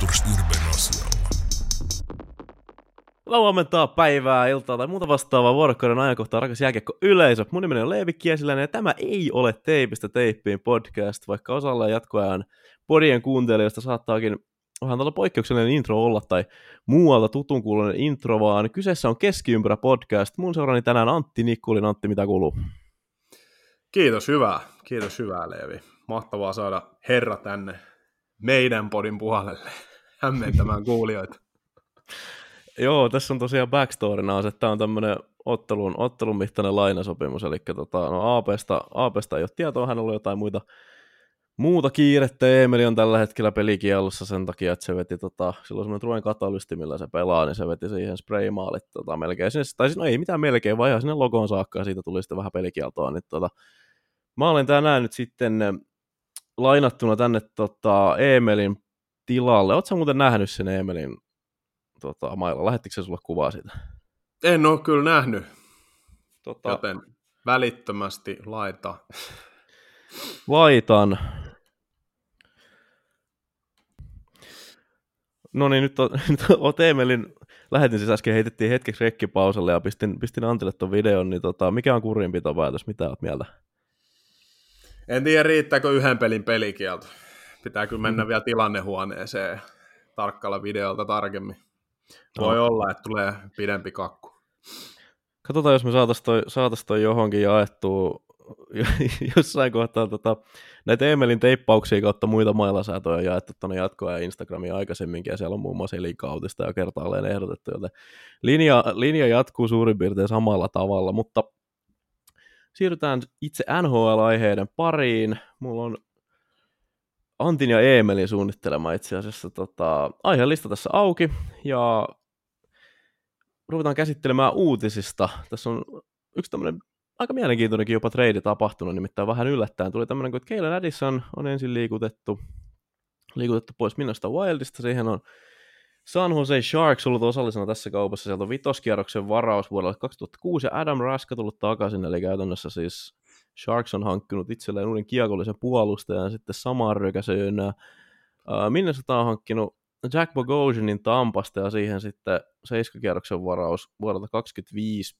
Raptors Urban asialla. Huomenta, päivää, iltaa tai muuta vastaavaa vuorokauden ajankohtaa, rakas jääkiekko yleisö. Mun nimeni on Leevi Kiesiläinen ja tämä ei ole Teipistä teippiin podcast, vaikka osalla jatkoajan podien kuuntelijoista saattaakin vähän tällä poikkeuksellinen intro olla tai muualta tutun kuuloinen intro, vaan kyseessä on Keskiympyrä podcast. Mun seurani tänään Antti Nikkulin. Antti, mitä kuuluu? Kiitos hyvää Leevi. Mahtavaa saada herra tänne meidän podin puolelle hämmentämään kuulijoita. Joo, tässä on tosiaan backstorina, että tämä on tämmöinen ottelun mittainen lainasopimus, eli Aapesta ei ole tietoa, hän on ollut jotain muuta kiirettä. Eemeli on tällä hetkellä pelikiellossa sen takia, että se veti silloin semmoinen Truen katalysti, millä se pelaa, niin se veti siihen spraymaalit melkein sinne, tai no ei mitään melkein, vaan ihan sinne logoon saakka, ja siitä tuli sitten vähän pelikieltoa. Niin, mä olen tänään nyt sitten lainattuna tänne Eemelin tilalle. Ootko sä muuten nähnyt sen Eemelin mailla? Lähettikö se sulle kuvaa siitä? En ole kyllä nähnyt, joten välittömästi laitan. No niin, nyt oot Eemelin, lähetin siis äsken, heitettiin hetkeksi rekkipausalle ja pistin Antille ton videon, niin mikä on kurinpitopäätös, mitä oot mieltä? En tiedä, riittääkö yhden pelin pelikielto. Pitää kyllä mennä vielä tilannehuoneeseen ja tarkkailla videolta tarkemmin. Voi olla, että tulee pidempi kakku. Katsotaan, jos me saatais toi johonkin jaettua jossain kohtaa näitä Eemelin teippauksia kautta muita mailasäätöjä on jaettu tuonne jatkoa ja Instagramiin aikaisemminkin, ja siellä on muun muassa elinkautista ja kertaalleen ehdotettu, joten linja jatkuu suurin piirtein samalla tavalla, mutta siirrytään itse NHL-aiheiden pariin. Mulla on Antin ja Eemelin suunnittelema itse asiassa aiheellista tässä auki, ja ruvetaan käsittelemään uutisista. Tässä on yksi tämmöinen aika mielenkiintoinenkin jopa trade tapahtunut, nimittäin vähän yllättäen. Tuli tämmöinen, että Calen Addison on ensin liikutettu pois Minnesota Wildista. Siihen on San Jose Sharks ollut osallisena tässä kaupassa. Sieltä on vitoskierroksen varaus vuodelle 2006 ja Adam Raska tullut takaisin. Eli käytännössä siis Sharks on hankkinut itselleen uuden kiekollisen puolustajan ja sitten samaan rykäsyyn Minnesota on hankkinut Jack Bogosianin Tampasta ja siihen sitten 7-kierroksen varaus vuodelta 2025.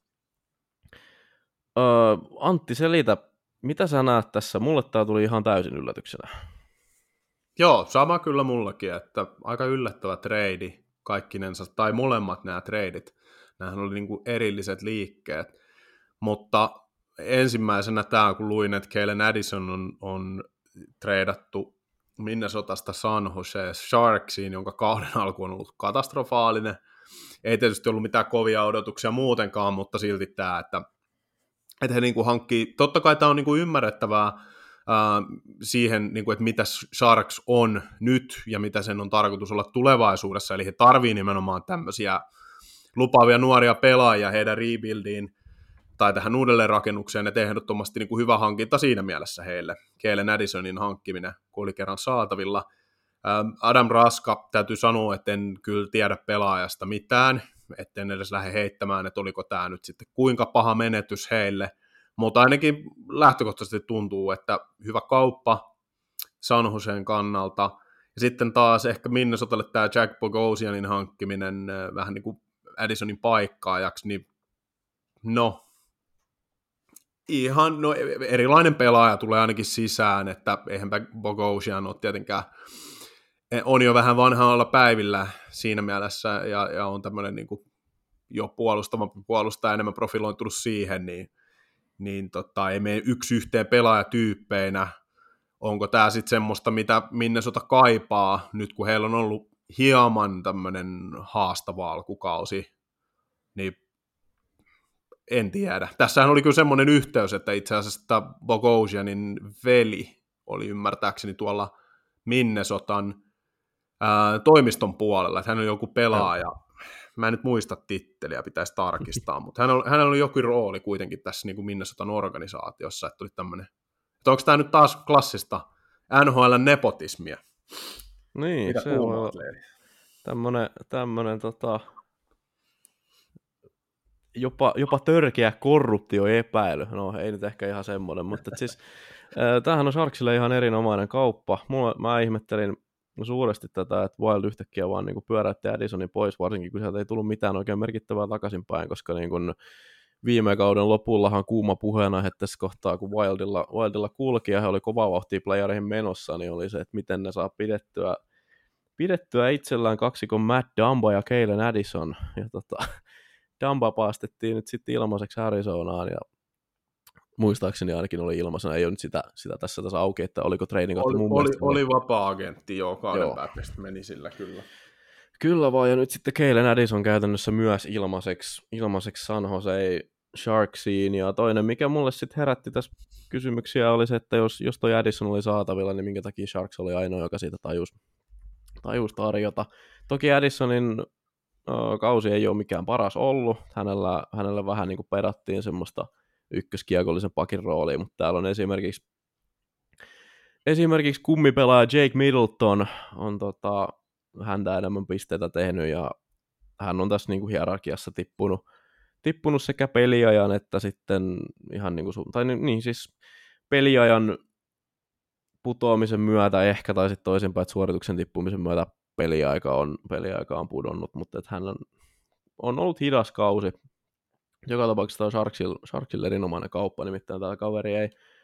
Antti, selitä, mitä sä näet tässä? Mulle tää tuli ihan täysin yllätyksenä. Joo, sama kyllä mullakin, että aika yllättävä trade kaikkinensa, tai molemmat nämä treidit. Nämähän oli niinku erilliset liikkeet, mutta ensimmäisenä tämä, kun luin, että Calen Addison on treidattu Minnesotasta San Jose Sharksiin, jonka kauden alku on ollut katastrofaalinen. Ei tietysti ollut mitään kovia odotuksia muutenkaan, mutta silti tämä, että he niinku hankkii, totta kai tämä on niinku ymmärrettävää siihen, niinku, että mitä Sharks on nyt ja mitä sen on tarkoitus olla tulevaisuudessa, eli he tarvii nimenomaan tämmöisiä lupaavia nuoria pelaajia heidän rebuildiin tai tähän uudelleenrakennukseen, että ehdottomasti niin kuin hyvä hankinta siinä mielessä heille. Calen Addisonin hankkiminen, kun oli kerran saatavilla. Adam Raska, täytyy sanoa, että en kyllä tiedä pelaajasta mitään, etten edes lähde heittämään, että oliko tämä nyt sitten kuinka paha menetys heille, mutta ainakin lähtökohtaisesti tuntuu, että hyvä kauppa San Joseen kannalta. Ja sitten taas ehkä Minnesotalle tämä Jack Bogosianin hankkiminen vähän niin kuin Addisonin paikkaajaksi, niin erilainen pelaaja tulee ainakin sisään, että eihän Bogosian ole tietenkään, on jo vähän vanhalla päivillä siinä mielessä, ja on tämmöinen niin kuin jo puolustavampi puolustaja, enemmän profiloitunut siihen, niin ei mene yksi yhteen pelaajatyyppeinä. Onko tämä sitten semmoista, mitä Minnesota kaipaa, nyt kun heillä on ollut hieman tämmöinen haastava alkukausi, niin en tiedä. Tässähän oli kyllä semmoinen yhteys, että itse asiassa Bogosianin veli oli ymmärtääkseni tuolla Minnesotan toimiston puolella, että hän on joku pelaaja. Mä en nyt muista titteliä, pitäisi tarkistaa, mutta hänellä oli joku rooli kuitenkin tässä niin kuin Minnesotan organisaatiossa, että tuli tämmöinen, että onko tämä nyt taas klassista NHL-nepotismia? Niin, mitä se on tämmöinen jopa törkeä korruptioepäily. No ei nyt ehkä ihan semmoinen, mutta siis tämähän on Sharksille ihan erinomainen kauppa. Mä ihmettelin suuresti tätä, että Wild yhtäkkiä vaan niin kuin pyöräytti Addisonin pois, varsinkin kun sieltä ei tullut mitään oikein merkittävää takaisinpäin, koska niin kuin viime kauden lopullahan kuuma puheenaihe tässä kohtaa, kun Wildilla kulki ja he oli kovaa vauhtia playereihin menossa, niin oli se, että miten ne saa pidettyä itsellään kaksikon Matt Dumba ja Kalen Addison. Ja Dumba paastettiin nyt sitten ilmaiseksi Arizonaan ja muistaakseni ainakin oli ilmaisena, ei ole nyt sitä tässä auki, että oliko trading kautta mun mielestä. Oli vapaa-agentti, kauden päätteestä meni sillä kyllä. Kyllä vaan, ja nyt sitten Kalen Addison käytännössä myös ilmaiseksi San Jose Sharksiin, ja toinen, mikä mulle sitten herätti tässä kysymyksiä, oli se, että jos toi Addison oli saatavilla, niin minkä takia Sharks oli ainoa, joka siitä tajus tarjota. Toki Addisonin kausi ei ole mikään paras ollut, hänellä vähän niin kuin pedattiin semmoista ykköskiekollisen pakin roolia, mutta täällä on esimerkiksi kummipelaaja Jake Middleton on häntä enemmän pisteitä tehnyt, ja hän on tässä niin kuin hierarkiassa tippunut sekä peliajan että sitten ihan niin kuin, siis peliajan putoamisen myötä ehkä, tai sitten toisinpäin, että suorituksen tippumisen myötä peliaika on pudonnut, mutta että hän on ollut hidas kausi. Joka tapauksessa on Sharksille erinomainen kauppa, nimittäin tämä kaveri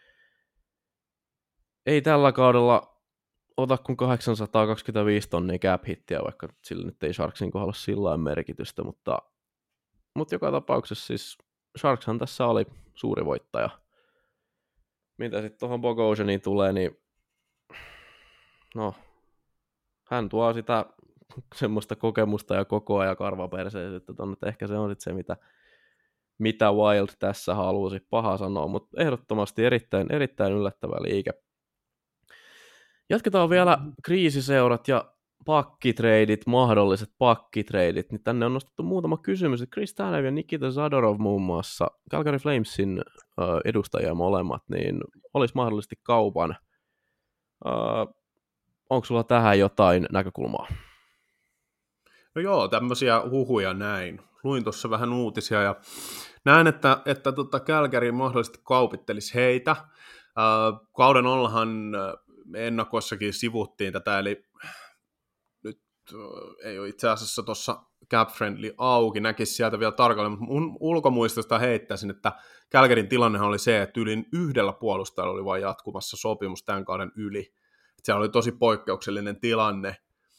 ei tällä kaudella ota kuin 825 tonnia cap-hittiä, vaikka sillä nyt ei Sharksin kohdalla sillä merkitystä, mutta joka tapauksessa siis Sharkshan tässä oli suuri voittaja. Mitä sitten tuohon Bogosianiin tulee, niin no, hän tuo sitä semmoista kokemusta ja kokoa ja karvaperseisyyttä tonne, että ehkä se on sitten se, mitä Wild tässä halusi, paha sanoa, mutta ehdottomasti erittäin yllättävä liike. Jatketaan vielä kriisiseurat ja mahdolliset pakkitreidit, niin tänne on nostettu muutama kysymys. Chris Tanev ja Nikita Zadorov muun muassa, Calgary Flamesin edustajia molemmat, niin olisi mahdollisesti kaupan. Onko sulla tähän jotain näkökulmaa? No joo, tämmöisiä huhuja näin. Luin tuossa vähän uutisia ja näen, että Calgary mahdollisesti kaupittelisi heitä. Kauden ollahan ennakoissakin sivuttiin tätä, eli nyt ei ole itse asiassa tuossa Cap Friendly auki, näkisi sieltä vielä tarkalleen, mutta mun ulkomuistosta heittäisin, että Calgaryn tilannehan oli se, että yli yhdellä puolustajalla oli vain jatkumassa sopimus tämän kauden yli. Siellä oli tosi poikkeuksellinen tilanne.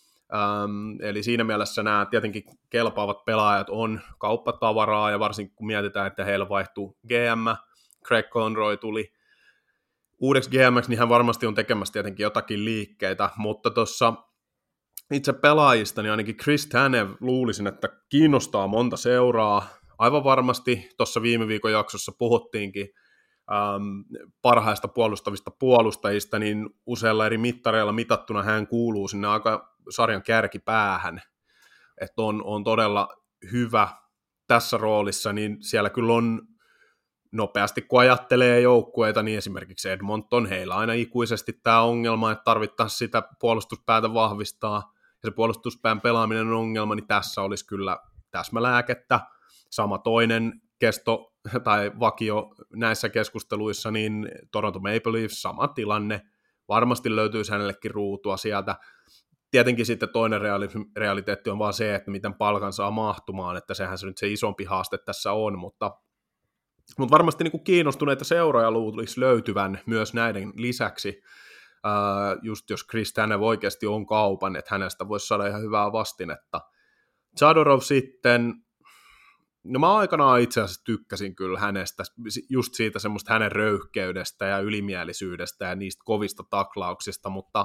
Eli siinä mielessä nämä tietenkin kelpaavat pelaajat on kauppatavaraa, ja varsinkin kun mietitään, että heillä vaihtuu GM, Craig Conroy tuli uudeksi GM:ksi, niin hän varmasti on tekemässä tietenkin jotakin liikkeitä, mutta tuossa itse pelaajista, niin ainakin Chris Tanev luulisin, että kiinnostaa monta seuraa. Aivan varmasti tuossa viime viikon jaksossa puhuttiinkin parhaista puolustavista puolustajista, niin useilla eri mittareilla mitattuna hän kuuluu sinne aika sarjan kärkipäähän, että on todella hyvä tässä roolissa, niin siellä kyllä on nopeasti, kun ajattelee joukkueita, niin esimerkiksi Edmonton, heillä aina ikuisesti tämä ongelma, että tarvittaisiin sitä puolustuspäätä vahvistaa, ja se puolustuspään pelaaminen on ongelma, niin tässä olisi kyllä täsmälääkettä. Sama toinen kesto tai vakio näissä keskusteluissa, niin Toronto Maple Leafs, sama tilanne, varmasti löytyisi hänellekin ruutua sieltä. Tietenkin sitten toinen realiteetti on vaan se, että miten palkan saa mahtumaan, että sehän se nyt se isompi haaste tässä on, mutta varmasti niin kuin kiinnostuneita seuroja luulisi löytyvän myös näiden lisäksi, just jos Chris Tanev oikeasti on kaupan, että hänestä voisi saada ihan hyvää vastinetta. Zadorov sitten, no mä aikanaan itse asiassa tykkäsin kyllä hänestä, just siitä semmoista hänen röyhkeydestä ja ylimielisyydestä ja niistä kovista taklauksista, mutta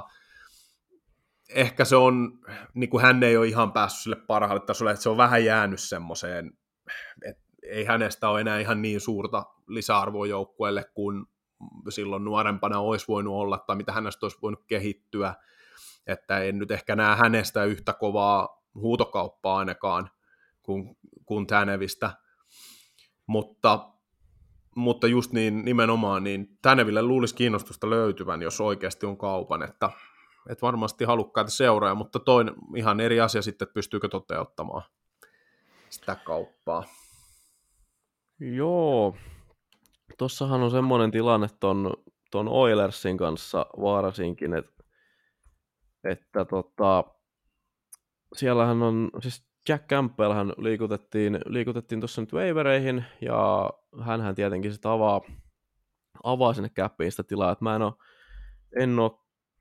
ehkä se on, niin kuin hän ei ole ihan päässyt sille parhaalle tasolle, että se on vähän jäänyt semmoiseen, että ei hänestä ole enää ihan niin suurta lisäarvoa joukkueelle kuin silloin nuorempana olisi voinut olla, tai mitä hänestä olisi voinut kehittyä, että en nyt ehkä näe hänestä yhtä kovaa huutokauppaa ainakaan kuin Tanevistä, mutta just niin nimenomaan, niin Taneville luulisi kiinnostusta löytyvän, jos oikeasti on kaupan, että varmasti halukkaita seuraa, mutta toinen ihan eri asia sitten, että pystyykö toteuttamaan sitä kauppaa. Joo, tossahan on semmoinen tilanne ton Oilersin kanssa varsinkin, että että siellähän on, siis Jack Campbellhän liikutettiin tuossa nyt waivereihin, ja hänhän tietenkin sitten avaa sinne cappiin sitä tilaa, että en ole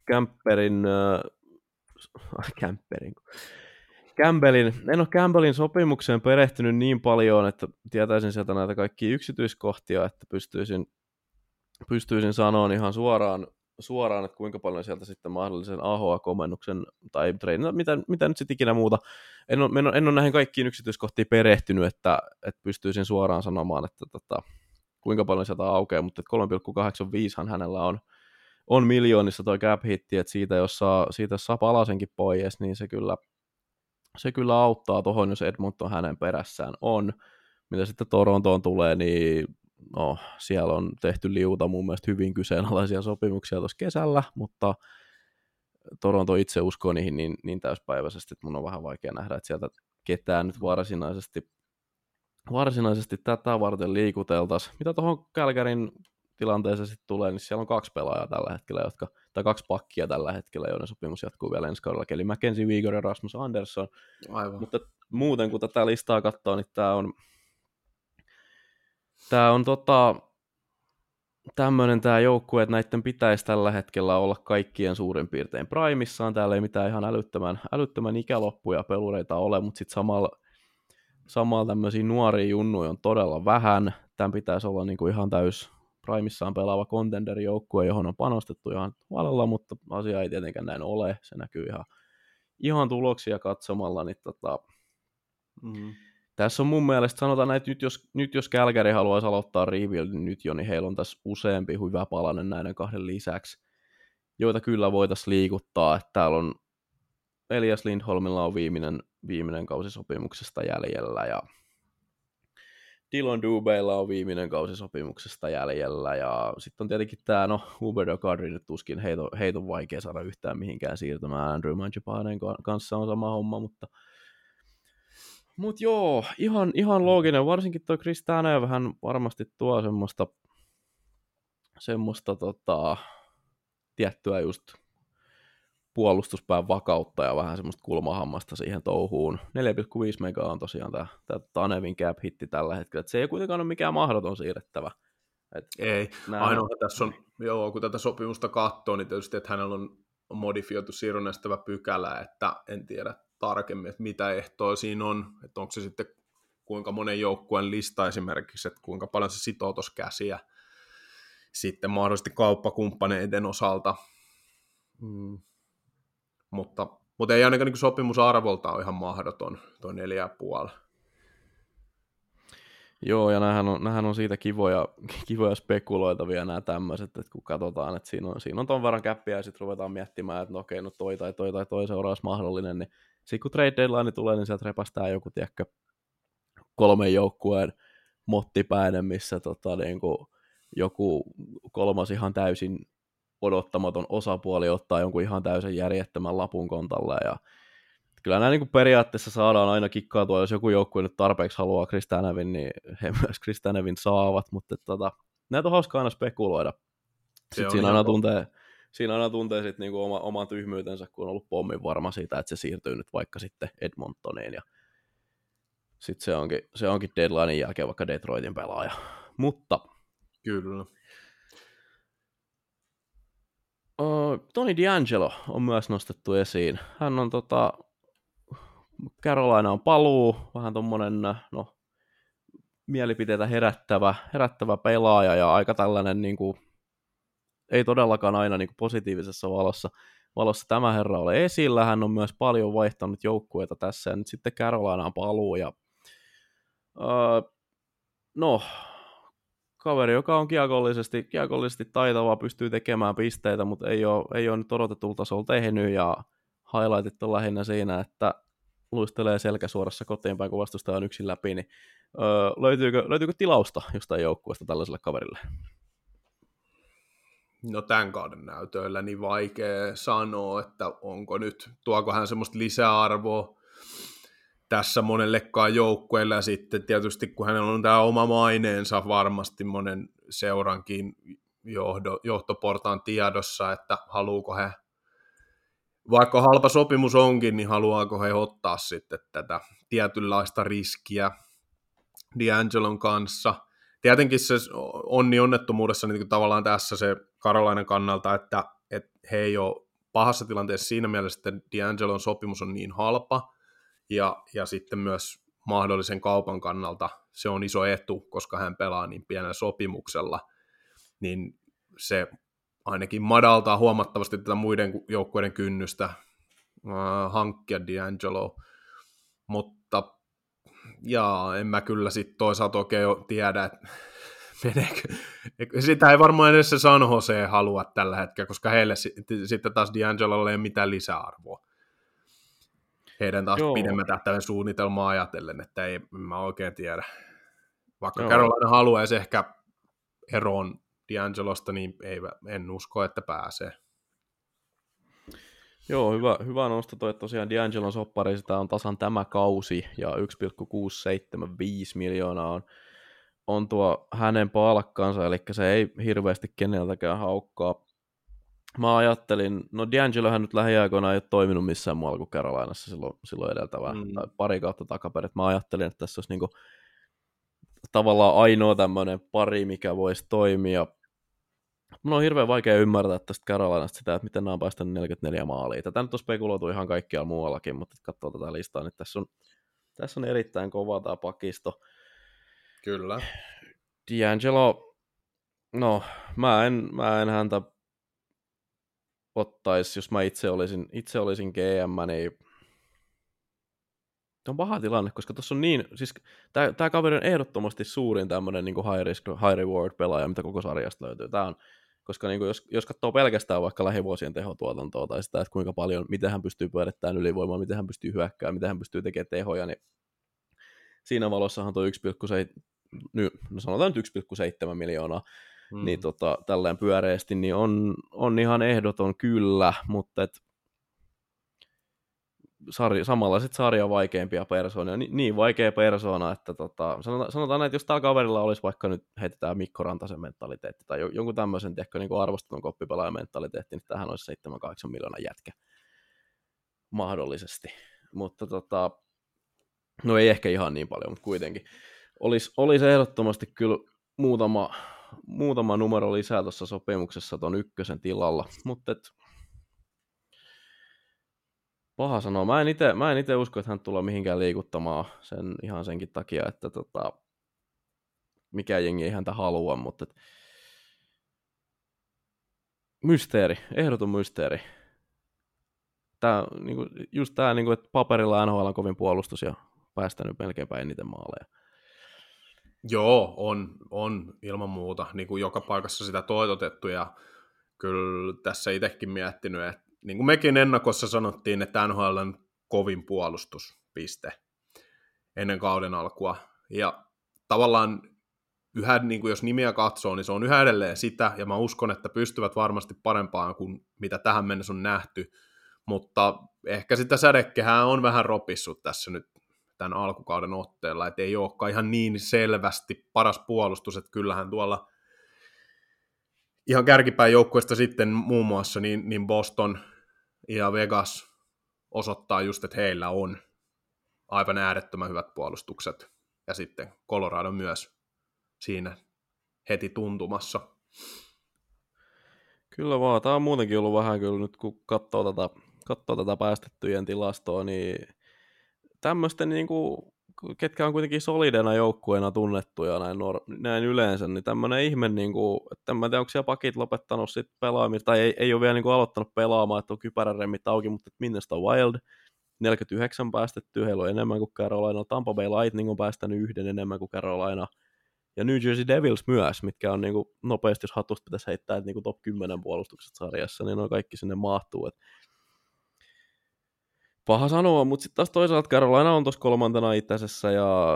en ole Campbellin sopimukseen perehtynyt niin paljon, että tietäisin sieltä näitä kaikkia yksityiskohtia, että pystyisin sanomaan ihan suoraan, että kuinka paljon sieltä sitten mahdollisen AHA-komennuksen tai treenin, mitä nyt sitten ikinä muuta. En ole näihin kaikkiin yksityiskohtiin perehtynyt, että pystyisin suoraan sanomaan, että kuinka paljon sieltä aukeaa, mutta 3,85 hänellä on miljoonissa toi cap hitti, että siitä jos saa palasenkin pois, niin se kyllä auttaa tuohon, jos Edmonton hänen perässään on. Mitä sitten Torontoon tulee, niin no, siellä on tehty liuta mun mielestä hyvin kyseenalaisia sopimuksia tuossa kesällä, mutta Toronto itse uskoo niihin niin täyspäiväisesti, että mun on vähän vaikea nähdä, että sieltä ketään nyt varsinaisesti tätä varten liikuteltaisiin. Mitä tuohon Calgaryn tilanteeseen sitten tulee, niin siellä on 2 pelaajaa tällä hetkellä, tai 2 pakkia tällä hetkellä, joiden sopimus jatkuu vielä ensi kaudella, eli Mackenzie Weegar ja Rasmus Andersson. Aivan. Mutta muuten, kun tätä listaa katsoo, niin tämä on tämmöinen tämä joukkue, että näiden pitäisi tällä hetkellä olla kaikkien suurin piirtein primissaan. Täällä ei mitään ihan älyttömän ikäloppuja pelureita ole, mutta sitten samalla tämmöisiä nuoria junnuja on todella vähän. Tämän pitäisi olla niinku ihan täys primissaan pelaava contender-joukkue, johon on panostettu ihan huolella, mutta asia ei tietenkään näin ole. Se näkyy ihan tuloksia katsomalla. Niin Tässä on mun mielestä, sanotaan näin, että nyt jos Calgary haluaisi aloittaa rebuildin nyt jo, niin heillä on tässä useampi hyvä palanen näiden 2 lisäksi, joita kyllä voitaisiin liikuttaa. Että täällä on Elias Lindholmilla on viimeinen kausi sopimuksesta jäljellä, ja Dylan Dubélla on viimeinen kausi sopimuksesta jäljellä, ja sitten on tietenkin tämä, Huberdeau Kadri nyt tuskin, heitä on vaikea saada yhtään mihinkään siirtymään, Andrew Mangiapanen kanssa on sama homma, mutta joo, ihan looginen, varsinkin tuo Chris Tanev hän varmasti tuo semmoista tiettyä just puolustuspään vakautta ja vähän semmoista kulmahammasta siihen touhuun. 4,5 megaa on tosiaan tämä Tanevin cap hitti tällä hetkellä, että se ei kuitenkaan ole mikään mahdoton siirrettävä. Ei, ainoa tässä on, kun tätä sopimusta katsoo, niin tietysti, että hänellä on modifioitu siirronnestävä pykälä, että en tiedä tarkemmin, että mitä ehtoa siinä on, että onko se sitten kuinka monen joukkueen lista esimerkiksi, että kuinka paljon se sitoo tuossa käsiä sitten mahdollisesti kauppakumppaneiden osalta. Mutta ei ainakaan niin sopimusarvolta ole ihan mahdoton tuo 4,5. Joo, ja nämähän on siitä kivoja spekuloitavia nämä tämmöiset, että kun katsotaan, että siinä on ton verran käppiä, ja sitten ruvetaan miettimään, että no okei, no toi tai toi seuraavaksi mahdollinen, niin sitten kun trade deadline tulee, niin sieltä repästää joku, tiedätkö, 3 joukkueen mottipäinen, missä niin kuin joku 3 ihan täysin odottamaton osapuoli ottaa jonkun ihan täysin järjettömän lapun kontalle, ja kyllä nämä niin periaatteessa saadaan aina kikkaatua, jos joku joukkue nyt tarpeeksi haluaa Chris Tanevin, niin he myös Chris Tanevin saavat, mutta näitä on hauska aina spekuloida. Sitten siinä aina tuntee sit niinku oman tyhmyytensä, kun on ollut pommin varma siitä, että se siirtyy nyt vaikka sitten Edmontoniin, ja sitten se onkin deadlinein jälkeen vaikka Detroitin pelaaja. Mutta kyllä. Tony DeAngelo on myös nostettu esiin. Hän on Carolina on paluu, vähän tommonen, mielipiteitä herättävä pelaaja ja aika tällainen niinku, ei todellakaan aina niinku positiivisessa valossa tämä herra ole esillä. Hän on myös paljon vaihtanut joukkueita tässä ja nyt sitten Carolina on paluu ja kaveri, joka on kiekollisesti taitava, pystyy tekemään pisteitä, mutta ei ole nyt odotetulla tasolla tehnyt ja highlightit on lähinnä siinä, että luistelee selkäsuorassa kotiin päin, kun vastustaja on yksin läpi, niin löytyykö tilausta jostain joukkueesta tällaiselle kaverille? No tämän kauden näytöillä niin vaikea sanoa, että tuoko hän semmoista lisäarvoa tässä monellekaan joukkueelle, ja sitten tietysti kun hänellä on tämä oma maineensa varmasti monen seurankin johtoportaan tiedossa, että haluuko he vaikka halpa sopimus onkin, niin haluaako he ottaa sitten tätä tietynlaista riskiä D'Angelon kanssa. Tietenkin se onni onnettomuudessa niin tavallaan tässä se Carolinan kannalta, että he ei ole pahassa tilanteessa siinä mielessä, että D'Angelon sopimus on niin halpa, ja sitten myös mahdollisen kaupan kannalta se on iso etu, koska hän pelaa niin pienellä sopimuksella, niin se ainakin madaltaa huomattavasti tätä muiden joukkueiden kynnystä hankkia D'Angelo, mutta en mä kyllä sitten toisaalta oikein tiedä, että meneekö. Sitä ei varmaan edes se San Jose halua tällä hetkellä, koska heille sitten taas D'Angelolle ei ole mitään lisäarvoa. Heidän taas pidemmän tähtäimen suunnitelmaa ajatellen, että ei mä oikein tiedä. Vaikka Carolina haluaisi ehkä eroon D'Angelosta, niin en usko, että pääsee. Joo, hyvä nosto toi, että tosiaan D'Angelon soppari sitä on tasan tämä kausi, ja 1,675 miljoonaa on tuo hänen palkkansa, eli se ei hirveästi keneltäkään haukkaa. Mä ajattelin, no D'Angelohän nyt lähiaikoina ei ole toiminut missään muualla kuin Carolinassa silloin edeltävää, tai pari kautta takaperin. Mä ajattelin, että tässä olisi niinku tavallaan ainoa tämmöinen pari, mikä voisi toimia. Mun on hirveän vaikea ymmärtää tästä Carolinasta sitä, että miten nämä on päästänyt 44 maalia. Tätä nyt on spekuloitu ihan kaikkialla muuallakin, mutta katsoo tätä listaa, niin tässä on erittäin kova tämä pakisto. Kyllä. D'Angelo, no mä en häntä ottaisi, jos mä itse olisin GM, niin on paha tilanne, koska tuossa on niin, siis tää kaveri on ehdottomasti suurin tämmönen niin kuin high risk, high reward pelaaja, mitä koko sarjasta löytyy. Tää on, koska niin kuin jos katsoo pelkästään vaikka lähivuosien tehotuotantoa tai sitä, että kuinka paljon, miten hän pystyy pyörittämään ylivoimaa, miten hän pystyy hyökkäämään, miten hän pystyy tekemään tehoja, niin siinä valossahan tuo 1,7, no sanotaan nyt 1,7 miljoonaa, niin tälleen pyöreästi, niin on ihan ehdoton kyllä, mutta samalla sitten sarjan vaikeimpia persoonia, niin vaikea persoona, että sanotaan, että jos tällä kaverilla olisi vaikka nyt heitetään Mikko Rantasen mentaliteetti tai jonkun tämmöisen niin arvostetun koppipelaajan mentaliteetti, niin tämähän olisi 7-8 miljoonan jätkä mahdollisesti, mutta no ei ehkä ihan niin paljon, mutta kuitenkin olisi ehdottomasti kyllä muutama numero lisää tuossa sopimuksessa ton ykkösen tilalla, mutta paha sanoa. Mä en itse usko, että hän tulee mihinkään liikuttamaan ihan senkin takia, että mikään jengi ei häntä halua, mutta mysteeri, ehdoton mysteeri. Just tää, että paperilla NHL on kovin puolustus ja päästänyt melkeinpä eniten maaleja. Joo, on ilman muuta niin kuin joka paikassa sitä toitotettu, ja kyllä tässä itsekin miettinyt, että niin kuin mekin ennakossa sanottiin, että NHL on kovin puolustuspiste ennen kauden alkua, ja tavallaan yhä, niin kuin jos nimiä katsoo, niin se on yhä edelleen sitä, ja mä uskon, että pystyvät varmasti parempaan kuin mitä tähän mennessä on nähty, mutta ehkä sitä sädekehää on vähän ropissut tässä nyt tämän alkukauden otteella, että ei olekaan ihan niin selvästi paras puolustus, että kyllähän tuolla ihan kärkipäin joukkueesta sitten muun muassa niin Boston ja Vegas osoittaa just, että heillä on aivan äärettömän hyvät puolustukset, ja sitten Colorado myös siinä heti tuntumassa. Kyllä vaan, tämä on muutenkin ollut vähän kyllä nyt, kun katsoo tätä päästettyjen tilastoa, niin tämmöisten, niin kuin, ketkä on kuitenkin solidena joukkueena tunnettuja näin yleensä, niin tämmöinen ihme, niin kuin, että en tiedä, onko siellä pakit lopettanut sitten pelaamista, tai ei ole vielä niin kuin aloittanut pelaamaan, että on kypäräremmit auki, mutta Minnesota Wild, 49 päästettyä, heillä on enemmän kuin Carolina, Tampa Bay Lightning on päästänyt yhden enemmän kuin Carolina, ja New Jersey Devils myös, mitkä on niin kuin, nopeasti, jos hatusta pitäisi heittää, että niin kuin top 10 puolustukset sarjassa, niin ne kaikki sinne mahtuu, että paha sanoa, mutta sitten taas toisaalta Carolina on tuossa kolmantena itäisessä, ja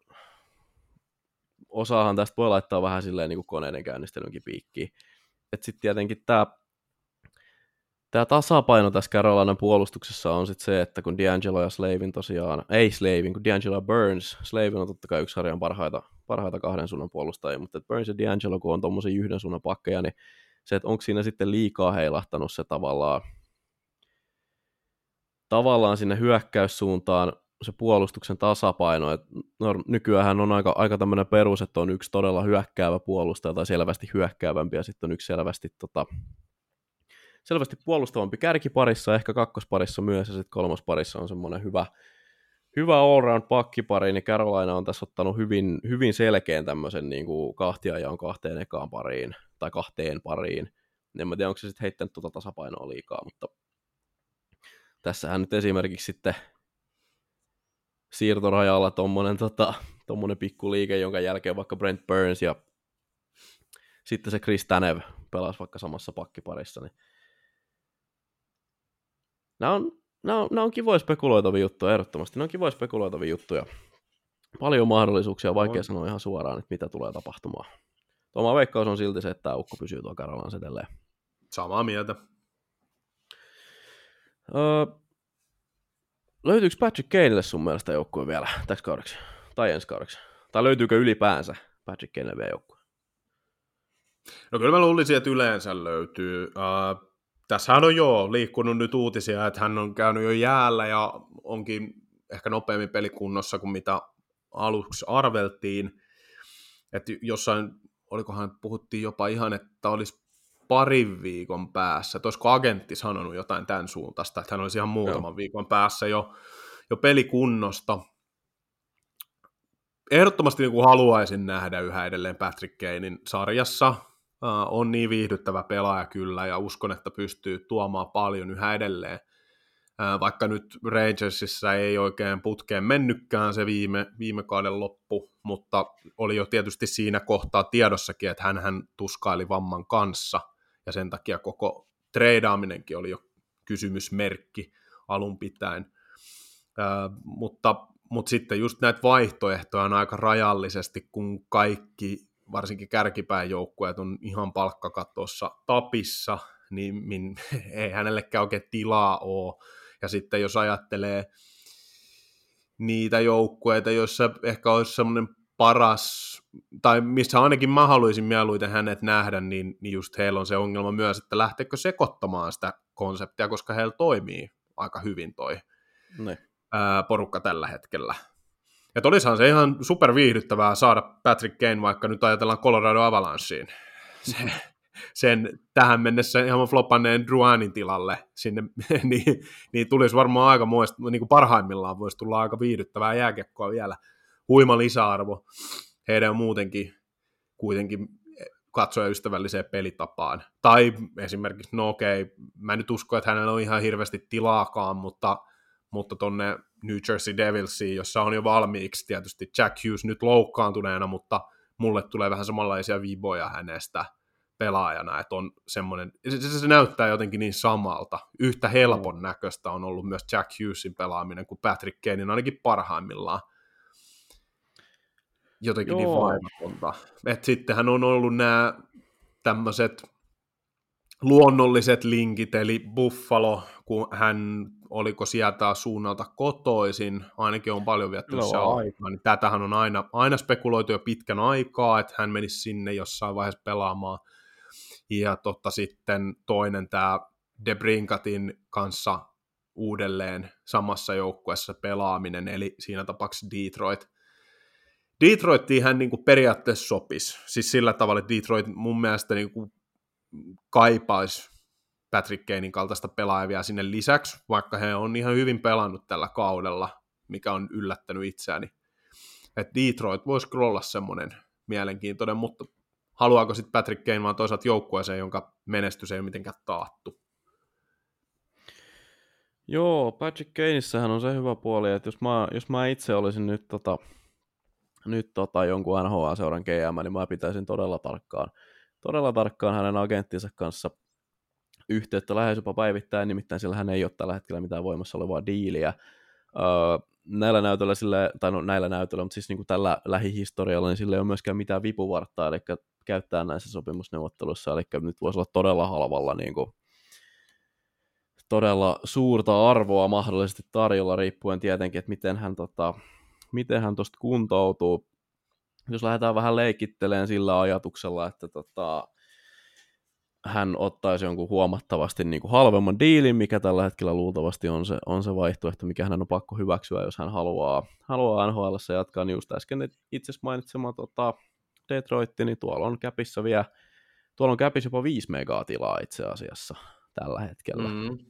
osaahan tästä voi laittaa vähän silleen niin kuin koneiden käynnistelynkin piikkiin. Että sitten tietenkin tämä tasapaino tässä Carolinan puolustuksessa on sitten se, että kun D'Angelo ja Slavin tosiaan, ei Slavin, kun D'Angelo ja Burns, Slavin on totta kai yksi sarjan parhaita kahden suunnan puolustajia, mutta Burns ja D'Angelo, kun on tommosia yhden suunnan pakkeja, niin se, että onko siinä sitten liikaa heilahtanut se tavallaan tavallaan sinne hyökkäyssuuntaan se puolustuksen tasapaino, että nykyään on aika tämmöinen perus, että on yksi todella hyökkäävä puolustaja tai selvästi hyökkäävämpi ja sitten on yksi selvästi puolustavampi kärkiparissa, ehkä kakkosparissa myös ja sitten kolmosparissa on semmoinen hyvä all-round pakkipari, niin Carolina on tässä ottanut hyvin selkeän tämmöisen niin kuin kahtiajaon kahteen ekaan pariin tai kahteen pariin. En mä tiedä, onko se sitten heittänyt tuota tasapainoa liikaa, mutta tässähän nyt esimerkiksi sitten siirtorajalla tommonen pikkuliike, jonka jälkeen vaikka Brent Burns ja sitten se Chris Tanev pelasi vaikka samassa pakkiparissa. Niin nämä on kivoja spekuloitavia juttuja, ehdottomasti. Ne on kivoja spekuloitavia juttuja. Paljon mahdollisuuksia, vaikea sanoa ihan suoraan, että mitä tulee tapahtumaan. Oma veikkaus on silti se, että tämä ukko pysyy tuolla Carolinassa edelleen. Samaa mieltä. Löytyykö Patrick Kanelle sun mielestä joukkue vielä täksi kaudeksi? Tai ensi kaudeksi? Tai löytyykö ylipäänsä Patrick Kanelle vielä joukkue? No kyllä mä luulisin, että yleensä löytyy. Tässähän on jo liikkunut nyt uutisia, että hän on käynyt jo jäällä ja onkin ehkä nopeammin pelikunnossa kuin mitä aluksi arveltiin. Että jossain, olikohan puhuttiin jopa ihan, että olisi parin viikon päässä, että olisiko agentti sanonut jotain tämän suuntaista, että hän olisi ihan muutaman viikon päässä jo pelikunnosta. Ehdottomasti niin kuin haluaisin nähdä yhä edelleen Patrick Kanen sarjassa. On niin viihdyttävä pelaaja kyllä, ja uskon, että pystyy tuomaan paljon yhä edelleen. Vaikka nyt Rangersissa ei oikein putkeen mennytkään se viime kauden loppu, mutta oli jo tietysti siinä kohtaa tiedossakin, että hän tuskaili vamman kanssa, ja sen takia koko treidaaminenkin oli jo kysymysmerkki alun pitäen. Mutta sitten just näitä vaihtoehtoja on aika rajallisesti, kun kaikki, varsinkin kärkipään joukkueet, on ihan palkkakatossa tapissa, niin ei hänellekään oikein tilaa ole. Ja sitten jos ajattelee niitä joukkueita, joissa ehkä olisi semmoinen paras, tai missä ainakin mä haluaisin mieluiten hänet nähdä, niin just heillä on se ongelma myös, että lähteekö sekoittamaan sitä konseptia, koska heillä toimii aika hyvin toi porukka tällä hetkellä. Että olisihan se ihan superviihdyttävää saada Patrick Kane, vaikka nyt ajatellaan Colorado Avalanceen. Sen tähän mennessä ihan flopanneen Drouinin tilalle sinne, niin tulisi varmaan aika muista, niin kuin parhaimmillaan voisi tulla aika viihdyttävää jääkiekkoa vielä, huima lisäarvo heidän on muutenkin kuitenkin katsojaystävälliseen pelitapaan. Tai esimerkiksi, no okei, mä en nyt usko, että hänellä on ihan hirveästi tilaakaan, mutta tonne New Jersey Devilsiin, jossa on jo valmiiksi tietysti Jack Hughes nyt loukkaantuneena, mutta mulle tulee vähän samanlaisia viboja hänestä pelaajana, että on semmoinen, se näyttää jotenkin niin samalta. Yhtä helpon näköistä on ollut myös Jack Hughesin pelaaminen kuin Patrick Kanen, ainakin parhaimmillaan. Jotenkin niin vaivatonta. Että sittenhän on ollut nämä tämmöiset luonnolliset linkit, eli Buffalo, kun hän oliko sieltä suunnalta kotoisin, ainakin on paljon viettänyt se aikaa, niin tätähän on aina spekuloitu jo pitkän aikaa, että hän menisi sinne jossain vaiheessa pelaamaan. Ja sitten toinen tämä DeBrincatin kanssa uudelleen samassa joukkueessa pelaaminen, eli siinä tapauksessa Detroit. Detroittiin hän niin kuin periaatteessa sopisi, siis sillä tavalla, että Detroit mun mielestä niin kuin kaipaisi Patrick Kanen kaltaista pelaajia sinne lisäksi, vaikka he on ihan hyvin pelannut tällä kaudella, mikä on yllättänyt itseäni. Että Detroit voisi kyllä olla semmoinen mielenkiintoinen, mutta haluaako sitten Patrick Kane vaan toisaalta joukkueeseen, jonka menestys ei ole mitenkään taattu? Joo, Patrick Kanessähän on se hyvä puoli, että jos mä itse olisin nyt jonkun NHL-seuran GM, niin mä pitäisin todella tarkkaan hänen agenttinsa kanssa yhteyttä lähes jopa päivittäin, nimittäin sillä hän ei ole tällä hetkellä mitään voimassa olevaa diiliä. Näillä näytöillä, mutta siis niin kuin tällä lähihistorialla, niin sillä ei ole myöskään mitään vipuvarttaa, eli käyttää näissä sopimusneuvotteluissa, eli nyt voisi olla todella halvalla niin kuin todella suurta arvoa mahdollisesti tarjolla, riippuen tietenkin, että miten hän tuosta kuntoutuu. Jos lähdetään vähän leikittelemään sillä ajatuksella, että hän ottaisi jonkun huomattavasti niin kuin halvemman diilin, mikä tällä hetkellä luultavasti on se vaihtoehto, mikä hänen on pakko hyväksyä, jos hän haluaa NHL:ssä jatkaa. Niin just äsken itse mainitsema Detroit, niin tuolla on Capissa jopa 5 megaa tilaa itse asiassa tällä hetkellä.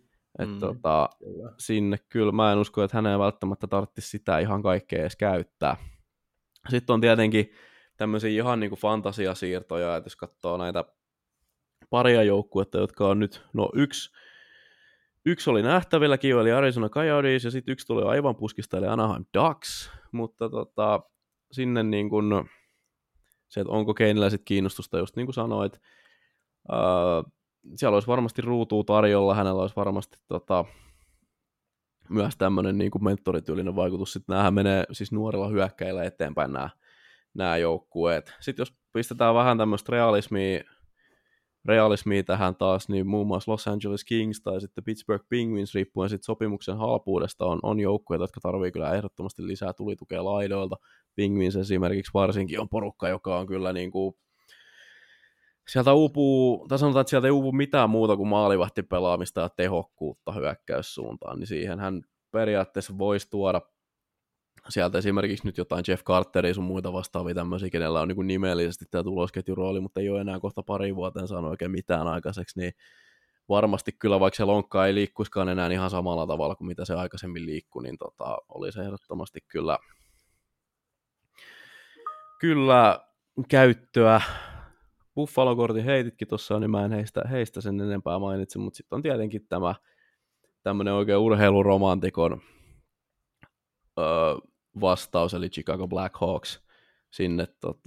Sinne kyllä mä en usko, että hänen välttämättä tarvitsisi sitä ihan kaikkea edes käyttää. Sitten on tietenkin tämmöisiä ihan niin kuin fantasiasiirtoja, että jos katsoo näitä paria joukkuetta, jotka on nyt, no yksi oli nähtävillä, eli Arizona Coyotes, ja sitten yksi tuli aivan puskista, eli Anaheim Ducks, mutta sinne niin kuin se, että onko Keinillä sitten kiinnostusta, just niin kuin sanoit, siellä olisi varmasti ruutua tarjolla, hänellä olisi varmasti myös tämmöinen niin kuin mentorityylinen vaikutus, sitten näähän menee siis nuorilla hyökkäillä eteenpäin nämä joukkueet. Sitten jos pistetään vähän tämmöistä realismia tähän taas, niin muun muassa Los Angeles Kings tai sitten Pittsburgh Penguins, riippuen sitten sopimuksen halpuudesta, on joukkueita, jotka tarvii kyllä ehdottomasti lisää tulitukea laidoilta. Penguins esimerkiksi varsinkin on porukka, joka on kyllä niin kuin sieltä uupuu, tai sanotaan, että sieltä ei uupu mitään muuta kuin maalivahtipelaamista ja tehokkuutta hyökkäyssuuntaan, niin siihen hän periaatteessa voisi tuoda sieltä esimerkiksi nyt jotain Jeff Carteria sun muita vastaavia tämmöisiä, kenellä on niin kuin nimellisesti tämä tulosketjurooli, mutta ei ole enää kohta pari vuoteen saanut oikein mitään aikaiseksi, niin varmasti kyllä, vaikka se lonkka ei liikkuiskaan enää ihan samalla tavalla kuin mitä se aikaisemmin liikkui, niin oli se ehdottomasti kyllä käyttöä. Buffalo-kortin heititkin tuossa, niin mä en heistä sen enempää mainitse, mutta sitten on tietenkin tämmöinen oikein urheiluromantikon vastaus, eli Chicago Blackhawks sinne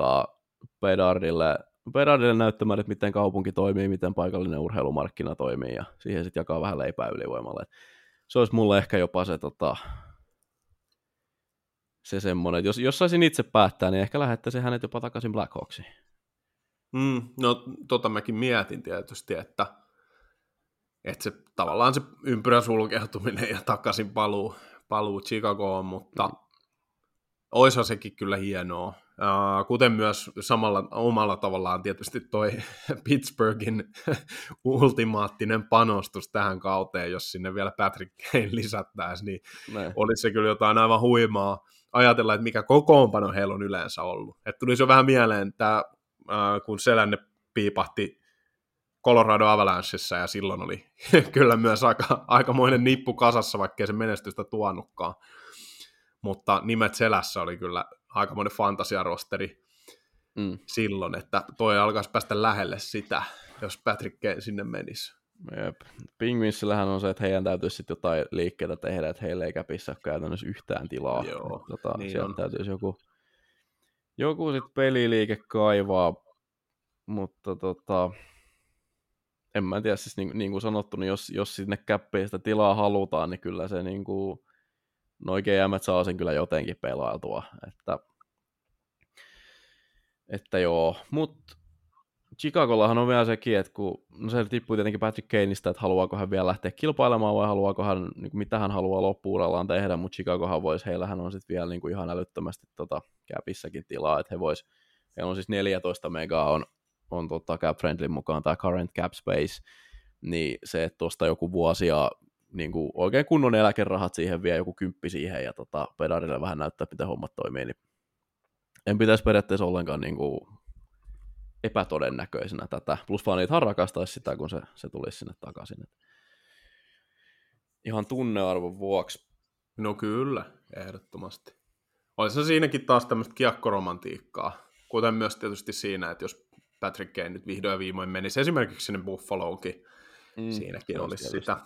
Bedardille näyttämään, että miten kaupunki toimii, miten paikallinen urheilumarkkina toimii, ja siihen sitten jakaa vähän leipää ylivoimalle. Se olisi mulle ehkä jopa se semmoinen, että jos saisin itse päättää, niin ehkä lähettäisin hänet jopa takaisin Blackhawksiin. No mäkin mietin tietysti, että se tavallaan se ympyrän sulkeutuminen ja takaisin paluu Chicagoon, mutta oishan sekin kyllä hienoa. Kuten myös samalla omalla tavallaan tietysti toi Pittsburghin ultimaattinen panostus tähän kauteen, jos sinne vielä Patrick Kane lisättäisiin, niin olisi se kyllä jotain aivan huimaa ajatella, että mikä kokoonpano heillä on yleensä ollut. Että tulisi jo vähän mieleen, että kun Selänne piipahti Colorado Avalanchessa, ja silloin oli kyllä myös aikamoinen nippu kasassa, vaikkei se menestystä tuonutkaan. Mutta nimet selässä oli kyllä aikamoinen fantasiarosteri silloin, että toi alkaisi päästä lähelle sitä, jos Patrick Kane sinne menisi. Penguinsillähän on se, että heidän täytyisi sitten jotain liikkeitä tehdä, että heille ei Capissa ole käytännössä yhtään tilaa. Joo, niin sieltä täytyisi joku sitten peliliike kaivaa, mutta en mä tiedä, siis niin kuin sanottu, niin jos sinne Capiin sitä tilaa halutaan, niin kyllä se niin kuin noi GM:t saa sen kyllä jotenkin pelailtua, että joo, mutta Chicagollahan on vielä sekin, että se tippuu tietenkin Patrick Kaneista, että haluaako hän vielä lähteä kilpailemaan vai haluaako hän, niin kuin mitä hän haluaa loppuurallaan tehdä, mutta Chicagohan heillähän on sitten vielä niin kuin ihan älyttömästi Capissäkin tilaa, että heillä on siis 14 megaa on Cap Friendlyn mukaan tämä current cap space, niin se, että tuosta joku vuosi ja niin kuin oikein kunnon eläkerahat siihen vie joku 10 siihen ja Bedarille vähän näyttää, miten hommat toimii, niin en pitäisi periaatteessa ollenkaan niin kuin epätodennäköisenä tätä. Plus fanithan rakastaisi sitä, kun se tulisi sinne takaisin. Ihan tunnearvon vuoksi. No kyllä, ehdottomasti. Olisi siinäkin taas tämmöistä kiekkoromantiikkaa, kuten myös tietysti siinä, että jos Patrick Kane nyt vihdoin ja viimein menisi esimerkiksi sinne Buffaloonkin, siinäkin olisi sitä.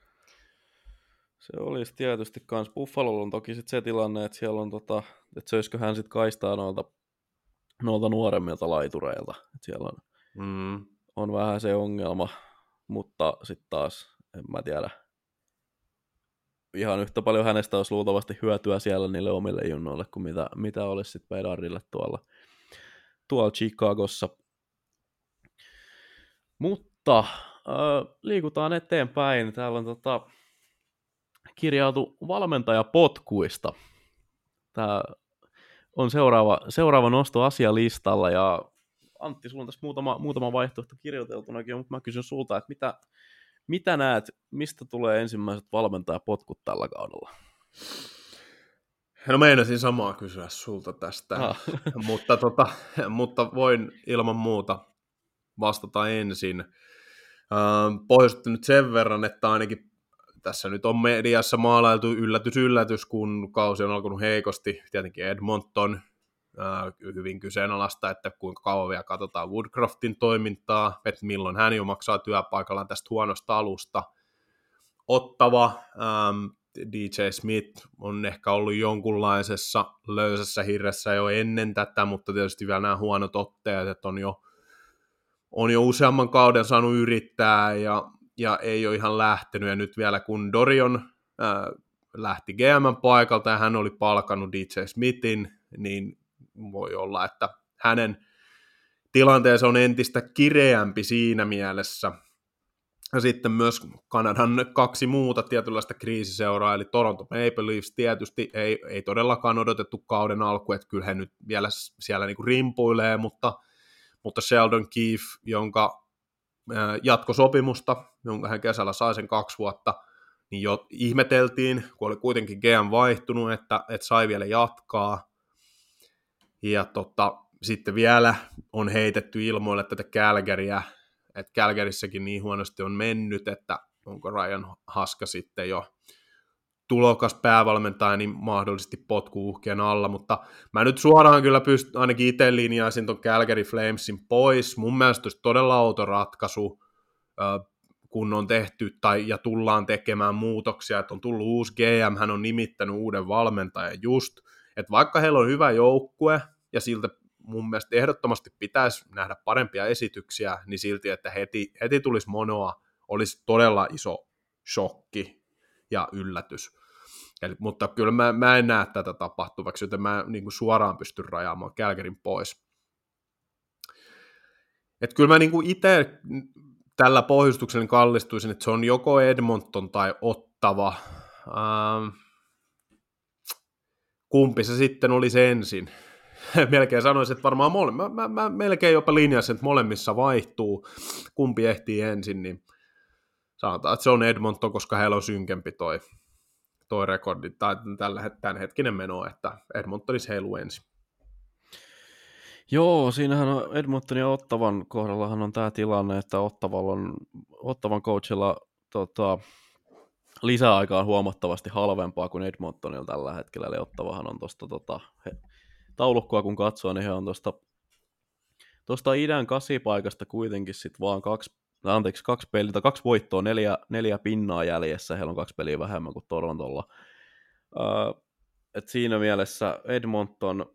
Se olisi tietysti kans. Buffalolla on toki sit se tilanne, että siellä on, että söisikö hän sitten kaistaa noilta nuoremmilta laitureilta. Et siellä on vähän se ongelma, mutta sitten taas, en mä tiedä. Ihan yhtä paljon hänestä olisi luultavasti hyötyä siellä niille omille junnoille, kuin mitä olisi sitten Bedardille tuolla Chicagossa. Mutta liikutaan eteenpäin. Täällä on kirjautu valmentajapotkuista. Tämä on seuraava nosto asialistalla, ja Antti, sulla on tässä muutama vaihtoehto kirjoiteltunakin, mutta mä kysyn sulta, että mitä näet, mistä tulee ensimmäiset valmentajapotkut tällä kaudella? No meinasin samaa kysyä sulta tästä, mutta voin ilman muuta vastata ensin. Pohjoisesta nyt sen verran, että ainakin tässä nyt on mediassa maalailtu yllätys, kun kausi on alkanut heikosti. Tietenkin Edmonton, hyvin kyseenalaista, että kuinka kauan vielä katsotaan Woodcroftin toimintaa, että milloin hän jo maksaa työpaikallaan tästä huonosta alusta. Ottava, DJ Smith on ehkä ollut jonkunlaisessa löysässä hirressä jo ennen tätä, mutta tietysti vielä nämä huonot otteet, että on jo useamman kauden saanut yrittää ja ei ole ihan lähtenyt, ja nyt vielä kun Dorion lähti GM:n paikalta ja hän oli palkannut DJ Smithin, niin voi olla, että hänen tilanteensa on entistä kireämpi siinä mielessä. Ja sitten myös Kanadan 2 muuta tietynlaista kriisiseuraa, eli Toronto Maple Leafs tietysti ei todellakaan odotettu kauden alku, että kyllä he nyt vielä siellä niin kuin rimpuilee, mutta Sheldon Keefe, jonka jatkosopimusta, jonka hän kesällä sai sen 2 vuotta, niin jo ihmeteltiin, kun oli kuitenkin GM vaihtunut, että sai vielä jatkaa. Ja sitten vielä on heitetty ilmoille tätä Calgaryä, että Calgaryssäkin niin huonosti on mennyt, että onko Ryan Huska sitten jo tulokas päävalmentaja, niin mahdollisesti potku-uhkien alla, mutta mä nyt suoraan kyllä ainakin itse linjaisin ton Calgary Flamesin pois. Mun mielestä olisi todella outo ratkaisu, kun on tehty ja tullaan tekemään muutoksia, että on tullut uusi GM, hän on nimittänyt uuden valmentajan just, että vaikka heillä on hyvä joukkue, ja siltä mun mielestä ehdottomasti pitäisi nähdä parempia esityksiä, niin silti, että heti tulisi monoa, olisi todella iso shokki ja yllätys. Mutta kyllä mä en näe tätä tapahtuvaksi, joten mä niin kuin suoraan pystyn rajaamaan Calgaryn pois. Et kyllä mä niin kuin itse tällä pohjustuksella kallistuisin, että se on joko Edmonton tai Ottava. Kumpi se sitten olisi ensin? Melkein sanoisin, että varmaan mä melkein jopa linjasin, että molemmissa vaihtuu. Kumpi ehtii ensin, niin sanotaan, että se on Edmonton, koska heillä on synkempi toi rekordi, tai tämän hetkinen meno, että Edmontonissa heiluu ensin. Joo, siinähän on Edmontonin ja Ottavan kohdallahan on tämä tilanne, että Ottavan coachilla lisäaika on huomattavasti halvempaa kuin Edmontonilla tällä hetkellä, eli Ottavahan on tuosta taulukkoa kun katsoo, niin he on tuosta idän 8 paikasta kuitenkin sitten vaan 2 voittoa, 4 pinnaa jäljessä, heillä on 2 peliä vähemmän kuin Torontolla. Et siinä mielessä Edmonton,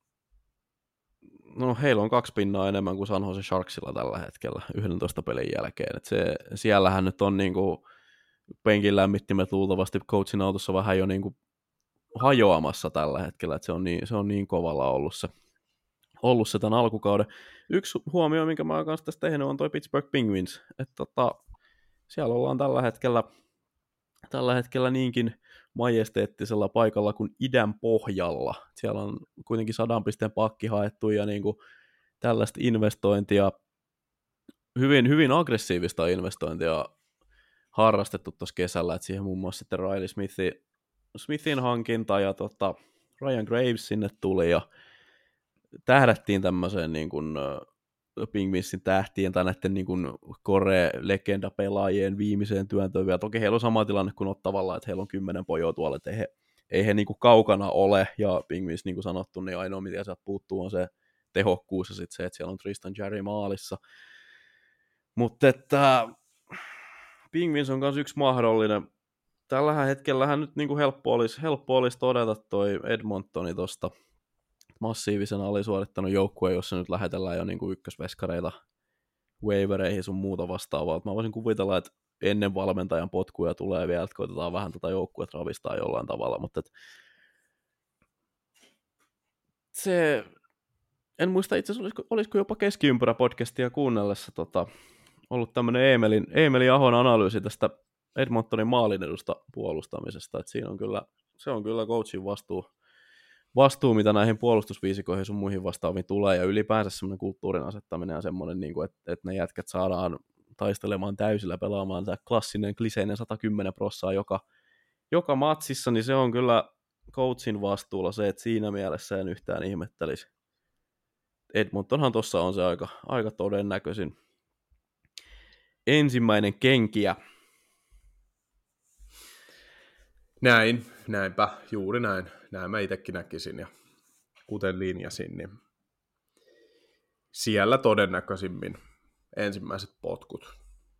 no heillä on 2 pinnaa enemmän kuin San Jose Sharksilla tällä hetkellä 11 pelin jälkeen. Et siellähän nyt on niinku penkin lämmittimet luultavasti coachin autossa vähän jo niinku hajoamassa tällä hetkellä, että se on niin kovalla ollut se tämän alkukauden. Yksi huomio, minkä mä oon kanssa tästä tehnyt, on toi Pittsburgh Penguins, että siellä ollaan tällä hetkellä niinkin majesteettisella paikalla kuin idän pohjalla. Siellä on kuitenkin 100 pisteen pakki haettu ja niin kuin tällaista investointia, hyvin, hyvin aggressiivista investointia harrastettu tuossa kesällä, että siihen muun muassa sitten Riley Smithin hankinta ja Ryan Graves sinne tuli ja tähdättiin tämmöiseen niin kuin Penguinsin tähtien tai näiden niin kuin core-legenda-pelaajien viimeiseen työntöön vielä. Toki heillä on sama tilanne kuin Ottavalla, että heillä on 10 pojoa tuolla, että ei he niin kuin kaukana ole, ja Penguins, niin kuin sanottu, niin ainoa mitä sieltä puuttuu on se tehokkuus ja sitten se, että siellä on Tristan Jarry maalissa. Mutta että Penguins on myös yksi mahdollinen. Tällä hetkellähän nyt niin kuin helppo olisi todeta toi Edmontoni tuosta massiivisen alisuorittanut joukkue, jossa nyt lähetellään jo niin kuin ykkösveskareita waivereihin sun muuta vastaavaa. Mä voisin kuvitella, että ennen valmentajan potkuja tulee vielä, että koitetaan vähän tätä joukkuetta ravistaa jollain tavalla, mutta se, en muista itse asiassa, olisiko jopa Keskiympyrä-podcastia kuunnellessa ollut tämmöinen Eemeli Ahon analyysi tästä Edmontonin maalin edusta puolustamisesta, että siinä on kyllä, se on kyllä coachin vastuu, mitä näihin puolustusviisikoihin sun muihin vastaaviin tulee, ja ylipäänsä semmoinen kulttuurin asettaminen ja semmoinen, niin kuin, että ne jätkät saadaan taistelemaan täysillä, pelaamaan tämä klassinen, kliseinen 110% joka matsissa, niin se on kyllä coachin vastuulla se, että siinä mielessä en yhtään ihmettelisi. Edmontonhan tuossa on se aika todennäköisin ensimmäinen kenkiä. Näinpä, juuri näin. Näin mä itsekin näkisin, ja kuten linjasin, niin siellä todennäköisimmin ensimmäiset potkut.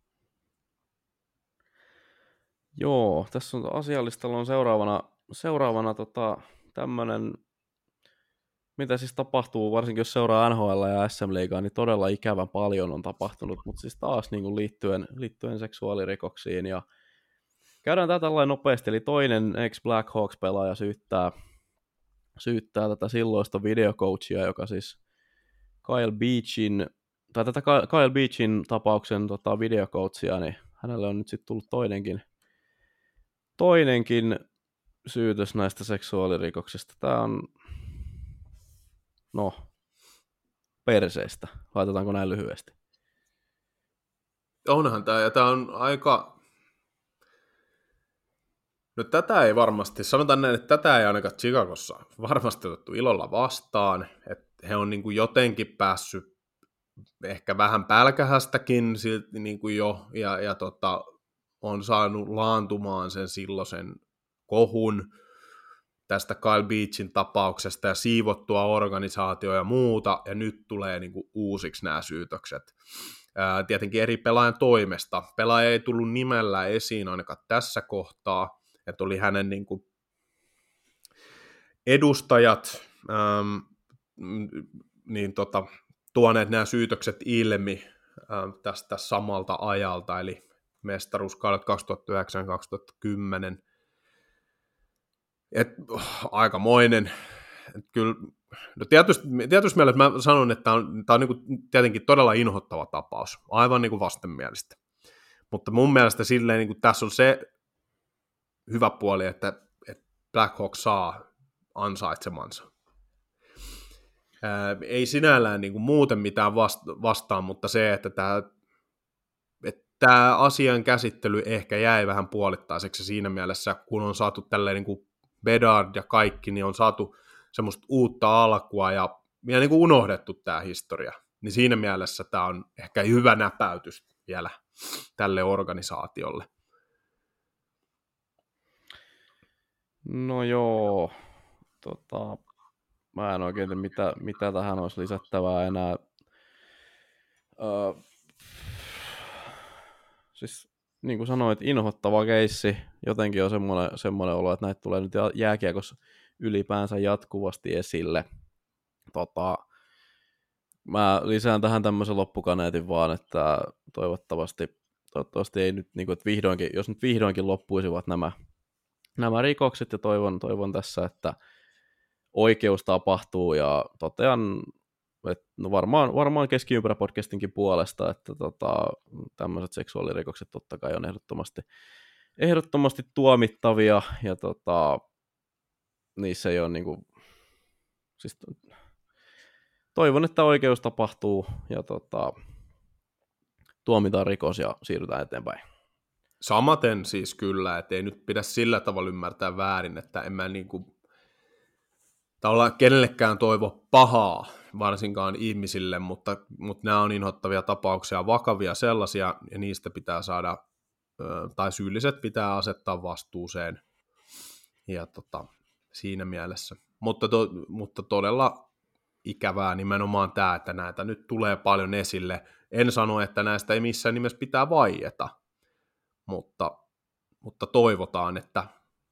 Joo, tässä on asialistalla on seuraavana tämmöinen, mitä siis tapahtuu, varsinkin jos seuraa NHL ja SM-liigaa, niin todella ikävän paljon on tapahtunut, mutta siis taas niin kuin liittyen seksuaalirikoksiin, ja käydään tätä tällainen nopeasti, eli toinen ex-Black Hawks-pelaaja syyttää tätä silloista videocoachia, joka siis tätä Kyle Beachin tapauksen videocoachia, niin hänelle on nyt sitten tullut toinenkin syytös näistä seksuaalirikoksista. Tämä on, perseestä. Laitetaanko näin lyhyesti? Onhan tämä, ja tämä on aika... No tätä ei varmasti, sanotaan näin, että tätä ei ainakaan Chicagossa varmasti otettu ilolla vastaan, että he on niin kuin jotenkin päässyt ehkä vähän pälkähästäkin niin kuin jo, ja on saanut laantumaan sen silloisen kohun tästä Kyle Beachin tapauksesta ja siivottua organisaatio ja muuta, ja nyt tulee niin kuin uusiksi nämä syytökset. Tietenkin eri pelaajan toimesta. Pelaaja ei tullut nimellä esiin ainakaan tässä kohtaa, että oli hänen niin kuin edustajat tuoneet nämä syytökset ilmi tästä samalta ajalta, eli mestaruuskaudet 2009-2010. Aikamoinen. Kyllä, no tietysti mielessä mä sanon, että tämä on niin kuin tietenkin todella inhottava tapaus, aivan niin kuin vastenmielistä. Mutta mun mielestä silleen, niin kuin tässä on se hyvä puoli, että Black Hawk saa ansaitsemansa. Ei sinällään niin kuin muuten mitään vastaan, mutta se, että tämä asian käsittely ehkä jäi vähän puolittaiseksi siinä mielessä, kun on saatu tälleen niin kuin Bedard ja kaikki, niin on saatu semmoista uutta alkua ja niin kuin unohdettu tämä historia. Niin siinä mielessä tämä on ehkä hyvä näpäytys vielä tälle organisaatiolle. No joo, mä en oikein tiedä, mitä tähän olisi lisättävää enää. Siis niin kuin sanoit, inhottava keissi. Jotenkin on semmoinen olo, että näitä tulee nyt jääkiekossa ylipäänsä jatkuvasti esille. Mä lisään tähän tämmöisen loppukaneetin vaan, että toivottavasti ei nyt, niin kuin, että jos nyt vihdoinkin loppuisivat nämä rikokset, ja toivon tässä, että oikeus tapahtuu, ja totean, että no varmaan Keskiympärä-podcastinkin puolesta, että tämmöiset seksuaalirikokset totta kai on ehdottomasti tuomittavia, ja niissä ei ole niinku, siis toivon, että oikeus tapahtuu, ja tuomitaan rikos ja siirrytään eteenpäin. Samaten siis kyllä, että ei nyt pidä sillä tavalla ymmärtää väärin, että en mä niinku tavallaan kenellekään toivo pahaa, varsinkaan ihmisille, mutta nämä on inhottavia tapauksia, vakavia sellaisia, ja niistä pitää saada, tai syylliset pitää asettaa vastuuseen, ja siinä mielessä. Mutta todella ikävää nimenomaan tämä, että näitä nyt tulee paljon esille. En sano, että näistä ei missään nimessä pitää vaieta, mutta toivotaan, että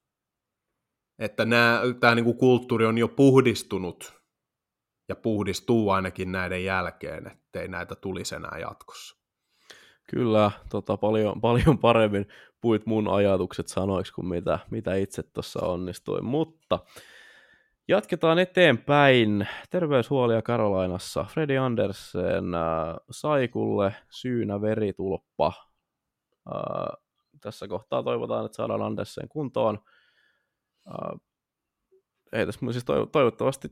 tämä niinku kulttuuri on jo puhdistunut ja puhdistuu ainakin näiden jälkeen, ettei näitä tulisi enää jatkossa. Kyllä, paljon paremmin puit mun ajatukset sanoiksi kuin mitä itse tuossa onnistuin, mutta jatketaan eteenpäin. Terveyshuolia Carolinassa. Freddie Andersen Saikulle syynä veritulppa. Tässä kohtaa toivotaan, että saadaan Andersen kuntoon. ei tässä siis toivottavasti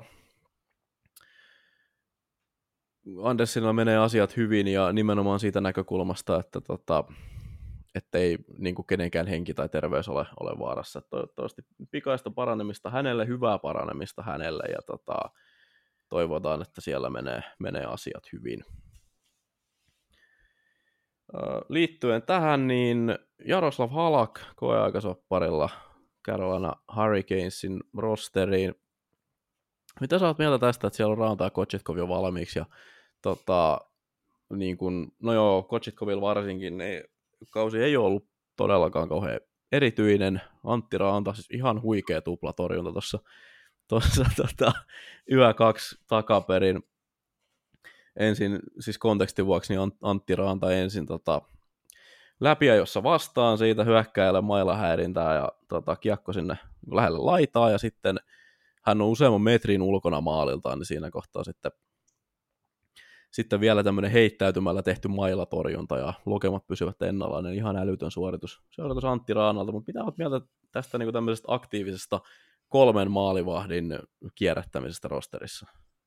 Anderssilla menee asiat hyvin ja nimenomaan siitä näkökulmasta, että ettei niin kuin kenenkään henki tai terveys ole vaarassa. Toivottavasti pikaista paranemista hänelle, hyvää paranemista hänelle ja toivotaan, että siellä menee asiat hyvin. Liittyen tähän, niin Jaroslav Halak koeaikasopparilla Carolina Hurricanesin rosteriin. Mitä sä oot mieltä tästä, että siellä on Raanta ja Kochetkov jo valmiiksi? Ja, niin kun, no joo, Kochetkovilla varsinkin, niin kausi ei ole ollut todellakaan kauhean erityinen. Antti Raanta, siis ihan huikea tuplatorjunta tuossa yö 2 takaperin. Ensin, siis kontekstin vuoksi, niin Antti Raanta ensin läpiä, jossa vastaan siitä hyökkäjälle mailahäirintää ja kiekko sinne lähelle laitaa, ja sitten hän on useamman metrin ulkona maaliltaan, niin siinä kohtaa sitten vielä tämmöinen heittäytymällä tehty mailatorjunta, ja lukemat pysyvät ennallaan, niin ihan älytön suoritus Antti Raanalta, mutta mitä olet mieltä tästä niin kuin tämmöisestä aktiivisesta 3 maalivahdin kierrättämisestä rosterissa?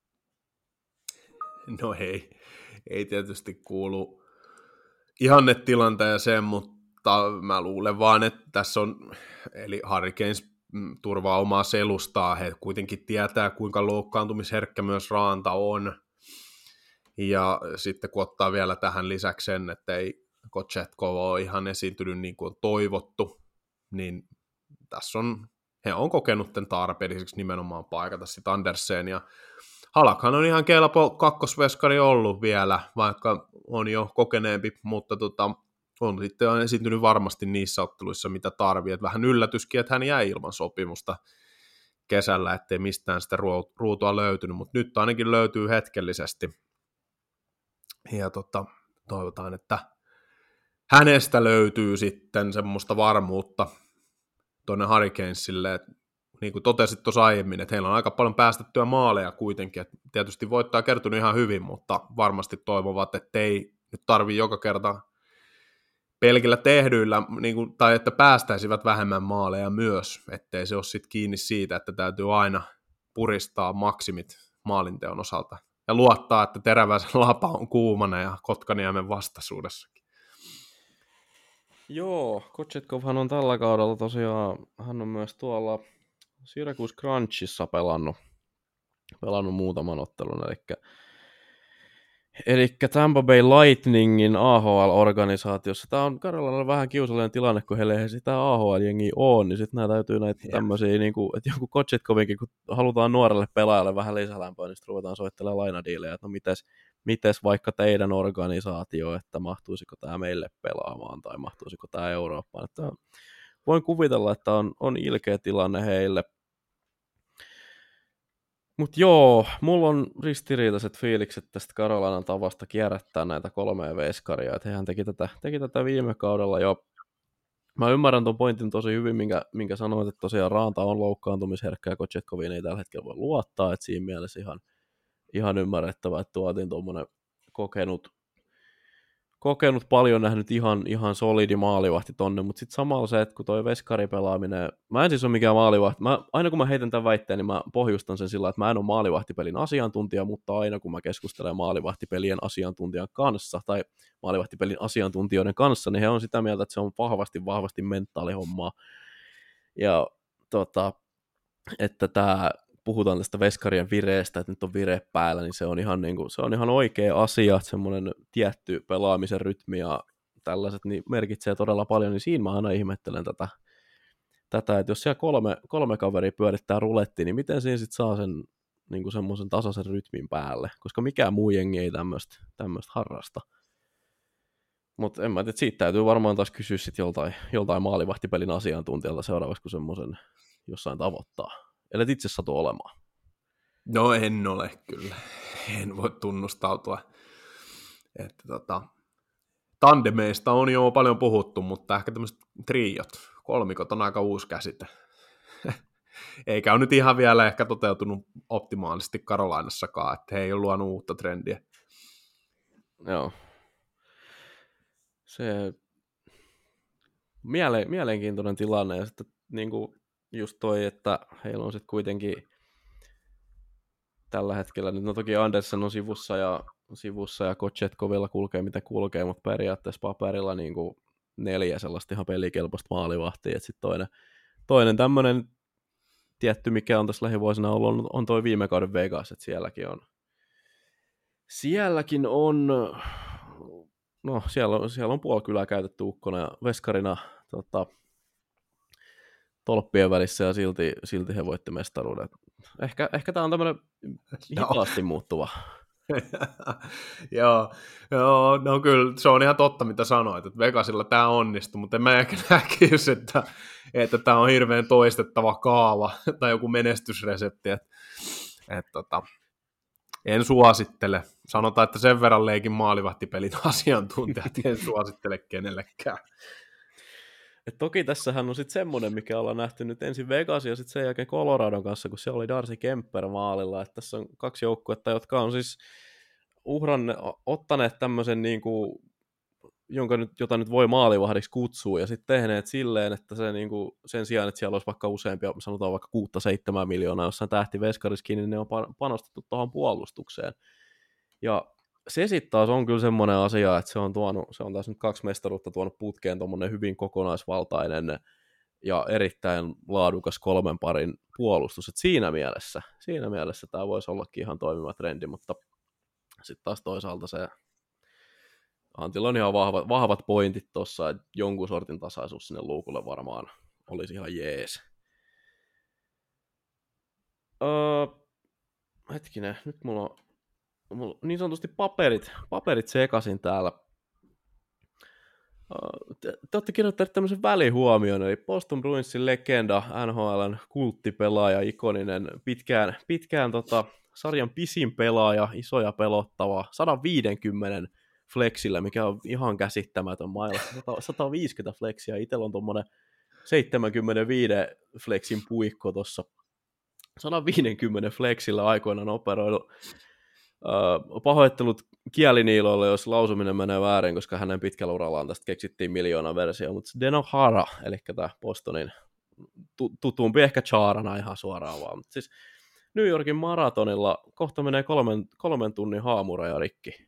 No ei tietysti kuulu ihannetilanteeseen, mutta mä luulen vaan, että tässä on, eli Hurricanes turvaa omaa selustaa, he kuitenkin tietää, kuinka loukkaantumisherkkä myös Raanta on, ja sitten kun ottaa vielä tähän lisäksi sen, että ei Kochetkov ole ihan esiintynyt niin kuin on toivottu, niin tässä he on kokenut tämän tarpeelliseksi nimenomaan paikata sitten Andersen, ja Halakhan on ihan kelpo kakkosveskari ollut vielä, vaikka on jo kokeneempi, mutta on sitten esiintynyt varmasti niissä otteluissa, mitä tarvii. Et vähän yllätyskin, että hän jäi ilman sopimusta kesällä, ettei mistään sitä ruutua löytynyt, mutta nyt ainakin löytyy hetkellisesti. Ja toivotaan, että hänestä löytyy sitten semmoista varmuutta tuonne Hurricanesille, että niin kuin totesit tuossa aiemmin, että heillä on aika paljon päästettyä maaleja kuitenkin, että tietysti voittaa kertynyt ihan hyvin, mutta varmasti toivovat, että ei nyt tarvitse joka kerta pelkillä tehdyillä, niin kuin, tai että päästäisivät vähemmän maaleja myös, ettei se ole sitten kiinni siitä, että täytyy aina puristaa maksimit maalinteon osalta, ja luottaa, että Teräväisen lapa on kuumana ja Kotkaniemen vastaisuudessakin. Joo, Kochetkovhan on tällä kaudella tosiaan, hän on myös tuolla Syracuse Crunchissa pelannut muutaman ottelun, eli Tampa Bay Lightningin AHL-organisaatiossa. Tämä on Karolalla vähän kiusallinen tilanne, kun heillä ei sitä AHL-jengiä ole, niin sitten nämä täytyy näitä tämmöisiä, niin kuin, että joku Kochetkovinkin, kun halutaan nuorelle pelaajalle vähän lisälämpöä, niin sitten ruvetaan soittelemaan lainadiilejä, että no mites vaikka teidän organisaatio, että mahtuisiko tämä meille pelaamaan tai mahtuisiko tämä Eurooppaan. Että voin kuvitella, että on ilkeä tilanne heille. Mutta joo, mulla on ristiriitaiset fiilikset tästä Carolinan tavasta kierrättää näitä 3 veskaria. Että hehän teki tätä viime kaudella jo. Mä ymmärrän ton pointin tosi hyvin, minkä sanoit, että tosiaan Raanta on loukkaantumisherkkä ja Kochetkoviin ei tällä hetkellä voi luottaa. Että siinä mielessä ihan ymmärrettävää, että tuotiin tuommoinen kokenut paljon, nähnyt ihan solidi maalivahti tonne, mutta sitten samalla se, että kun toi veskaripelaaminen, mä en siis ole mikään maalivahti, aina kun mä heitän tämän väitteen, niin mä pohjustan sen sillä, että mä en ole maalivahtipelin asiantuntija, mutta aina kun mä keskustelen maalivahtipelien asiantuntijan kanssa, tai maalivahtipelin asiantuntijoiden kanssa, niin he on sitä mieltä, että se on vahvasti mentaalihommaa, ja että tämä puhutaan tästä veskarien vireestä, että nyt on vire päällä, niin se on ihan oikea asia, että semmoinen tietty pelaamisen rytmi ja tällaiset niin merkitsee todella paljon, niin siinä mä aina ihmettelen tätä että jos siellä kolme kaveria pyörittää rulettiin, niin miten siinä sitten saa sen niin kuin semmoisen tasaisen rytmin päälle, koska mikään muu jengi ei tämmöistä harrasta. Mutta en mä tiedä, siitä täytyy varmaan taas kysyä sitten joltain maalivahtipelin asiantuntijalta seuraavaksi, kun semmoisen jossain tavoittaa. Eli itse satu olemaan. No en ole kyllä. En voi tunnustautua. Että tandemeista on jo paljon puhuttu, mutta ehkä tämmöiset triot, kolmikot on aika uusi käsite. Eikä ole nyt ihan vielä ehkä toteutunut optimaalisesti Carolinassakaan, että he ei ole luonut uutta trendiä. Joo. Se mielenkiintoinen tilanne, ja sitten niin kuin just toi, että heillä on sitten kuitenkin tällä hetkellä, nyt no toki Andersen on sivussa ja Kochetkovilla kulkee mitä kulkee, mutta periaatteessa paperilla niin kuin 4 sellaista ihan pelikelpoista maalivahtia, että sitten toinen tämmöinen tietty, mikä on tässä lähivuosina ollut, on toi viime kauden Vegas, että sielläkin on no siellä on puoli kylää käytetty ukkona ja veskarina tolppien välissä ja silti he voitti mestaruuden. Ehkä tämä on tämmöinen hitaasti muuttuva. Joo, no kyllä se on ihan totta, mitä sanoit, että Vegasilla tämä onnistuu, mutta en mä ehkä näkisi, että tämä on hirveän toistettava kaava tai joku menestysresepti, että en suosittele. Sanotaan, että sen verran leikin maalivahtipelin asiantuntijat, en suosittele kenellekään. Et toki tässähän on sitten semmoinen, mikä ollaan nähty nyt ensin Vegas ja sitten sen jälkeen Coloradon kanssa, kun siellä oli Darcy Kemper maalilla, että tässä on 2 joukkuetta, jotka on siis ottaneet tämmöisen, niinku, jota nyt voi maalivahdiksi kutsua, ja sitten tehneet silleen, että se, niinku, sen sijaan, että siellä olisi vaikka useampia, sanotaan vaikka 6-7 miljoonaa jossain tähtiveskariskin, niin ne on panostettu tuohon puolustukseen. Ja se sitten taas on kyllä semmoinen asia, että se on taas nyt 2 mestaruutta tuonut putkeen tuommoinen hyvin kokonaisvaltainen ja erittäin laadukas 3 parin puolustus. Et siinä mielessä tämä voisi ollakin ihan toimiva trendi, mutta sitten taas toisaalta se Antilla on ihan vahvat pointit tuossa, että jonkun sortin tasaisuus sinne luukulle varmaan olisi ihan jees. Hetkinen, nyt mulla on niin sanotusti paperit sekaisin täällä. Te olette kirjoittaneet tämmöisen välihuomion, eli Boston Bruinsin legenda, NHL:n kulttipelaaja, ikoninen, pitkään sarjan pisin pelaaja, iso ja pelottava, 150 flexillä, mikä on ihan käsittämätön mailla. 150 flexiä, itsellä on tuommoinen 75 flexin puikko tuossa. 150 flexillä aikoinaan operoidu. Pahoittelut kieliniiloille, jos lausuminen menee väärin, koska hänen pitkällä urallaan tästä keksittiin 1 000 000 versiota, mutta Zdeno Chara, eli tämä Bostonin tutumpi ehkä Charana ihan suoraan vaan. Mutta siis New Yorkin maratonilla kohta menee 3 tunnin haamuraja rikki.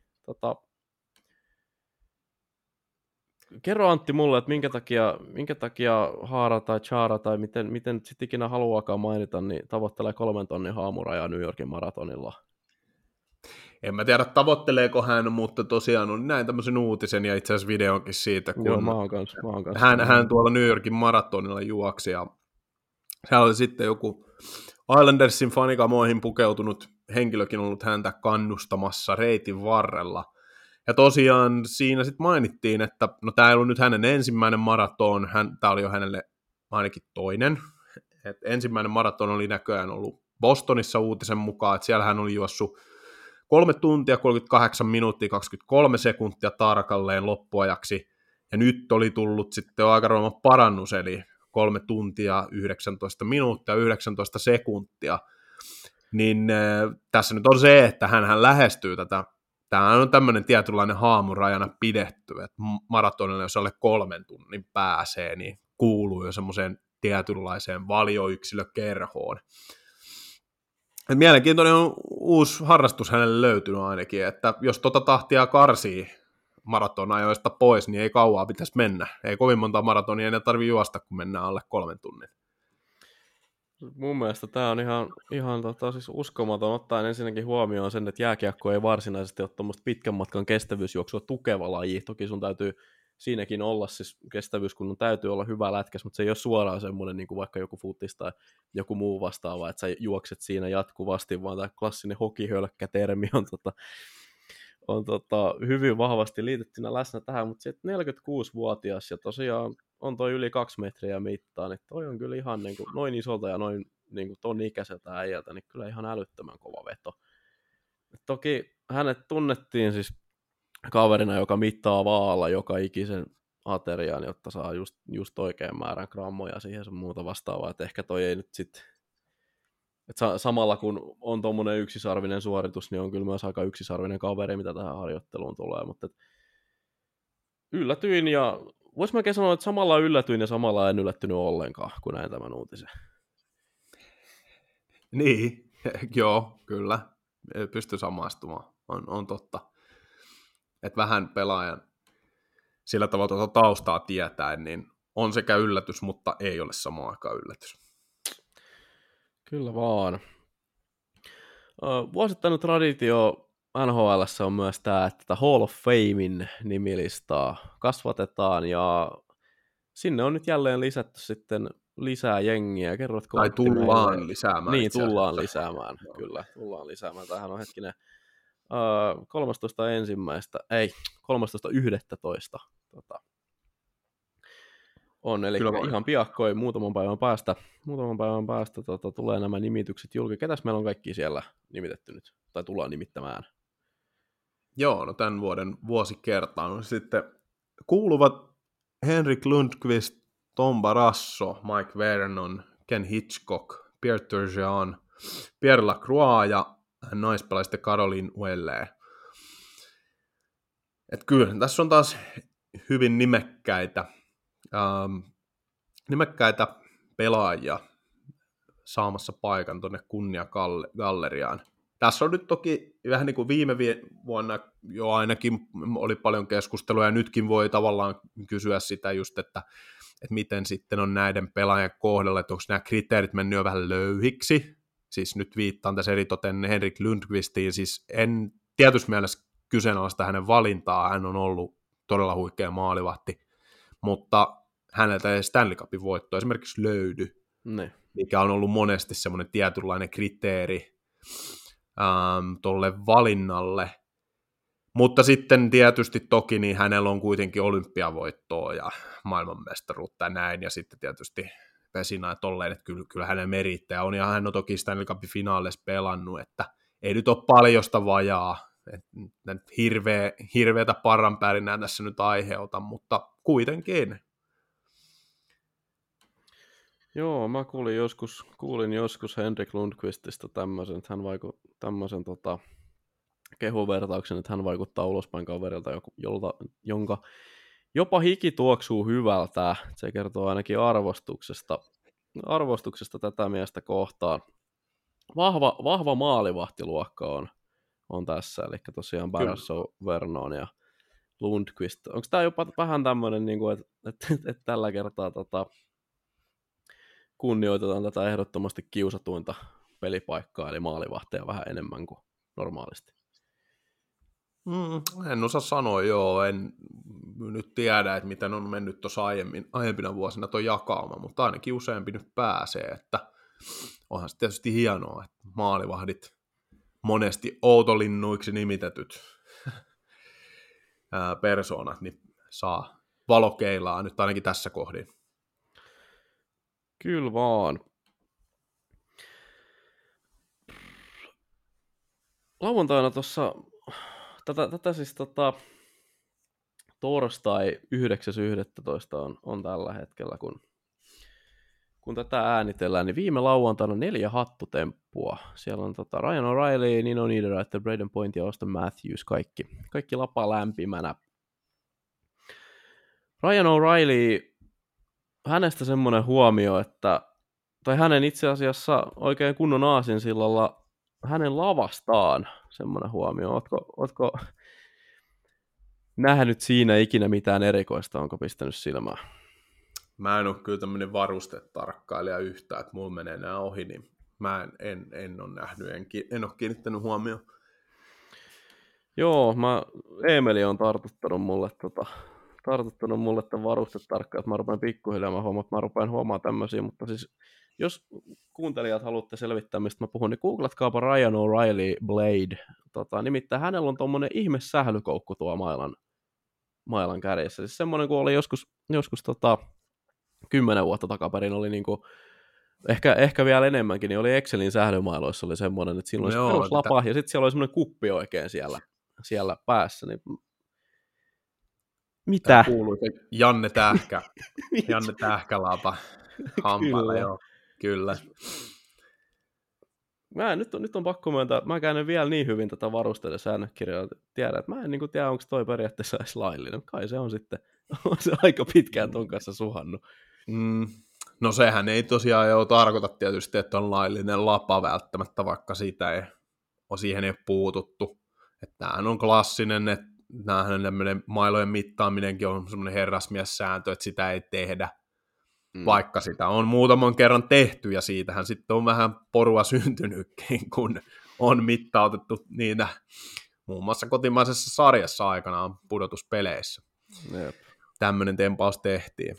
Kerro Antti mulle, että minkä takia Haara tai Chara tai miten sitten ikinä haluaakaan mainita, niin tavoittelee 3 tonnin haamurajaa New Yorkin maratonilla. En mä tiedä, tavoitteleeko hän, mutta tosiaan on näin tämmöisen uutisen ja itse asiassa videonkin siitä, kun joo, mä oon kanssa. Hän tuolla New Yorkin maratonilla juoksi ja siellä oli sitten joku Islandersin fanikamoihin pukeutunut henkilökin ollut häntä kannustamassa reitin varrella. Ja tosiaan siinä sitten mainittiin, että no tämä ei ollut nyt hänen ensimmäinen maraton, tämä oli jo hänelle ainakin toinen. Et ensimmäinen maraton oli näköjään ollut Bostonissa uutisen mukaan, että siellä hän oli juossut 3 tuntia, 38 minuuttia, 23 sekuntia tarkalleen loppuajaksi, ja nyt oli tullut sitten jo aika roima parannus, eli 3 tuntia, 19 minuuttia, 19 sekuntia, niin tässä nyt on se, että hän lähestyy tätä, tämä on tämmöinen tietynlainen haamurajana pidetty, että maratonilla, jos alle 3 tunnin pääsee, niin kuuluu jo semmoiseen tietynlaiseen valioyksilökerhoon. Et mielenkiintoinen on uusi harrastus hänelle löytynyt ainakin, että jos tahtia karsii maratonajoista pois, niin ei kauaa pitäisi mennä. Ei kovin monta maratonia enää tarvitse juosta, kun mennään alle 3 tunnin. Mun mielestä tämä on ihan siis uskomaton ottaen ensinnäkin huomioon sen, että jääkiekko ei varsinaisesti ole tuommoista pitkän matkan kestävyysjuoksua tukeva laji. Toki sun täytyy siinäkin olla siis kestävyyskunnon täytyy olla hyvä lätkäs, mutta se ei ole suoraan semmoinen niin kuin vaikka joku footis tai joku muu vastaava, että sä juokset siinä jatkuvasti, vaan tämä klassinen hokihölkkä-termi on hyvin vahvasti liitettynä läsnä tähän, mutta sitten 46-vuotias ja tosiaan on toi yli 2 metriä mittaa, niin toi on kyllä ihan niin kuin, noin isolta ja noin niin kuin ton ikäiseltä äijältä, niin kyllä ihan älyttömän kova veto. Toki hänet tunnettiin siis kaverina, joka mittaa vaalla joka ikisen ateriaan, jotta saa just oikean määrän grammoja siihen sun muuta vastaavaa, että ehkä toi ei nyt sitten, että samalla kun on tommonen yksisarvinen suoritus, niin on kyllä myös aika yksisarvinen kaveri, mitä tähän harjoitteluun tulee, mutta yllätyin ja vois mä sanoa, että samalla yllätyin ja samalla en yllättynyt ollenkaan, kun näin tämän uutisen. Niin, joo, kyllä. Pysty samastumaan. On totta. Että vähän pelaajan sillä tavalla tuota taustaa tietäen, niin on sekä yllätys, mutta ei ole samaan aikaan yllätys. Kyllä vaan. Vuosittainen traditio NHL:ssä on myös tämä, että Hall of Famein nimilistaa kasvatetaan, ja sinne on nyt jälleen lisätty sitten lisää jengiä. Kerrotko Tai Antti tullaan meille? lisäämään Niin, itse asiassa. tullaan lisäämään, kyllä, tullaan lisäämään. Tämähän on hetkinen 13.11. On, eli ihan piakkoin muutaman päivän päästä tulee nämä nimitykset julki. Ketäs meillä on kaikki siellä nimitetty nyt, tai tullaan nimittämään? Joo, no tämän vuoden vuosikertaan sitten kuuluvat Henrik Lundqvist, Tom Barrasso, Mike Vernon, Ken Hitchcock, Pierre Turgeon, Pierre Lacroix ja naispelaajista Caroline Ouellet. Että kyllä, tässä on taas hyvin nimekkäitä pelaajia saamassa paikan tuonne kunniagalleriaan. Tässä on nyt toki vähän niin kuin viime vuonna jo ainakin oli paljon keskustelua, ja nytkin voi tavallaan kysyä sitä just, että miten sitten on näiden pelaajien kohdalla, että onko nämä kriteerit mennyt jo vähän löyhiksi. Siis nyt viittaan tässä eritoten Henrik Lundqvistiin, siis en tietysti mielessä kyseenalaista hänen valintaa, hän on ollut todella huikea maalivahti, mutta häneltä ei Stanley Cupin voittoa esimerkiksi löydy, mikä on ollut monesti semmoinen tietynlainen kriteeri tuolle valinnalle. Mutta sitten tietysti toki niin hänellä on kuitenkin olympiavoittoa ja maailmanmestaruutta ja näin, ja sitten tietysti Vesina ja tolleen, että kyllä hänen merittää on, ja hän on toki Stanley Cupin finaaleissa pelannut, että ei nyt ole paljosta vajaa, että hirveätä parranpärinää tässä nyt aiheuta, mutta kuitenkin. Joo, mä kuulin joskus Henrik Lundqvistista tämmöisen, että hän tämmöisen kehuvertauksen, että hän vaikuttaa ulospäin kaverilta, jonka jopa hiki tuoksuu hyvältä. Se kertoo ainakin arvostuksesta tätä miestä kohtaan. Vahva maalivahtiluokka on tässä, eli tosiaan Barrasso, Vernon ja Lundqvist. Onko tämä jopa vähän tämmöinen, että tällä kertaa kunnioitetaan tätä ehdottomasti kiusatuinta pelipaikkaa, eli maalivahteja vähän enemmän kuin normaalisti? En osaa sanoa, joo. En nyt tiedä, että miten on mennyt tuossa aiempina vuosina tuo jakauma, mutta ainakin useampi nyt pääsee, että onhan se tietysti hienoa, että maalivahdit monesti outolinnuiksi nimitetyt persoonat niin saa valokeilaa nyt ainakin tässä kohdin. Kyllä vaan. Lauantaina tuossa, tätä siis torstai 9.11. on tällä hetkellä, kun tätä äänitellään, niin viime lauantaina 4 hattutemppua. Siellä on Ryan O'Reilly, Nino Niederreiter, Braden Point ja Auston Matthews, kaikki lapa lämpimänä. Ryan O'Reilly, hänestä semmoinen huomio, tai hänen itse asiassa oikein kunnon aasinsillalla hänen lavastaan semmoinen huomio. Ootko nähnyt siinä ikinä mitään erikoista, onko pistänyt silmään? Mä en ole kyllä tämmöinen varustetarkkailija yhtään, että mulla menee nämä ohi, niin mä en ole nähnyt, en ole kiinnittänyt huomioon. Joo, Eemeli on tartuttanut mulle tämän varustetarkkaan, että mä rupean pikkuhiljaa, mä rupean huomaamaan tämmöisiä, mutta siis jos kuuntelijat haluatte selvittää, mistä mä puhun, niin googlatkaapa Ryan O'Reilly Blade. Nimittäin hänellä on tommonen ihme sählykoukku tuo mailan kärjessä. Siis semmoinen, kun oli joskus 10 vuotta takaperin, oli niinku, ehkä vielä enemmänkin, niin oli Excelin sählymailoissa oli semmoinen, että siinä oli peruslapa, ja sitten siellä oli semmoinen kuppi oikein siellä päässä. Niin mitä? Tämä kuuluu Janne Tähkälapa hampailla, joo, kyllä. Nyt on pakko myöntää, mä käyn vielä niin hyvin tätä varusteiden säännökirjaa, että tiedän, että mä en tiedä, onko toi periaatteessa edes laillinen. Kai se on sitten, on se aika pitkään ton kanssa suhannut. No sehän ei tosiaan jo tarkoita tietysti, että on laillinen lapa välttämättä, vaikka siitä ei, siihen ei ole puututtu. Että tämähän on klassinen, että tämmöinen mailojen mittaaminenkin on semmoinen herrasmiessääntö, että sitä ei tehdä, vaikka sitä on muutaman kerran tehty, ja siitähän sitten on vähän porua syntynytkin, kun on mittautettu niitä muun muassa kotimaisessa sarjassa aikanaan pudotuspeleissä. Jep. Tämmöinen tempaus tehtiin.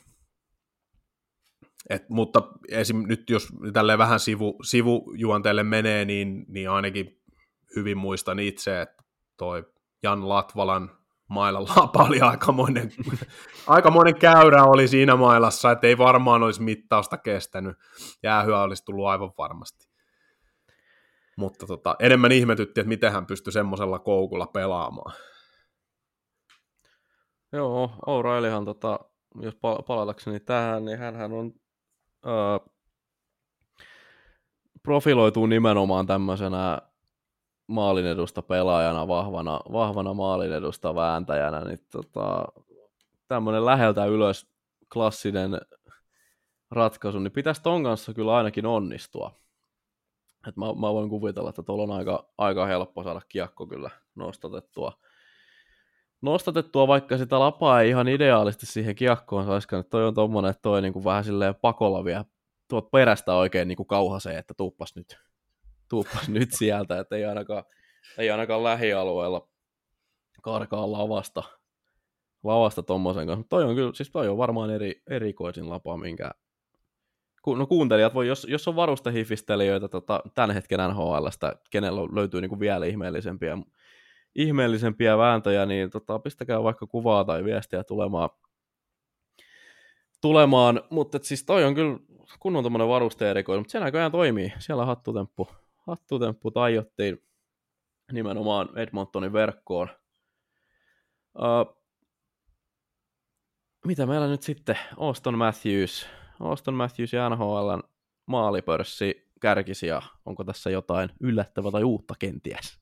Mutta esim. Nyt jos tälleen vähän sivujuonteelle menee, niin ainakin hyvin muistan itse, että toi Jan Latvalan mailalla oli aikamoinen käyrä oli siinä mailassa, että ei varmaan olisi mittausta kestänyt. Jäähyä olisi tullut aivan varmasti. Mutta enemmän ihmetytti, että miten hän pystyi semmoisella koukulla pelaamaan. Joo, O'Reillyhan, jos palatakseni tähän, niin hänhän on profiloituu nimenomaan tämmöisenä maalin edusta pelaajana, vahvana maalin edusta vääntäjänä, niin tämmöinen läheltä ylös klassinen ratkaisu, niin pitäisi ton kanssa kyllä ainakin onnistua. Et mä voin kuvitella, että tuolla on aika helppo saada kiekko kyllä nostatettua, vaikka sitä lapaa ei ihan ideaalisesti siihen kiekkoon saisikaan, että toi on tommonen, että toi niinku vähän silleen pakolla vielä tuot perästä oikein niinku kauhaseen, että tuuppas nyt sieltä, että ei ainakaan lähialueella karkaa lavasta tommosen kanssa. Toi on kyllä, siis toi on varmaan erikoisin lapa, minkä kuuntelijat voi, jos on varustehifistelijöitä tämän hetken NHL:stä, kenellä löytyy niinku vielä ihmeellisempiä vääntöjä, niin pistäkää vaikka kuvaa tai viestiä tulemaan. Mutta siis toi on kyllä kunnon tommonen varuste-erikoinen, mutta se näköjään toimii. Siellä hattutemppu tajottiin nimenomaan Edmontonin verkkoon. Mitä meillä nyt sitten? Auston Matthews ja NHL:n maalipörssi kärkisija. Onko tässä jotain yllättävää tai uutta kenties?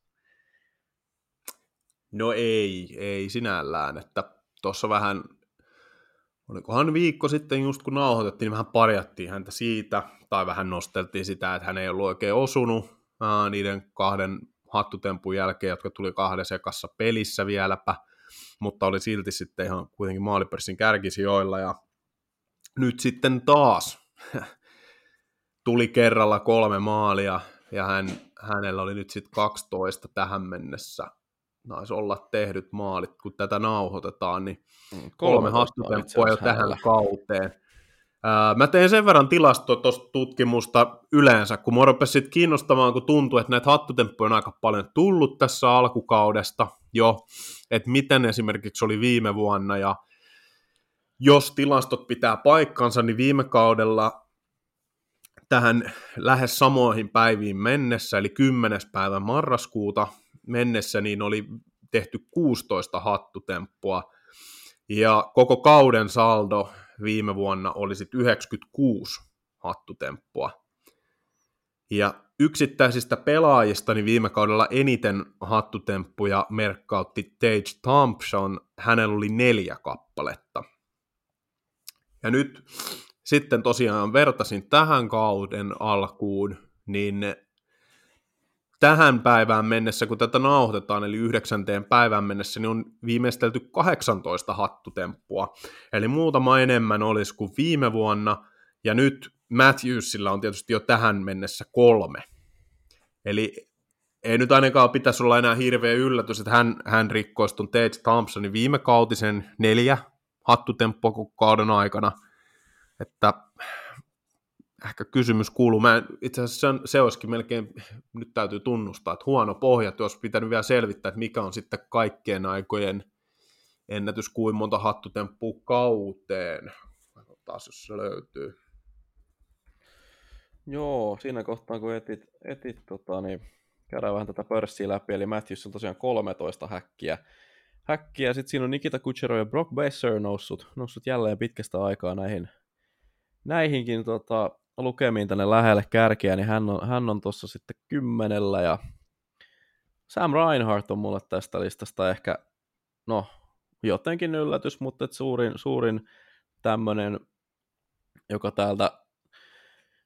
No ei sinällään, että tuossa vähän, olikohan viikko sitten just kun nauhoitettiin, niin vähän parjattiin häntä siitä, tai vähän nosteltiin sitä, että hän ei ollut oikein osunut niiden 2 hattutempun jälkeen, jotka tuli 2 ekassa pelissä vieläpä, mutta oli silti sitten ihan kuitenkin maalipörssin kärkisijoilla, ja nyt sitten taas tuli kerralla 3 maalia, ja hänellä oli nyt sitten 12 tähän mennessä. Taisi olla tehdyt maalit, kun tätä nauhoitetaan, niin 3 hattutemppua jo tähän kauteen. Mä tein sen verran tilastoa tuosta tutkimusta yleensä, kun mua rupesi sitten kiinnostamaan, kun tuntuu, että näitä hattutemppuja on aika paljon tullut tässä alkukaudesta jo, että miten esimerkiksi oli viime vuonna, ja jos tilastot pitää paikkansa, niin viime kaudella tähän lähes samoihin päiviin mennessä, eli 10. päivän marraskuuta mennessä, niin oli tehty 16 hattutemppua, ja koko kauden saldo viime vuonna oli sitten 96 hattutemppua. Ja yksittäisistä pelaajista niin viime kaudella eniten hattutemppuja merkkautti Tage Thompson, hänellä oli 4 kappaletta. Ja nyt sitten tosiaan vertasin tähän kauden alkuun, niin tähän päivään mennessä, kun tätä nauhoitetaan, eli 9. päivään mennessä, niin on viimeistelty 18 hattutemppua. Eli muutama enemmän olisi kuin viime vuonna, ja nyt Matthewsilla on tietysti jo tähän mennessä 3. Eli ei nyt ainakaan pitäisi olla enää hirveä yllätys, että hän rikkoisi tuon Tage Thompsonin viime kautisen 4 hattutemppua koko kauden aikana. Että ehkä kysymys kuuluu, itse asiassa se olisikin melkein, nyt täytyy tunnustaa, että huono pohja, että olisi pitänyt vielä selvittää, että mikä on sitten kaikkien aikojen ennätys, kuin monta hattutemppua kauteen. Taas jos se löytyy. Joo, siinä kohtaa kun etit niin käydään vähän tätä pörssiä läpi, eli Matthews on tosiaan 13 häkkiä. Sitten siinä on Nikita Kucherov ja Brock Besser noussut jälleen pitkästä aikaa näihinkin lukemiin tänne lähelle kärkeä, niin hän on tuossa sitten 10, ja Sam Reinhart on mulle tästä listasta ehkä, no jotenkin yllätys, mutta suurin tämmöinen, joka täältä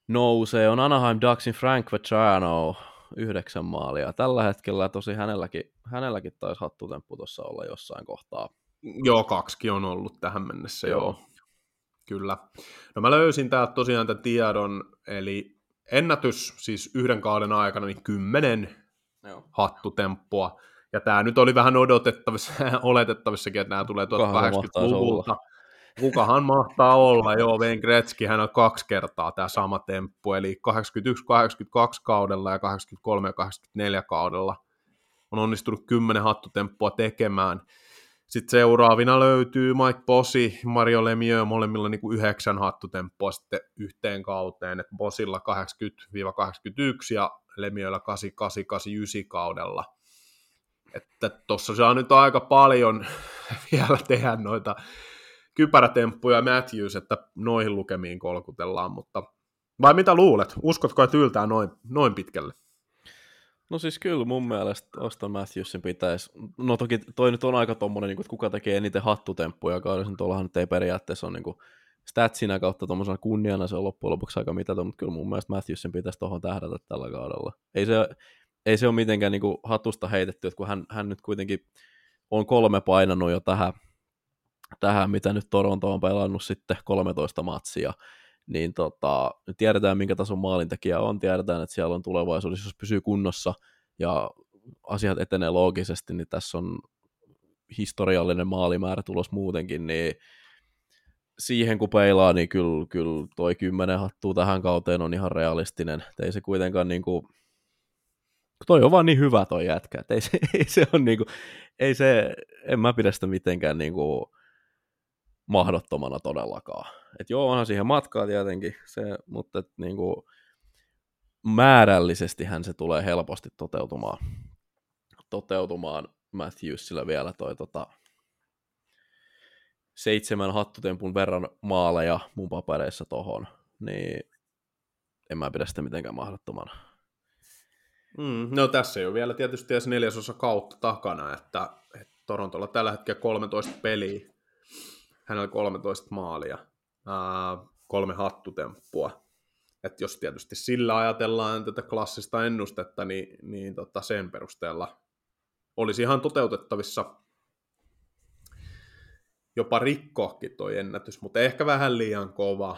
nousee, on Anaheim Ducksin Frank Vatrano, 9 maalia. Tällä hetkellä tosi hänelläkin taisi hattutemppu tuossa olla jossain kohtaa. Joo, 2 on ollut tähän mennessä, Joo. joo. Kyllä. No mä löysin täältä tosiaan tämän tiedon, eli ennätys siis 1 kauden aikana niin 10 hattutemppua. Ja tämä nyt oli vähän oletettavissakin, että nämä tulee 1080-luvulta. Kukahan mahtaa olla? Joo, Wayne Gretzky, hän on 2 kertaa tämä sama temppu, eli 81-82 kaudella ja 83-84 kaudella on onnistunut 10 hattutemppua tekemään. Sitten seuraavina löytyy Mike Bossy, Mario Lemieux, molemmilla niin kuin 9 hattutemppua sitten yhteen kauteen, että Bossilla 80-81 ja Lemieuxllä 88-89 kaudella. Että tuossa saa nyt aika paljon vielä tehdä noita kypärätemppuja Matthews, että noihin lukemiin kolkutellaan, mutta vai mitä luulet? Uskotko, että yltää noin pitkälle? No siis kyllä mun mielestä Auston Matthewsin pitäisi, no toki toi nyt on aika tommonen, että kuka tekee eniten hattutemppuja kaudessa, tuollahan nyt ei periaatteessa ole niin statsinä kautta tommosena kunniana, se on loppujen lopuksi aika mitätön, mutta kyllä mun mielestä Matthewsin pitäisi tohon tähdätä tällä kaudella. Ei se ole mitenkään niin kuin hatusta heitetty, että kun hän nyt kuitenkin on 3 painanut jo tähän, mitä nyt Toronto on pelannut sitten 13 matsia, niin nyt tiedetään, minkä tason maalintekijä on, tiedetään, että siellä on tulevaisuudessa, jos pysyy kunnossa ja asiat etenee loogisesti, niin tässä on historiallinen maalimäärä tulos muutenkin, niin siihen kun peilaa, niin kyllä toi 10 hattua tähän kauteen on ihan realistinen, ei se kuitenkaan niinku, toi on vaan niin hyvä toi jätkä, että ei se on niinku, en mä pidä sitä mitenkään niinku mahdottomana todellakaan. Et joo, onhan siihen matkaa tietenkin, mutta niinku, määrällisestihän se tulee helposti toteutumaan Matthewsillä vielä toi 7 hattutempun verran maaleja mun papereissa tohon, niin en mä pidä sitä mitenkään mahdottomana. No tässä ei ole vielä tietysti edes 1/4 kautta takana, että Torontolla tällä hetkellä 13 peliä, hänellä 13 maalia, 3 hattutemppua. Et jos tietysti sillä ajatellaan tätä klassista ennustetta, niin sen perusteella olisi ihan toteutettavissa jopa rikkoakin toi ennätys, mutta ehkä vähän liian kova.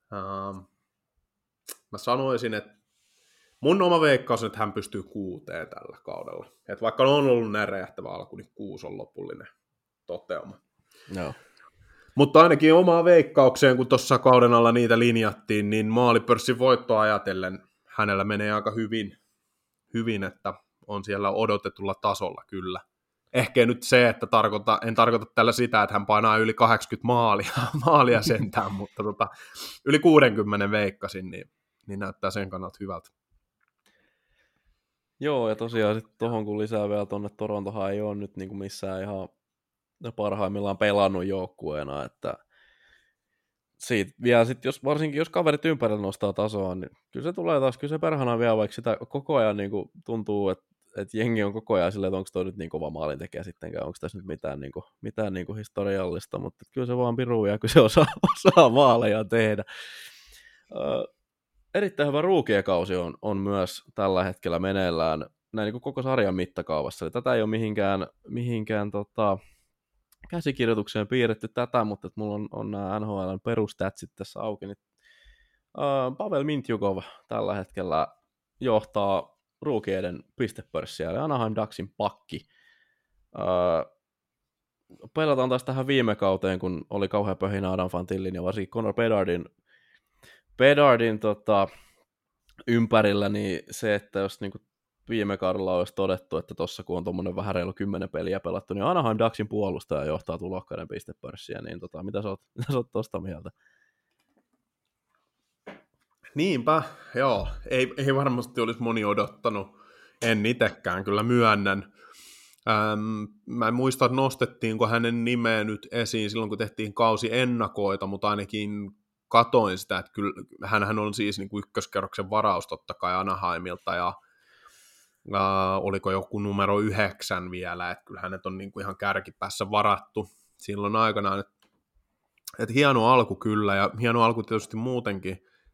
Mä sanoisin, että mun oma veikkaus on, että hän pystyy 6 tällä kaudella. Et vaikka on ollut näin räjähtävä alku, niin 6 on lopullinen toteuma. No. Mutta ainakin omaa veikkaukseen, kun tuossa kauden alla niitä linjattiin, niin maalipörssin voittoa ajatellen hänellä menee aika hyvin, että on siellä odotetulla tasolla kyllä. Ehkä nyt se, että en tarkoita tällä sitä, että hän painaa yli 80 maalia sentään, mutta yli 60 veikkasin, niin näyttää sen kannalta hyvältä. Joo, ja tosiaan sitten tuohon kun lisää vielä tuonne, Torontohan ei ole nyt niin kuin missään ihan parhaimmillaan pelannut joukkueena, että siitä vielä sitten, varsinkin jos kaverit ympärillä nostaa tasoa, niin kyllä se tulee taas, kyllä se perhana vielä, vaikka sitä koko ajan niin kuin tuntuu, että jengi on koko ajan silleen, että onko toi nyt niin kova maalintekijä sittenkään, onko tässä nyt mitään niin kuin historiallista, mutta kyllä se vaan piruu ja kyllä se osaa maaleja tehdä. Erittäin hyvä ruukiekausi on myös tällä hetkellä meneillään näin niin kuin koko sarjan mittakaavassa. Eli tätä ei ole mihinkään käsikirjoitukseen piirretty tätä, mutta mulla on nämä NHL:n perustatsit tässä auki. Niin, Pavel Mintyukov tällä hetkellä johtaa ruukieiden pistepörssiä, eli Anaheim Ducksin pakki. Pelataan taas tähän viime kauteen, kun oli kauhean pöhinä Adam Fantillin ja varsinkin Connor Bedardin ympärillä, niin se, että jos niinku viime kaudella olisi todettu, että tuossa kun on tuommoinen vähän reilu 10 peliä pelattu, niin Anaheim Ducksin puolustaja johtaa tulokkaiden pistepörssiä, niin mitä sä oot tosta mieltä? Niinpä, joo. Ei varmasti olisi moni odottanut. En itsekään, kyllä myönnän. Mä en muista, että nostettiinko hänen nimeä nyt esiin silloin, kun tehtiin kausiennakoita, mutta ainakin katoin sitä, että kyllä hänhän on siis niin kuin ykköskerroksen varaus totta kai Anaheimilta, ja oliko joku numero 9 vielä, että kyllä hänet on niin kuin ihan kärkipäässä varattu silloin aikanaan, että hieno alku kyllä, ja hieno alku tietysti muutenkin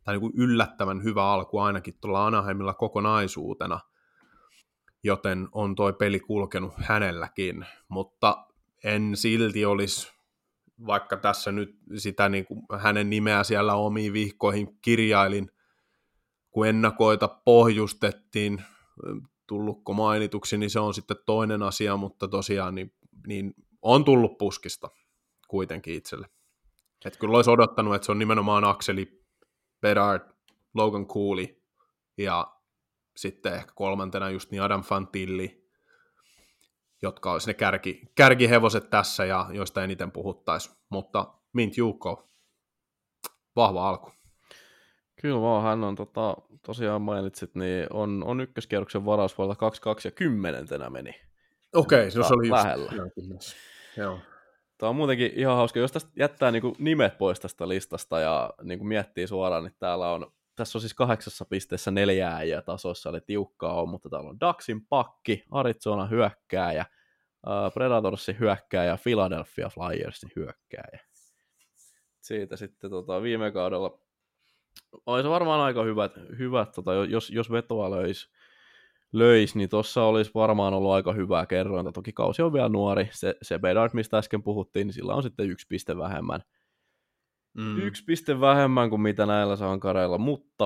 tai niin kuin yllättävän hyvä alku ainakin tuolla Anaheimilla kokonaisuutena, joten on toi peli kulkenut hänelläkin, mutta en silti olisi, vaikka tässä nyt sitä niin kuin hänen nimeä siellä omiin vihkoihin kirjailin, kun ennakoita pohjustettiin, tullutko mainituksi, niin se on sitten toinen asia, mutta tosiaan niin on tullut puskista kuitenkin itselle. Että kyllä olisi odottanut, että se on nimenomaan Akseli, Bedard, Logan Cooley ja sitten ehkä kolmantena just niin Adam Fantilli, jotka olisi ne kärkihevoset tässä ja joista eniten puhuttaisiin. Mutta Mint Juukko, vahva alku. Kyllä vaan, hän on tosiaan mainitsit, niin on ykköskierroksen varaus vuodelta 22 ja 10 meni. Okei, se oli lähellä. Just. Joo. Tämä on muutenkin ihan hauska, jos tästä jättää niinku nimet pois tästä listasta ja niinku miettii suoraan, niin tässä on siis 8 pisteessä 4 äijää tasossa, eli tiukkaa on, mutta täällä on Ducksin pakki, Arizona hyökkääjä, Predatorsin hyökkääjä, Philadelphia Flyersin hyökkääjä. Siitä sitten viime kaudella olisi varmaan aika hyvät jos vetoa löisi, niin tuossa olisi varmaan ollut aika hyvää kerrointa. Toki kausi on vielä nuori. Se Bedard, mistä äsken puhuttiin, niin sillä on sitten 1 piste vähemmän. 1 piste vähemmän kuin mitä näillä sankareilla, mutta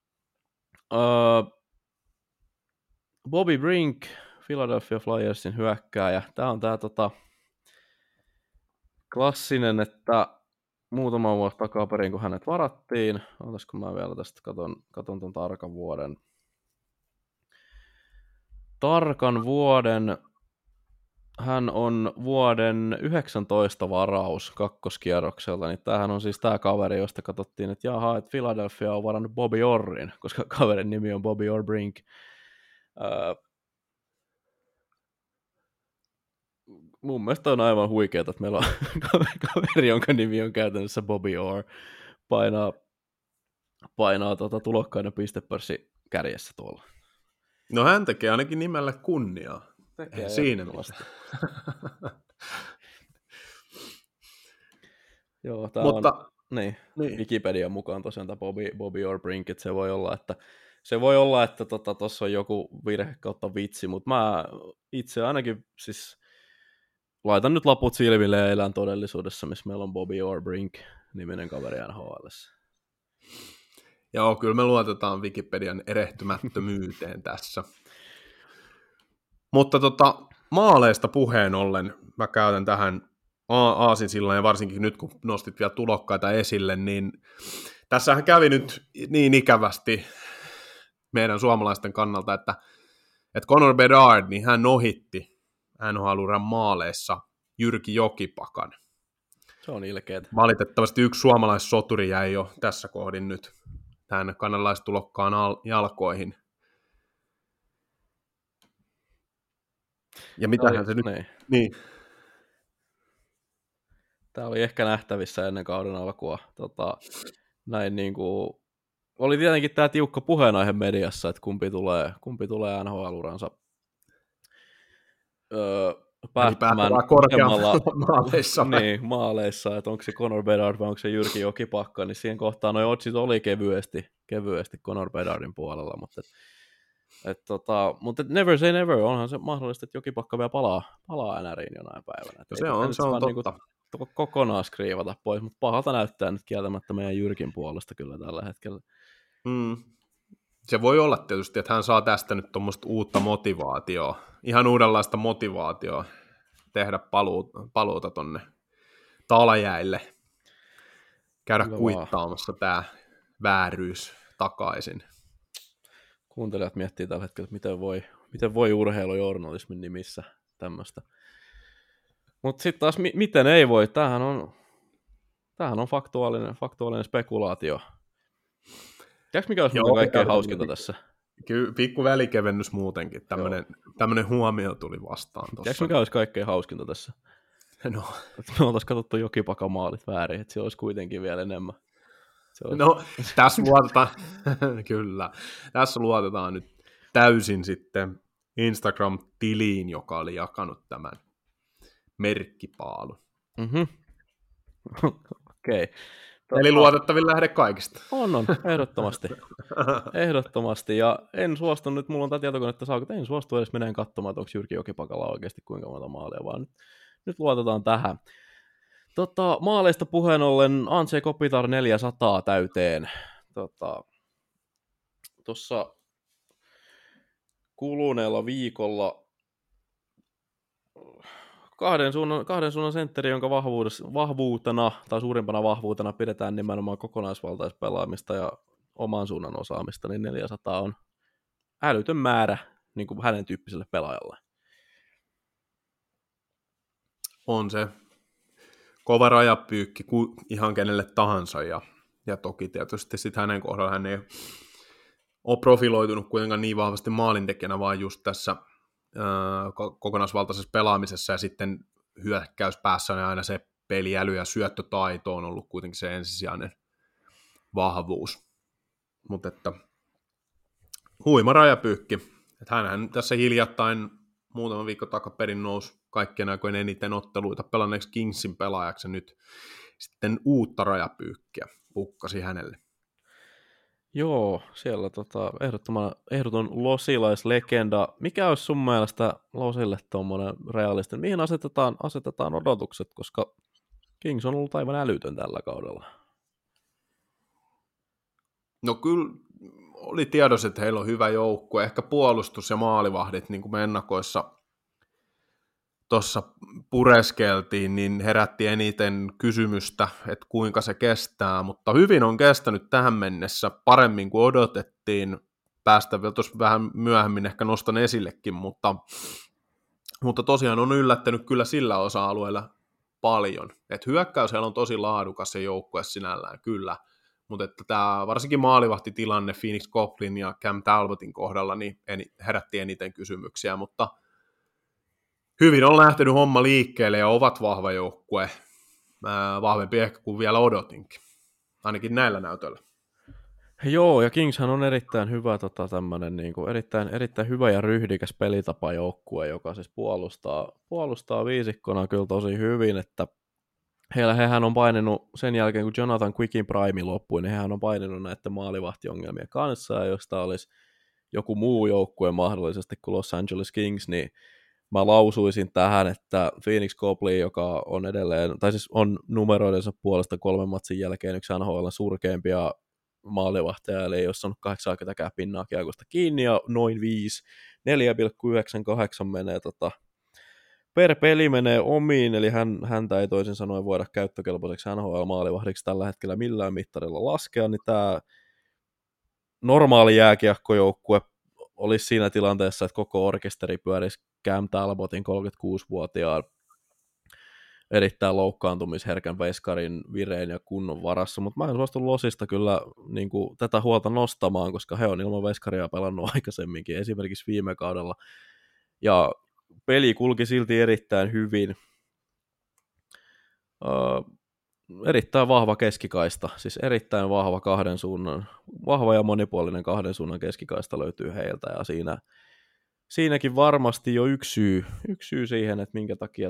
Bobby Brink, Philadelphia Flyersin hyökkääjä. Tämä on tämä klassinen, että muutama vuosi takaperin, kun hänet varattiin. Olisiko mä vielä tästä katon ton tarkan vuoden. Hän on vuoden 19 varaus kakkoskierrokselta, niin tämähän on siis tämä kaveri, josta katsottiin, että jaha, että Philadelphia on varannut Bobby Orrin, koska kaverin nimi on Bobby Orr Brink. Mun mielestä on aivan huikeeta, että meillä on kaveri, jonka nimi on käytännössä Bobby Orr, painaa tulokkaiden pistepörssi kärjessä tuolla. No hän tekee ainakin nimelle kunniaa. Tekee siinä Joo, tämä on niin. Wikipedian mukaan tosiaan tämä Bobby Orr Brink, että se voi olla, että tuossa on joku virhe kautta vitsi, mutta mä itse ainakin siis laitan nyt laput silmille ja elän todellisuudessa, missä meillä on Bobby Orr Brink niminen kaveri NHL:ssä. Joo, kyllä me luotetaan Wikipedian erehtymättömyyteen tässä. Mutta maaleista puheen ollen mä käytän tähän aasinsillan, ja varsinkin nyt kun nostit vielä tulokkaita esille, niin tässähän kävi nyt niin ikävästi meidän suomalaisten kannalta, että Connor Bedard, niin hän ohitti NHL-uran maaleissa Jyrki Jokipakan. Se on ilkeetä. Valitettavasti yksi suomalaissoturi jäi jo tässä kohdin nyt tämän kanalaistulokkaan jalkoihin. Ja mitähän se nyt... Niin. Tämä oli ehkä nähtävissä ennen kauden alkua. Näin niin kuin... Oli tietenkin tämä tiukka puheenaihe mediassa, että kumpi tulee NHL-uransa päättämään maaleissa. Niin, maaleissa, että onko se Connor Bedard vai onko se Jyrki Jokipakka, niin siihen kohtaan noi otsit oli kevyesti Connor Bedardin puolella, mutta never say never, onhan se mahdollista, että Jokipakka vielä palaa NRiin jonain päivänä. Se on totta. Niin kokonaan skriivata pois, mutta pahalta näyttää nyt kieltämättä meidän Jyrkin puolesta kyllä tällä hetkellä. Se voi olla tietysti, että hän saa tästä nyt tuommoista uutta motivaatioa, ihan uudenlaista motivaatioa tehdä paluuta tonne talajäille, käydä kyllä kuittaamassa tämä vääryys takaisin. Kuuntelijat miettii tällä hetkellä, että miten voi urheilujournalismin nimissä tämmöistä. Mutta sitten taas, miten ei voi, tämähän on faktuaalinen spekulaatio. Tiedätkö mikä olisi kaikkein hauskinta tässä? Kyllä pikku välikevennys muutenkin, tämmöinen huomio tuli vastaan tuossa. Tiedätkö mikä olisi kaikkein hauskinta tässä? No. Me oltaisiin katsottu Jokipakan maalit väärin, että se olisi kuitenkin vielä enemmän. No, tässä luotetaan, kyllä, tässä luotetaan nyt täysin sitten Instagram-tiliin, joka oli jakanut tämän merkkipaalun. Okei. Eli luotettavin lähde kaikista. On, ehdottomasti. Ehdottomasti, ja en suostu nyt, mulla on tämä tietokone, että saako, en suostu edes meneen katsomaan, että onko Jyrki Jokipakalla oikeasti kuinka monta maalia, vaan nyt luotetaan tähän. Maaleista puheen ollen Anse Kopitar 400 täyteen. Tuossa kuluneella viikolla kahden suunnan sentteri, jonka vahvuutena tai suurimpana vahvuutena pidetään nimenomaan kokonaisvaltaispelaamista ja oman suunnan osaamista, niin 400 on älytön määrä niin kuin hänen tyyppiselle pelaajalle. On se kova rajapyykki ihan kenelle tahansa, ja toki tietysti sitten hänen kohdalla hän ei ole profiloitunut kuitenkaan niin vahvasti maalintekijänä, vaan just tässä kokonaisvaltaisessa pelaamisessa ja sitten hyökkäyspäässä on aina se peliäly ja syöttötaito on ollut kuitenkin se ensisijainen vahvuus. Mutta että huima rajapyykki. Että hänhän tässä hiljattain muutama viikko takaperin nousi kaikkien aikojen eniten otteluita pelanneeksi Kingsin pelaajaksi, ja nyt sitten uutta rajapyykkiä pukkasi hänelle. Joo, siellä ehdoton losilaislegenda. Mikä olisi sun mielestä Losille tuommoinen realistinen? Mihin asetetaan odotukset, koska Kings on ollut aivan älytön tällä kaudella? No kyllä oli tiedossa, että heillä on hyvä joukkue. Ehkä puolustus ja maalivahdit, niin kuin me ennakoissa tuossa pureskeltiin, niin herätti eniten kysymystä, että kuinka se kestää, mutta hyvin on kestänyt tähän mennessä, paremmin kuin odotettiin. Päästä vielä tuossa vähän myöhemmin ehkä nostan esillekin, mutta tosiaan on yllättänyt kyllä sillä osa-alueella paljon. Et hyökkäys on tosi laadukas se joukkue sinällään, kyllä, mutta että tämä varsinkin maalivahtitilanne Phoenix Coplin ja Cam Talbotin kohdalla niin herätti eniten kysymyksiä, mutta hyvin on lähtenyt homma liikkeelle ja ovat vahva joukkue, vahvempi ehkä kuin vielä odotinkin, ainakin näillä näytöillä. Joo, ja Kingshan on erittäin hyvä, erittäin hyvä ja ryhdikäs pelitapajoukkue, joka siis puolustaa viisikkona kyllä tosi hyvin, että hehän on paininut sen jälkeen, kun Jonathan Quickin prime loppui, niin hehän on paininut näiden maalivahtiongelmien kanssa, ja jos tämä olisi joku muu joukkue mahdollisesti kuin Los Angeles Kings, niin mä lausuisin tähän, että Phoenix Copley, joka on edelleen, tai siis on numeroidensa puolesta 3 matsin jälkeen yksi NHL:n surkeimpia maalivahteja, eli ei ole saanut 80 pinnaa kiekosta kiinni, ja noin 4,98 menee per peli menee omiin, eli häntä ei toisin sanoen voida käyttökelpoiseksi NHL-maalivahdiksi tällä hetkellä millään mittarilla laskea, niin tämä normaali jääkiekkojoukkue olisi siinä tilanteessa, että koko orkesteri pyörisi Cam Talbotin 36-vuotiaan erittäin loukkaantumisherkän veskarin vireen ja kunnon varassa, mutta mä en suostu Losista kyllä niin kuin, tätä huolta nostamaan, koska he on ilman veskaria pelannut aikaisemminkin, esimerkiksi viime kaudella, ja peli kulki silti erittäin hyvin. Erittäin vahva keskikaista, siis erittäin vahva ja monipuolinen kahden suunnan keskikaista löytyy heiltä, ja siinäkin varmasti jo yksi syy siihen, että minkä takia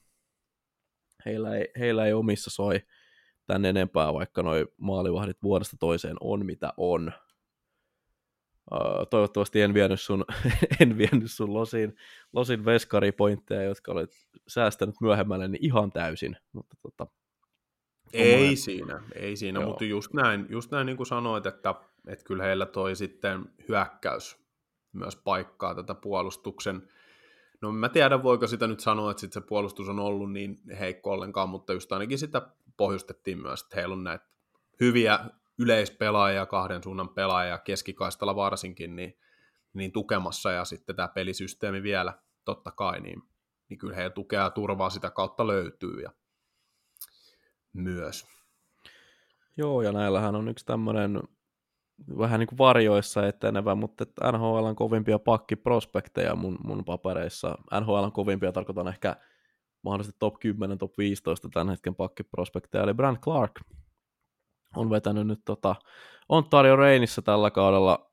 heillä ei omissa soi tän enempää, vaikka noi maalivahdit vuodesta toiseen on mitä on. Toivottavasti en vienyt sun losin veskaripointteja, jotka olet säästänyt myöhemmälle, niin ihan täysin. Mutta ei siinä, mutta just näin niin kuin sanoit, että kyllä heillä toi sitten hyökkäys myös paikkaa tätä puolustuksen. No mä tiedän, voiko sitä nyt sanoa, että sit se puolustus on ollut niin heikko ollenkaan, mutta just ainakin sitä pohjustettiin myös, että heillä on näitä hyviä yleispelaajia, kahden suunnan pelaajia, keskikaistalla varsinkin, niin tukemassa, ja sitten tämä pelisysteemi vielä, totta kai, niin kyllä heidän tukea ja turvaa sitä kautta löytyy ja myös. Joo, ja näillähän on yksi tämmöinen vähän niin kuin varjoissa etenevä, mutta NHL:n kovimpia pakkiprospekteja mun papereissa. NHL:n kovimpia tarkoitan ehkä mahdollisesti top 10, top 15 tämän hetken pakkiprospekteja, eli Brant Clark on vetänyt nyt Ontario Reignissä tällä kaudella,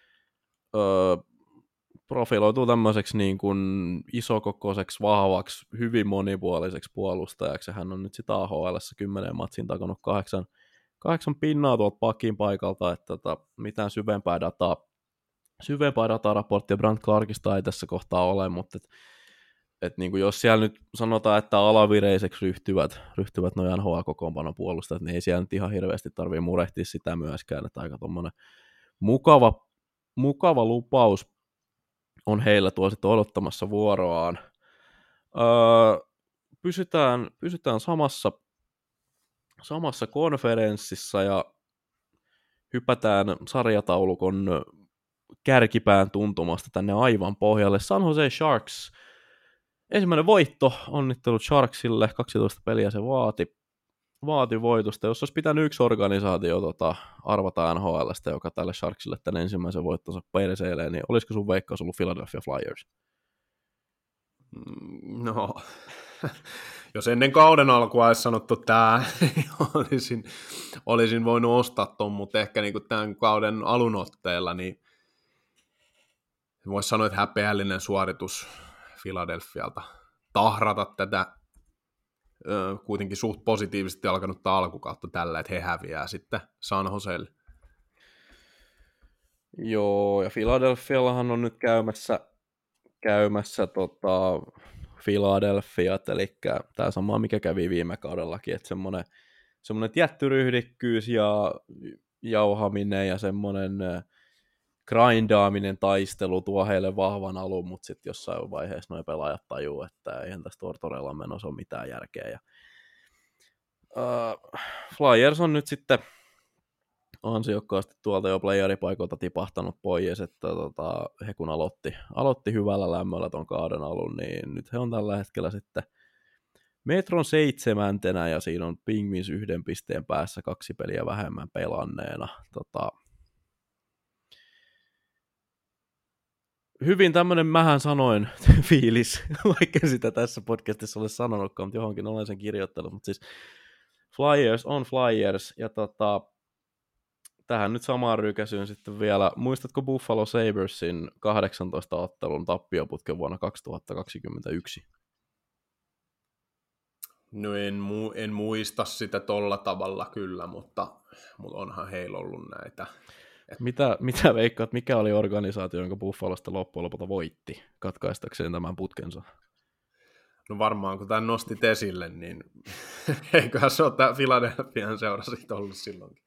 profiloituu tämmöiseksi niin kuin isokokoiseksi, vahvaksi, hyvin monipuoliseksi puolustajaksi. Hän on nyt sitä AHL:ssä 10 matsin takonut 8 pinnaa tuolta pakin paikalta, että mitään syvempää dataraporttia Brandt Clarkista ei tässä kohtaa ole, mutta niin kuin jos siellä nyt sanotaan, että alavireiseksi ryhtyvät noin NHL-kokoonpanon puolustajat, niin ei siellä nyt ihan hirveästi tarvitse murehtia sitä myöskään, että aika tommonen mukava lupaus on heillä tuo sitten odottamassa vuoroaan. Pysytään samassa konferenssissa ja hypätään sarjataulukon kärkipään tuntumasta tänne aivan pohjalle. San Jose Sharks, ensimmäinen voitto, onnittelut Sharksille, 12 peliä se vaati voitosta. Jos olisi pitänyt yksi organisaatio arvata NHL:stä, joka tälle Sharksille tämän ensimmäisen voittonsa perseilee, niin olisiko sun veikkaus ollut Philadelphia Flyers? No, jos ennen kauden alkua olisi sanottu tämä, olisin voinut ostaa ton, mutta ehkä niin tämän kauden alunotteella, niin voisi sanoa, että häpeällinen suoritus Philadelphialta tahrata tätä kuitenkin suht positiivisesti alkanutta alkukautta tällä, että he häviää sitten San Joselle. Joo, ja Philadelphiallahan on nyt käymässä Philadelphiat, eli tämä sama, mikä kävi viime kaudellakin, että semmoinen tietty ryhdikkyys ja jauhaminen ja semmoinen grindaaminen taistelu tuo heille vahvan alun, mutta sitten jossain vaiheessa nuo pelaajat tajuu, että eihän tässä Tortorellan menossa ole mitään järkeä. Ja, Flyers on nyt sitten ansiokkaasti tuolta jo playeripaikoilta tipahtanut pois, että he kun aloitti hyvällä lämmöllä ton kauden alun, niin nyt he on tällä hetkellä sitten metron 7. ja siinä on Penguins 1 pisteen päässä 2 peliä vähemmän pelanneena. Hyvin tämmönen, mähän sanoin, fiilis, vaikka sitä tässä podcastissa ole sanonutkaan, mutta johonkin olen sen kirjoittanut, mutta siis Flyers on Flyers, ja tähän nyt samaan rykäsyyn sitten vielä, muistatko Buffalo Sabresin 18 ottelun tappioputken vuonna 2021? No en muista sitä tolla tavalla kyllä, mutta onhan heillä ollut näitä. Mitä veikkaat, mikä oli organisaatio, jonka Buffalosta loppujen lopulta voitti katkaistakseen tämän putkensa? No varmaan, kun tämän nostit esille, niin eiköhän se ole tämä Philadelphian seura siitä ollut silloinkin.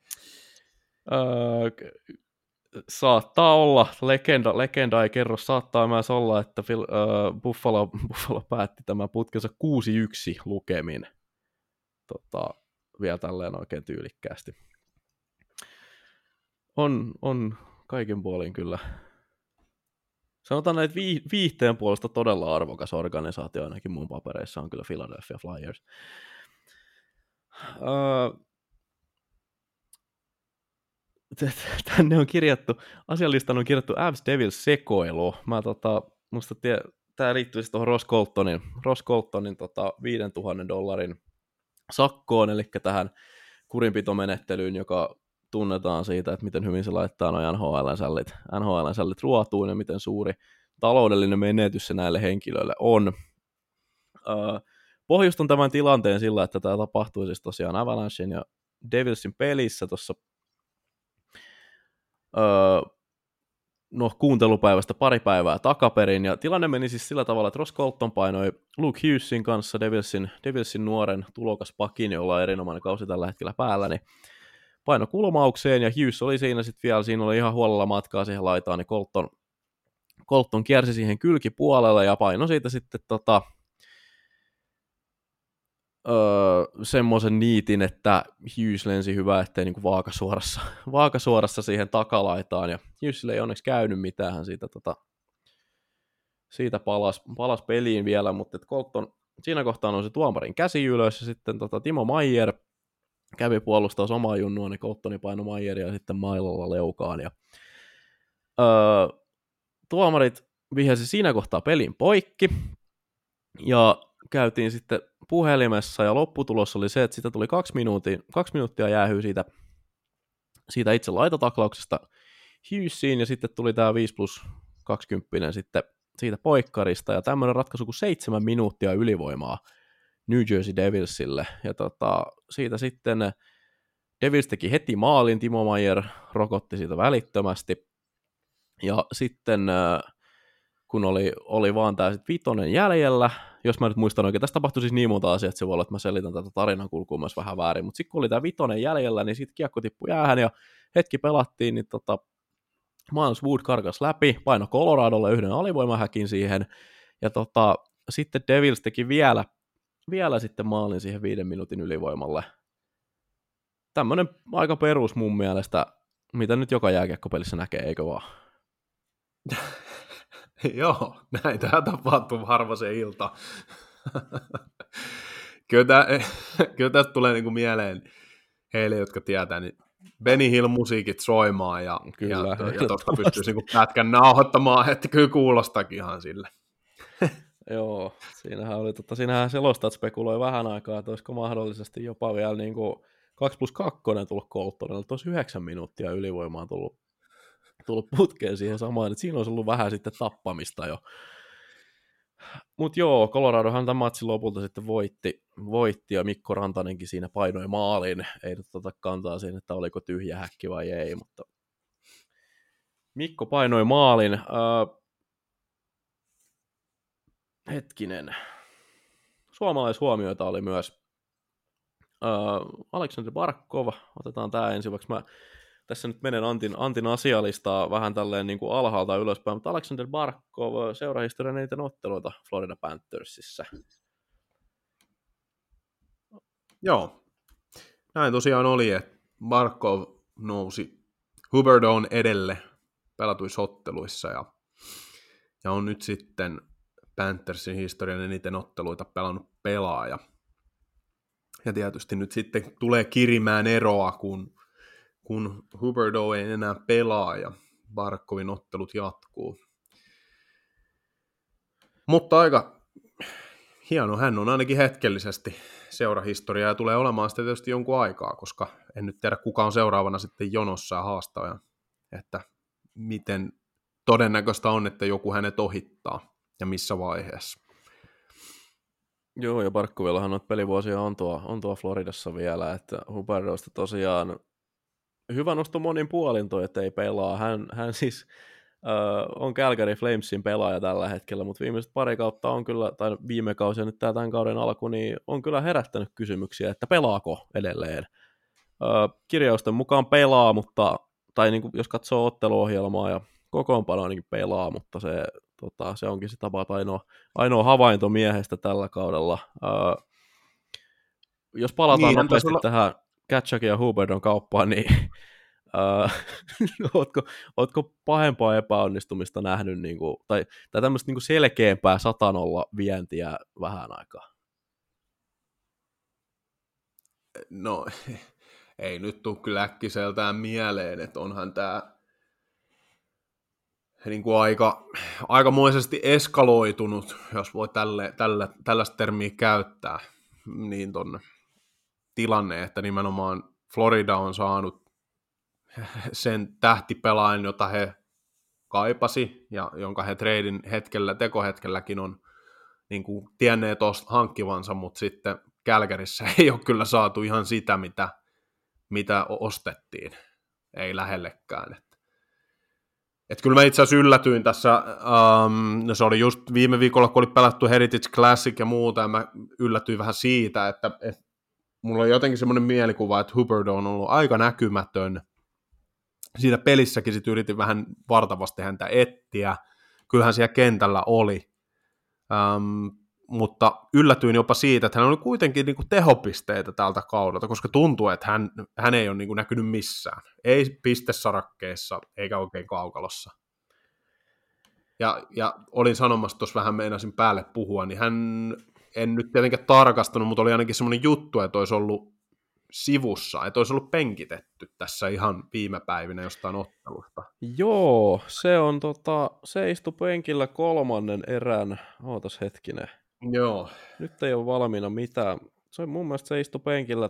Saattaa olla, legenda ei kerro, saattaa myös olla, että Buffalo päätti tämän putkensa 6-1 lukemin vielä tälleen oikein tyylikkäästi. On kaiken puolin kyllä. Sanotaan näitä viihteen puolesta todella arvokas organisaatio, ainakin mun papereissa on kyllä Philadelphia Flyers. Tänne on asialistan on kirjattu Avs Devils sekoilu. Musta tämä liittyy siis tuohon Ross Coltonin $5,000 sakkoon, eli tähän kurinpitomenettelyyn, joka tunnetaan siitä, että miten hyvin se laittaa noin NHL-sällit ruotuun ja miten suuri taloudellinen menetys se näille henkilöille on. Pohjustan tämän tilanteen sillä, että tämä tapahtui siis tosiaan Avalanchen ja Devilsin pelissä tuossa kuuntelupäivästä pari päivää takaperin, ja tilanne meni siis sillä tavalla, että Ross Colton painoi Luke Hughesin kanssa, Devilsin nuoren tulokaspakin, jolla on erinomainen kausi tällä hetkellä päällä, niin paino kulmaukseen, ja Hughes oli siinä sitten vielä, siinä oli ihan huolella matkaa siihen laitaan, niin Colton kiersi siihen kylkipuolelle, ja paino siitä sitten semmoisen niitin, että Hughes lensi hyvä, ettei niinku vaakasuorassa siihen takalaitaan, ja Hughesille ei onneksi käynyt mitään, hän siitä palas peliin vielä, mutta Colton siinä kohtaa nousi tuomarin käsi ylös, ja sitten Timo Meier kävi puolustaa omaa junnua, niin Coltoni painoi Meieria sitten mailalla leukaan, ja tuomarit vihjasi siinä kohtaa pelin poikki, ja käytiin sitten puhelimessa, ja lopputulos oli se, että sitä tuli 2 minuuttia jäähyä siitä itse laitotaklauksesta Hughesiin, ja sitten tuli tämä 5+20 sitten siitä poikkarista, ja tämmöinen ratkaisu kuin 7 minuuttia ylivoimaa New Jersey Devilsille, ja siitä sitten Devils teki heti maalin, Timo Meier rokotti siitä välittömästi. Ja sitten kun oli vaan tämä 5 jäljellä, jos mä nyt muistan oikein, tässä tapahtui siis niin monta asiaa, että se voi olla, että mä selitän tätä tarinan kulkua myös vähän väärin, mutta sitten kun oli tämä 5 jäljellä, niin sitten kiekko tippui jäähän ja hetki pelattiin, niin Miles Wood karkas läpi, paino Coloradolle 1 alivoimahäkin siihen, ja sitten Devils teki vielä sitten maalin siihen 5 minuutin ylivoimalle. Tämmöinen aika perus mun mielestä, mitä nyt joka jääkiekkopelissä näkee, eikö vaan? Joo, näin tämä tapahtuu harva se ilta. Kyllä tästä tulee niinku mieleen heille, jotka tietää, niin Benny Hill musiikit soimaan ja tuosta pystyisi niinku pätkän nauhoittamaan, että kyllä kuulostakin ihan sille. Joo, siinähän selostat spekuloi vähän aikaa, että olisiko mahdollisesti jopa vielä niinku 2+2 tullut Coltonille, että olisi 9 minuuttia ylivoimaa tullut putkeen siihen samaan, että siinä olisi ollut vähän sitten tappamista jo. Mutta joo, Coloradohan tämän matsin lopulta sitten voitti ja Mikko Rantanenkin siinä painoi maalin. Ei nyt kantaa siihen, että oliko tyhjä häkki vai ei, mutta Mikko painoi maalin. Hetkinen. Suomalaishuomioita oli myös Aleksander Barkov. Otetaan tämä ensin, vaikka mä tässä nyt menen Antin asialistaa vähän tälleen niin kuin alhaalta ylöspäin, mutta Aleksander Barkov seurahistorian eniten otteluita Florida Panthersissa. Joo, näin tosiaan oli, että Barkov nousi Huberdeau'n edelle pelatuissa otteluissa ja on nyt sitten Panthersin historian eniten otteluita pelannut pelaaja. Ja tietysti nyt sitten tulee kirimään eroa, kun Huberdeau ei enää pelaa ja Barkovin ottelut jatkuu. Mutta aika hieno, hän on ainakin hetkellisesti seurahistoriaa ja tulee olemaan sitä tietysti jonkun aikaa, koska en nyt tiedä kuka on seuraavana sitten jonossa ja haastaja, että miten todennäköistä on, että joku hänet ohittaa ja missä vaiheessa. Joo, ja Barkovillahan noita pelivuosia on tuo Floridassa vielä, että Huberdeausta tosiaan hyvä nosto monin puolin toi, että ei pelaa. Hän siis on Calgary Flamesin pelaaja tällä hetkellä, mutta viimeiset pari kautta on kyllä, tai viime kausi ja nyt tämän kauden alku, niin on kyllä herättänyt kysymyksiä, että pelaako edelleen. Kirjausten mukaan pelaa, mutta, tai niin kuin, jos katsoo otteluohjelmaa ja kokoonpanoa, niin pelaa, mutta se onkin se tapa, ainoa havainto miehestä tällä kaudella. Jos palataan niin, nopeasti tähän Katsakin ja Huberdeau'n kauppaan, niin ootko pahempaa epäonnistumista nähnyt, niin kuin, tai tämmöistä niin kuin selkeämpää 100-0 vientiä vähän aikaa? No, ei nyt tule kyllä äkkiseltään mieleen, että onhan tämä niin kuin aikamoisesti eskaloitunut, jos voi tällaista termiä käyttää, niin ton tilanne, että nimenomaan Florida on saanut sen tähtipelaajan, jota he kaipasi, ja jonka he treidin tekohetkelläkin on niin kuin tienneet hankkivansa, mutta sitten Calgaryssä ei ole kyllä saatu ihan sitä, mitä ostettiin. Ei lähellekään. Et kyllä mä itse asiassa yllätyin tässä, se oli just viime viikolla, kun oli pelattu Heritage Classic ja muuta, ja mä yllätyin vähän siitä, että mulla on jotenkin semmoinen mielikuva, että Huberdeau on ollut aika näkymätön. Siinä pelissäkin sit yritin vähän vartavasti häntä etsiä. Kyllähän siellä kentällä oli. Mutta yllätyin jopa siitä, että hän oli kuitenkin niinku tehopisteitä tältä kaudelta, koska tuntuu, että hän ei ole niinku näkynyt missään. Ei pistesarakkeessa, eikä oikein kaukalossa. Ja olin sanomassa tuossa vähän, meinasin päälle puhua, niin en nyt tietenkään tarkastanut, mutta oli ainakin semmoinen juttu, että olisi ollut sivussa, että olisi ollut penkitetty tässä ihan viime päivinä jostain ottelusta. Joo, se istui penkillä 3. erän, ootas hetkinen. Joo. Nyt ei ole valmiina mitään. Mun mielestä se istui penkillä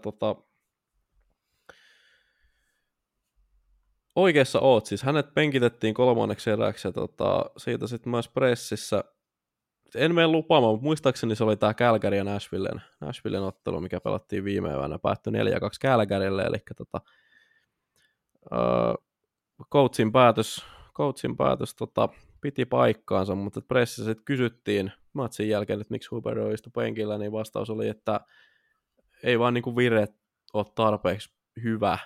oikeassa oot, siis hänet penkitettiin 3. eräksi ja siitä sitten myös pressissä en mene lupaamaan, mutta muistaakseni se oli tämä Calgary ja Nashvillen ottelu, mikä pelattiin viime yönä, päättyi 4-2 Calgarylle, eli coachin päätös piti paikkaansa, mutta pressissä sitten kysyttiin matsin jälkeen, että miksi Huberdeau istui penkillä, niin vastaus oli, että ei vaan niinku vire ole tarpeeksi hyvä.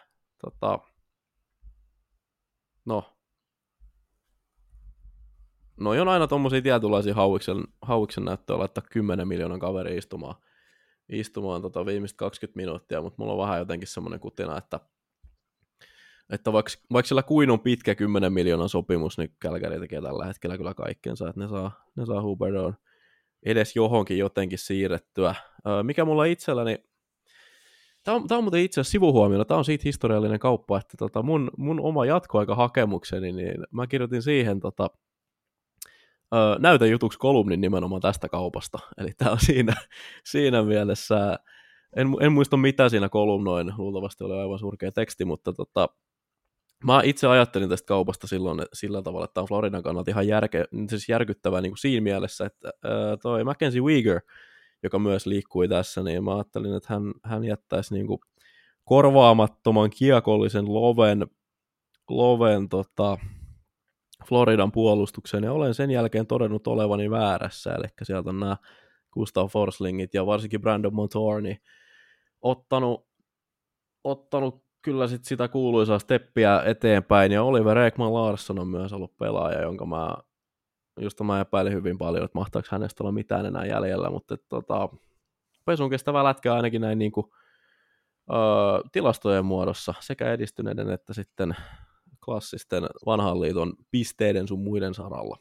No on aina tommosia tietynlaisia hauiksen näyttöä laittaa 10 miljoonan kaveri istumaan viimeiset 20 minuuttia, mutta mulla on vähän jotenkin semmoinen kutina, että vaikka sillä kuin on pitkä 10 miljoonan sopimus, niin Calgary tekee tällä hetkellä kyllä kaikkensa, että ne saa Huberdeau'n edes johonkin jotenkin siirrettyä. Mikä mulla itselläni, tämä on muuten itse asiassa sivuhuomiona, tämä on siitä historiallinen kauppa, että mun oma jatkoaikahakemukseni, niin mä kirjoitin siihen näytejutuksi kolumnin nimenomaan tästä kaupasta, eli tämä on siinä mielessä, en muista mitä siinä kolumnoin, luultavasti oli aivan surkea teksti, mutta mä itse ajattelin tästä kaupasta silloin sillä tavalla, että tämä on Floridan kannalta ihan siis järkyttävää niin kuin siinä mielessä, että toi Mackenzie Weegar, joka myös liikkui tässä, niin mä ajattelin, että hän jättäisi niin kuin korvaamattoman kiekollisen loven Floridan puolustukseen, ja olen sen jälkeen todennut olevani väärässä, eli sieltä on nämä Gustav Forslingit ja varsinkin Brandon Montour, niin ottanut kyllä sitä kuuluisaa steppiä eteenpäin, ja Oliver Ekman Larsson on myös ollut pelaaja, jonka mä epäilin hyvin paljon, että mahtaako hänestä olla mitään enää jäljellä, mutta pesun kestävä lätkä ainakin näin niin kuin, tilastojen muodossa, sekä edistyneiden että sitten klassisten vanhan liiton pisteiden sun muiden saralla.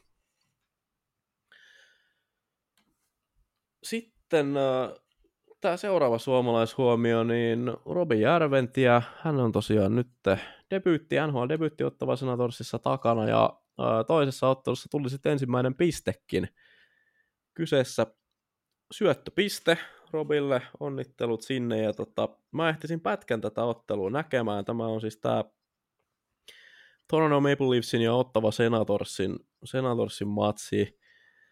Sitten tämä seuraava suomalaishuomio, niin Robin Järventiä, hän on tosiaan nyt NHL-debyytti Ottawa Senatorsissa takana, ja toisessa ottelussa tuli sitten ensimmäinen pistekin. Kyseessä syöttöpiste Robille, onnittelut sinne, ja mä ehtisin pätkän tätä ottelua näkemään. Tämä on siis tämä Toronto Maple Leafsin ja Ottawa Senatorsin matsi.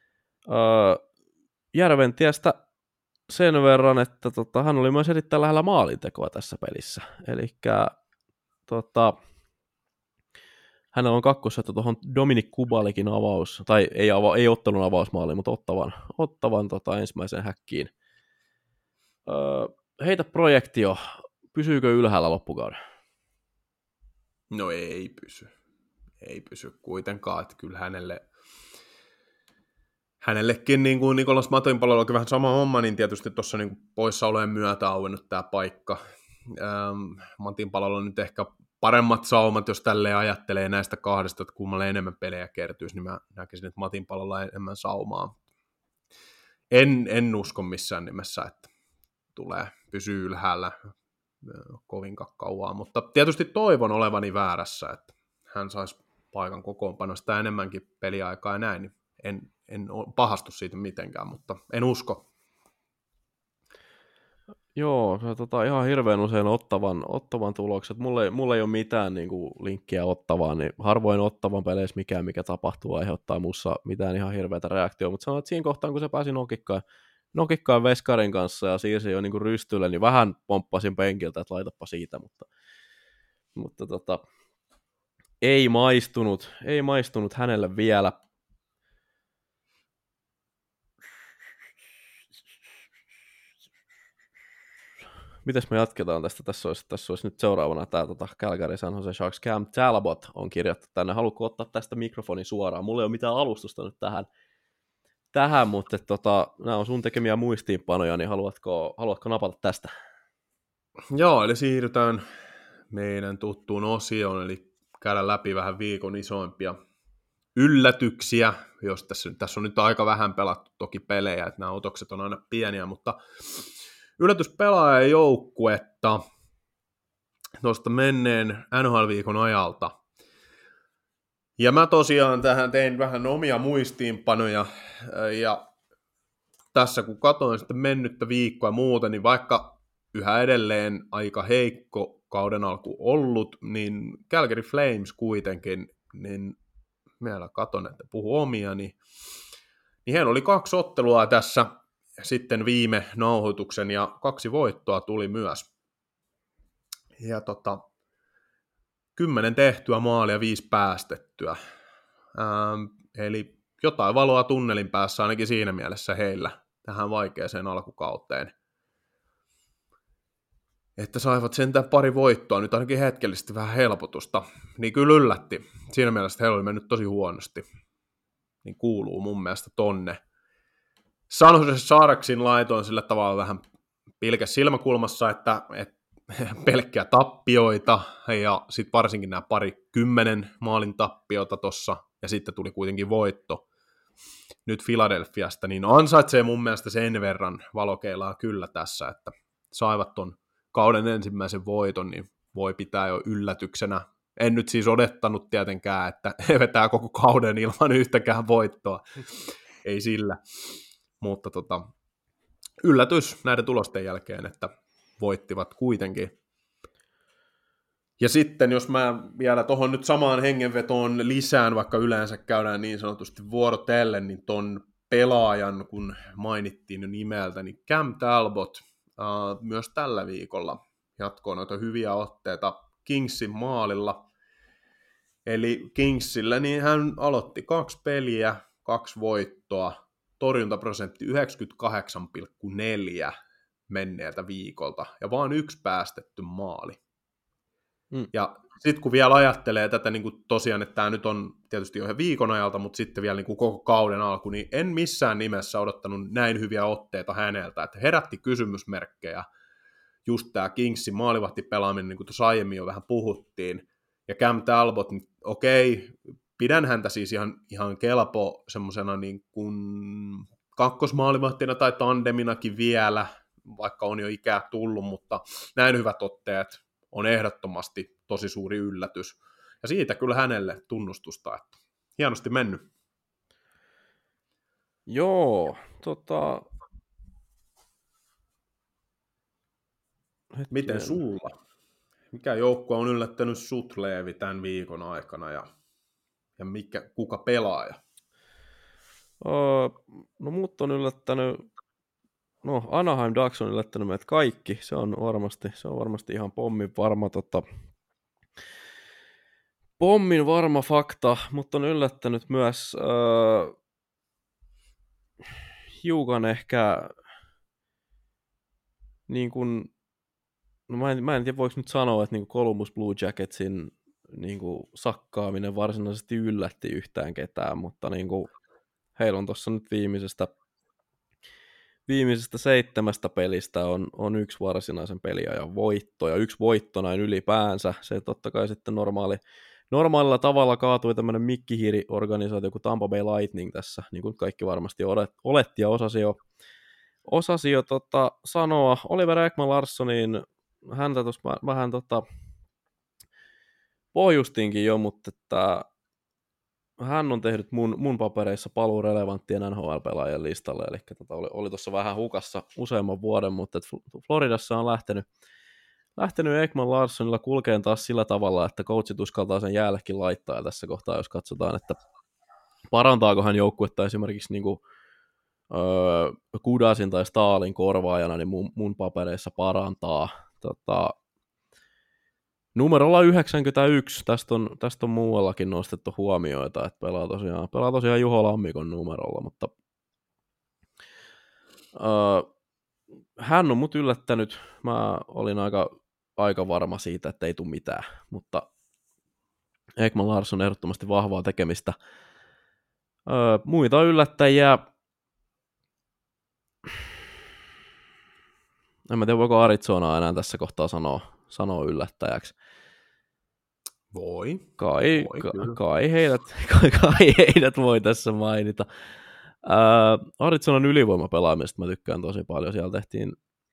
Järventiestä sen verran, että hän oli myös erittäin lähellä maalintekoa tässä pelissä. Eli hänellä on kakkosyöttö tuohon Dominik Kubalikin avaus, tai ei ottanut avausmaali, mutta Ottavan ensimmäisen häkkiin. Heitä projektio, pysyykö ylhäällä loppukauden? No ei pysy kuitenkaan, että kyllä hänellekin, niin kuin Nikolas Matinpalolla on vähän sama homma, niin tietysti tuossa niin poissaolojen myötä on auennut tämä paikka. Matinpalolla on nyt ehkä paremmat saumat, jos tälleen ajattelee näistä kahdesta, että kummalle enemmän pelejä kertyisi, niin mä näkisin, että Matinpalolla on enemmän saumaa. En usko missään nimessä, että pysyy ylhäällä kovin kauan, mutta tietysti toivon olevani väärässä, että hän saisi paikan kokoonpanosta enemmänkin peliaikaa ja näin, niin en pahastu siitä mitenkään, mutta en usko. Joo, se ihan hirveän usein Ottavan tulokset. Mulla ei ole mitään niin kuin linkkiä Ottavaan, niin harvoin Ottavan peleissä mikä tapahtuu aiheuttaa mussa mitään ihan hirveätä reaktioa, mutta sanoin, että siinä kohtaan, kun se pääsi nokikkaan veskarin kanssa ja siirsi jo niin kuin rystylle, niin vähän pomppasin penkiltä, että laitapa siitä, mutta ei maistunut hänelle vielä. Mites me jatketaan tästä? Tässä olisi nyt seuraavana tämä Calgary San Jose Sharks Cam Talbot on kirjoittu tänne. Haluatko ottaa tästä mikrofonin suoraan? Mulla ei ole mitään alustusta nyt tähän mutta nämä on sun tekemiä muistiinpanoja, niin haluatko napata tästä? Joo, eli siirrytään meidän tuttuun osioon, eli käydään läpi vähän viikon isoimpia yllätyksiä, jos tässä on nyt aika vähän pelattu toki pelejä, että nämä otokset on aina pieniä, mutta yllätyspelaajajoukkuetta tuosta menneen NHL-viikon ajalta. Ja mä tosiaan tähän tein vähän omia muistiinpanoja, ja tässä kun katsoin sitten mennyttä viikkoa muuten, niin vaikka yhä edelleen aika heikko kauden alku ollut, niin Calgary Flames kuitenkin, niin meillä katon, että puhu omia, niin Niin heillä oli 2 ottelua tässä sitten viime nauhoituksen, ja 2 voittoa tuli myös. Ja 10 tehtyä maalia, 5 päästettyä. Eli jotain valoa tunnelin päässä ainakin siinä mielessä heillä tähän vaikeaseen alkukauteen. Että saivat sentään pari voittoa, nyt ainakin hetkellisesti vähän helpotusta. Niin kyllä yllätti. Siinä mielessä, että heillä oli mennyt tosi huonosti. Niin kuuluu mun mielestä tonne. San Jose Sharksin laitoin sillä tavalla vähän pilkäs silmäkulmassa, että pelkkiä tappioita, ja sitten varsinkin nämä 10 maalin tappiota tossa, ja sitten tuli kuitenkin voitto nyt Philadelphiasta, niin ansaitsee mun mielestä sen verran valokeilaa kyllä tässä, että saivat ton kauden ensimmäisen voiton, niin voi pitää jo yllätyksenä. En nyt siis odottanut tietenkään, että he vetää koko kauden ilman yhtäkään voittoa, ei sillä, mutta yllätys näiden tulosten jälkeen, että voittivat kuitenkin. Ja sitten jos mä vielä tuohon nyt samaan hengenvetoon lisään, vaikka yleensä käydään niin sanotusti vuorotellen, niin ton pelaajan, kun mainittiin jo nimeltä, niin Cam Talbot myös tällä viikolla jatkoi noita hyviä otteita Kingsin maalilla. Eli Kingsillä niin hän aloitti 2 peliä, 2 voittoa, torjuntaprosentti 98,4 menneeltä viikolta, ja vaan 1 päästetty maali. Ja sitten kun vielä ajattelee tätä niin kuin tosiaan, että tämä nyt on tietysti jo ihan viikon ajalta, mutta sitten vielä niin kuin koko kauden alku, niin en missään nimessä odottanut näin hyviä otteita häneltä, että herätti kysymysmerkkejä just tämä Kingsin maalivahtipelaaminen, niin kuin tuossa aiemmin jo vähän puhuttiin, ja Cam Talbot, niin okei, pidän häntä siis ihan kelpo semmoisena niin kuin kakkosmaalivahtina tai tandeminakin vielä, vaikka on jo ikää tullut, mutta näin hyvät otteet on ehdottomasti tosi suuri yllätys. Ja siitä kyllä hänelle tunnustusta, että hienosti mennyt. Joo, Miten sulla? Mikä joukkue on yllättänyt sut, Leevi, tämän viikon aikana, ja kuka pelaaja? No mut on yllättänyt, Anaheim Ducks on yllättänyt meidät kaikki, se on varmasti ihan pommin varma fakta, mutta on yllättänyt myös hiukan ehkä niin kuin, no mä en tiedä voiko nyt sanoa, että niin kuin Columbus Blue Jacketsin niin kuin sakkaaminen varsinaisesti yllätti yhtään ketään, mutta niin kuin, heillä on tuossa nyt viimeisestä 7 pelistä on 1 varsinaisen peliajan voitto ja 1 voitto näin ylipäänsä. Se totta kai sitten normaalilla tavalla kaatui tämmöinen mikkihiiri-organisaatio kuin Tampa Bay Lightning tässä, niin kuin kaikki varmasti oletti ja osasi jo sanoa. Oliver Ekman-Larssoniin häntä tuossa vähän pohjustinkin jo, mutta että hän on tehnyt mun papereissa paluu relevanttien NHL-pelaajien listalle, eli oli tuossa vähän hukassa useamman vuoden, mutta Floridassa on lähtenyt Ekman-Larssonilla kulkeen taas sillä tavalla, että coachit uskaltaa sen jällekin laittaa, ja tässä kohtaa jos katsotaan, että parantaako hän joukkuetta esimerkiksi niin kuin, Kudasin tai Staalin korvaajana, niin mun papereissa parantaa. Numerolla 91, tästä on muuallakin nostettu huomioita, että pelaa tosiaan Juho Lammikon numerolla, mutta hän on mut yllättänyt, mä olin aika varma siitä, että ei tule mitään, mutta Ekman-Larsson ehdottomasti vahvaa tekemistä. Muita yllättäjiä, en mä tiedä voiko Arizonaa enää tässä kohtaa sanoa yllättäjäksi. Voi. Kai heidät voi tässä mainita. Arizonan ylivoimapelaamista mä tykkään tosi paljon. Siellä tehtiin,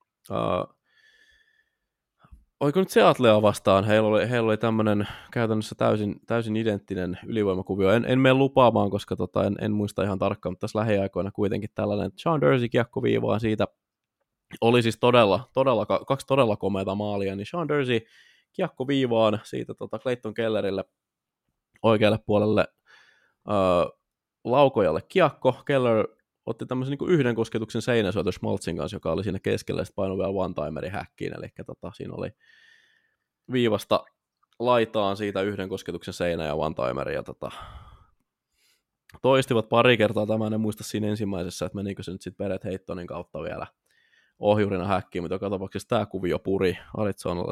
oiko nyt Seattlea vastaan, heillä oli tämmöinen käytännössä täysin identtinen ylivoimakuvio. En mene lupaamaan, koska en muista ihan tarkkaan, mutta tässä lähiaikoina kuitenkin tällainen Sean Durzi kiekkoviivaan siitä. Oli siis kaksi todella komeata maalia, niin Sean Durzi kiekko viivaan siitä Clayton Kellerille oikealle puolelle laukojalle kiekko. Keller otti tämmöisen niin kuin yhden kosketuksen seinäsyötön Schmaltzin kanssa, joka oli siinä keskellä, ja sitten painoi vielä one-timerin häkkiin, eli siinä oli viivasta laitaan siitä yhden kosketuksen seinä ja one-timeri, ja toistivat pari kertaa tämän, en muista siinä ensimmäisessä, että menikö se nyt sitten Beret Heittonin kautta vielä ohjurina häkkiin, mutta joka tapauksessa tämä kuvio puri Arizonalle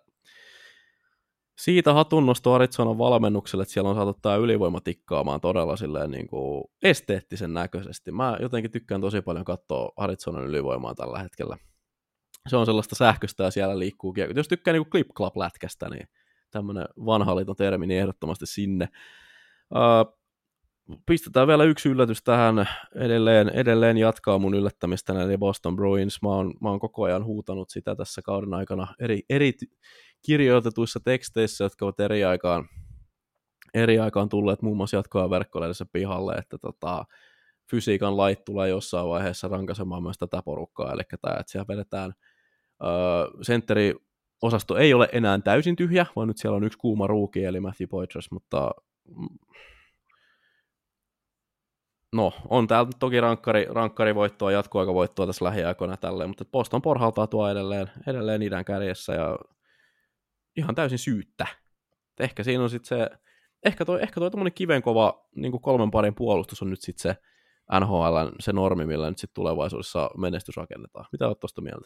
siitä hatunnosto Arizonan valmennukselle, että siellä on saatu tämä ylivoima tikkaamaan todella silleen niin kuin esteettisen näköisesti. Mä jotenkin tykkään tosi paljon katsoa Arizonan ylivoimaa tällä hetkellä. Se on sellaista sähköstä ja siellä liikkuu kiekko. Jos tykkää niin kuin clip-clap-lätkästä, niin tämmöinen vanha liiton termi, niin ehdottomasti sinne. Pistetään vielä yksi yllätys tähän. Edelleen jatkaa mun yllättämistä, eli Boston Bruins. Mä oon koko ajan huutanut sitä tässä kauden aikana eri kirjoitetuissa teksteissä, jotka ovat eri aikaan tulleet muun muassa jatkoa verkkolehdessä pihalle, että fysiikan lait tulee jossain vaiheessa rankaisemaan myös tätä porukkaa, eli tämä, että siellä vedetään sentteriosasto ei ole enää täysin tyhjä, vaan nyt siellä on yksi kuuma ruuki, eli Matthew Poitras, mutta no, on täällä toki rankkarivoittoa, jatkoaikavoittoa tässä lähiaikoina tälleen, mutta Boston porhaltaa tuo edelleen idän kärjessä ja ihan täysin syyttä. Ehkä siinä on sitten se, ehkä toi tommonen kivenkova niin 3 parin puolustus on nyt sitten se NHL:n se normi, millä nyt sitten tulevaisuudessa menestys rakennetaan. Mitä olet tuosta mieltä?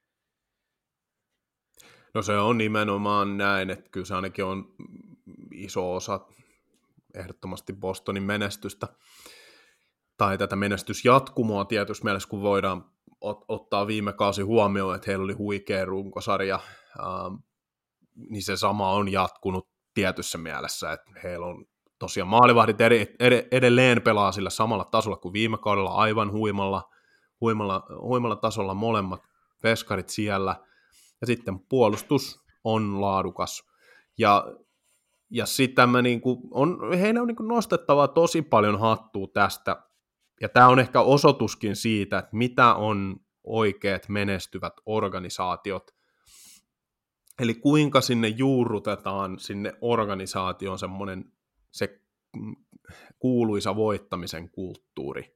No se on nimenomaan näin, että kyllä se ainakin on iso osa ehdottomasti Bostonin menestystä tai tätä menestysjatkumoa tietysti mielessä, kun voidaan ottaa viime kausi huomioon, että heillä oli huikea runkosarja, niin se sama on jatkunut tietyssä mielessä, että heillä on tosiaan maalivahdit edelleen pelaa sillä samalla tasolla kuin viime kaudella, aivan huimalla tasolla molemmat veskarit siellä, ja sitten puolustus on laadukas, ja sitä heidän on nostettava tosi paljon hattua tästä, ja tämä on ehkä osoituskin siitä, että mitä on oikeat menestyvät organisaatiot, eli kuinka sinne juurrutetaan sinne organisaatioon se kuuluisa voittamisen kulttuuri.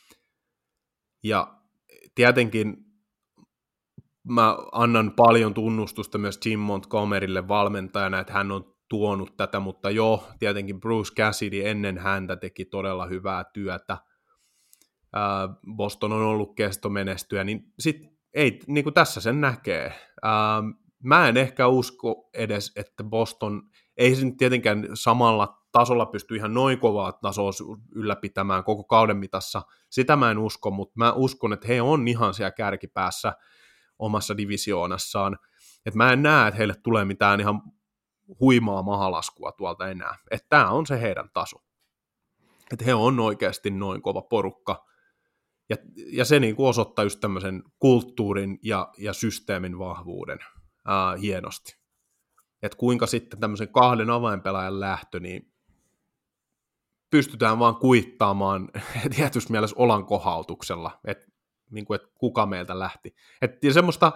Ja tietenkin mä annan paljon tunnustusta myös Jim Montgomerylle valmentajana, että hän on tuonut tätä, mutta tietenkin Bruce Cassidy ennen häntä teki todella hyvää työtä. Boston on ollut kestomenestyjä, niin ei, niin kuin tässä sen näkee. Mä en ehkä usko edes, että Boston, ei se nyt tietenkään samalla tasolla pysty ihan noin kovaa tasoa ylläpitämään koko kauden mitassa. Sitä mä en usko, mutta mä uskon, että he on ihan siellä kärkipäässä omassa divisioonassaan. Että mä en näe, että heille tulee mitään ihan huimaa mahalaskua tuolta enää. Että tää on se heidän taso. Että he on oikeasti noin kova porukka. Ja se niin kuin osoittaa just tämmöisen kulttuurin ja systeemin vahvuuden hienosti. Että kuinka sitten tämmöisen 2 avainpelaajan lähtö, niin pystytään vaan kuittaamaan tietysti mielessä olankohautuksella, että niin kuin, että kuka meiltä lähti. Ja semmoista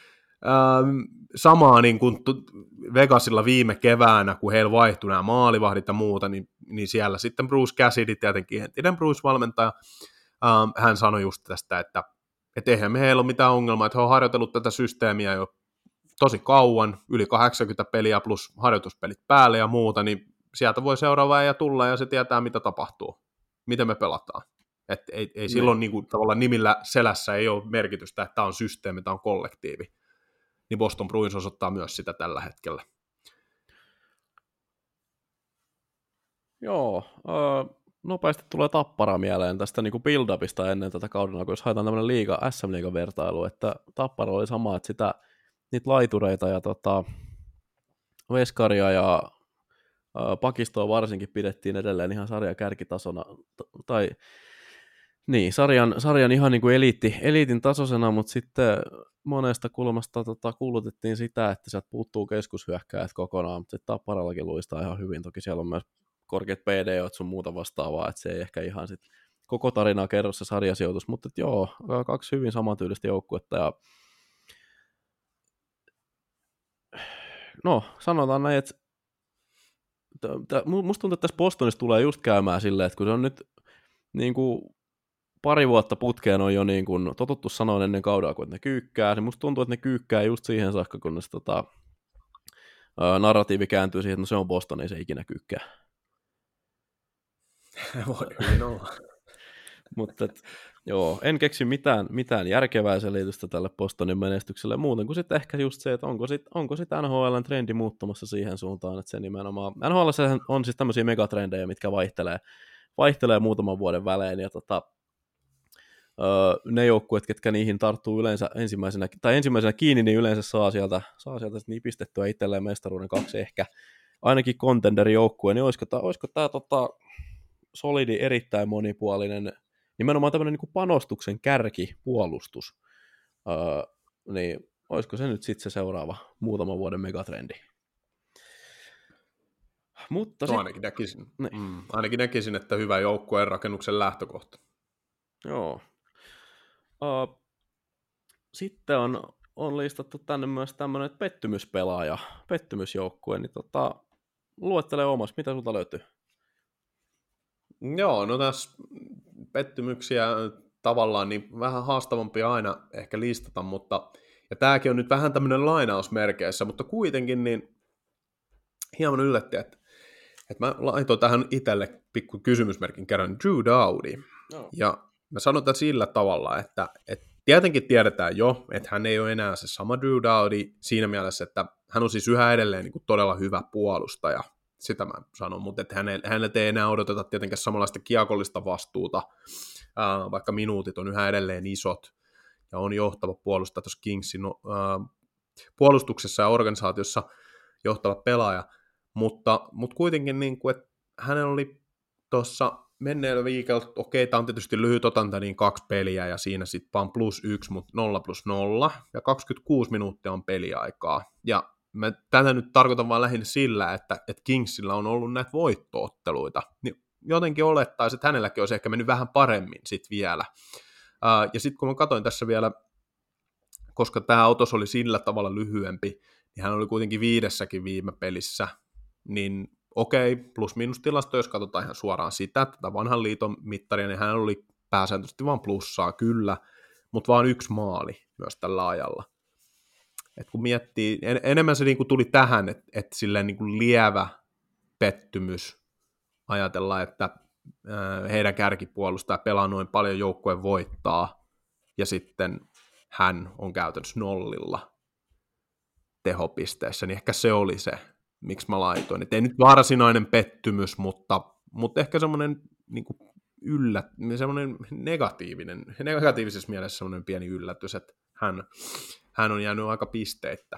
samaa niin kuin Vegasilla viime keväänä, kun heillä vaihtui nämä maalivahdit ja muuta, niin siellä sitten Bruce Cassidy, tietenkin entinen Bruce-valmentaja, hän sanoi just tästä, että eihän heillä ole mitään ongelmaa, että he on harjoitellut tätä systeemiä jo tosi kauan, yli 80 peliä plus harjoituspelit päälle ja muuta, niin sieltä voi seuraava ja tulla ja se tietää, mitä tapahtuu, miten me pelataan. Että ei silloin niin kuin, tavallaan nimillä selässä ei ole merkitystä, että tämä on systeemi, tämä on kollektiivi. Niin Boston Bruins osoittaa myös sitä tällä hetkellä. Joo, nopeasti tulee Tappara mieleen tästä niin kuin build-upista ennen tätä kauden alkua, jos haetaan tämmöinen SM-liigan vertailu, että Tappara oli sama, että niitä laitureita ja veskaria ja pakistoa varsinkin pidettiin edelleen ihan sarjan kärkitasona, tai niin, sarjan ihan niin kuin eliitin tasoisena, mutta sitten monesta kulmasta kuulutettiin sitä, että sieltä puuttuu keskushyökkääjät kokonaan, mutta sitten Tapparallakin luistaa ihan hyvin, toki siellä on myös korkeat PDOt sun muuta vastaavaa, että se ei ehkä ihan sit koko tarinaa kerro se sarjasijoitus, mutta joo, 2 hyvin samantyylistä joukkuetta ja no, sanotaan näin, että musta tuntuu, että tässä Bostonissa tulee just käymään silleen, että kun se on nyt niin kuin pari vuotta putkeen on jo niin kuin totuttu sanoen ennen kaudella, kun ne kyykkää. Musta tuntuu, että ne kyykkää just siihen saakka, kunnes narratiivi kääntyy siihen, että no se on Boston, ei se ikinä kyykkää. Voi hyvin olla. Mutta joo, en keksi mitään järkevää selitystä tälle Bostonin menestykselle muuten kuin sitten ehkä just se, että onko sit NHL:n trendi muuttumassa siihen suuntaan, että se nimenomaan, NHL on siis tämmöisiä megatrendejä, mitkä vaihtelee muutaman vuoden välein, ja ne joukkueet, ketkä niihin tarttuu yleensä ensimmäisenä kiinni, niin yleensä saa sieltä niin pistettyä itselleen mestaruuden 2 ehkä, ainakin contender-joukkue, niin olisiko tämä solidi, erittäin monipuolinen, nimenomaan tämmöinen niin panostuksen kärkipuolustus, niin olisiko se nyt sitten se seuraava muutaman vuoden megatrendi? Mutta no, ainakin näkisin, että hyvä joukkueen rakennuksen lähtökohta. Joo. Sitten on listattu tänne myös tämmöinen pettymyspelaaja, pettymysjoukkue, niin luettele omas, mitä sulta löytyy? Joo, no tässä pettymyksiä tavallaan niin vähän haastavampia aina ehkä listata, mutta ja tämäkin on nyt vähän tämmöinen lainausmerkeissä, mutta kuitenkin niin hieman yllätti, että mä laitoin tähän itselle pikku kysymysmerkin kerran Drew Doughty. No. Ja mä sanon tämän sillä tavalla, että tietenkin tiedetään jo, että hän ei ole enää se sama Drew Doughty siinä mielessä, että hän on siis yhä edelleen niin kuin todella hyvä puolustaja. Sitä mä sanon, mutta että häneltä ei enää odoteta tietenkään samanlaista kiekollista vastuuta, vaikka minuutit on yhä edelleen isot ja on johtava puolustaja tuossa Kingsin puolustuksessa ja organisaatiossa johtava pelaaja, mutta kuitenkin niin kuin, että hänellä oli tuossa menneellä viikolla, okei, tämä on tietysti lyhyt otanta, niin 2 peliä ja siinä sitten vaan +1, mutta 0+0 ja 26 minuuttia on peliaikaa ja mä tätä nyt tarkoitan vaan lähinnä sillä, että Kingsillä on ollut näitä voittootteluita, niin jotenkin olettaisiin, että hänelläkin olisi ehkä mennyt vähän paremmin sitten vielä. Ja sitten kun mä katsoin tässä vielä, koska tämä otos oli sillä tavalla lyhyempi, niin hän oli kuitenkin 5 viime pelissä, niin okei, plus-minus-tilasto, jos katsotaan ihan suoraan sitä, tätä vanhan liiton mittaria, niin hän oli pääsääntöisesti vaan plussaa kyllä, mutta vaan 1 maali myös tällä ajalla. Et kun miettii, enemmän se niinku tuli tähän, että silleen niinku lievä pettymys ajatellaan, että heidän kärkipuolustaja pelaa noin paljon, joukkueen voittaa, ja sitten hän on käytännössä nollilla tehopisteissä, niin ehkä se oli se, miksi mä laitoin. Et ei nyt varsinainen pettymys, mutta ehkä semmoinen niinku semmoinen negatiivisessa mielessä semmoinen pieni yllätys, että hän on jäänyt aika pisteittä.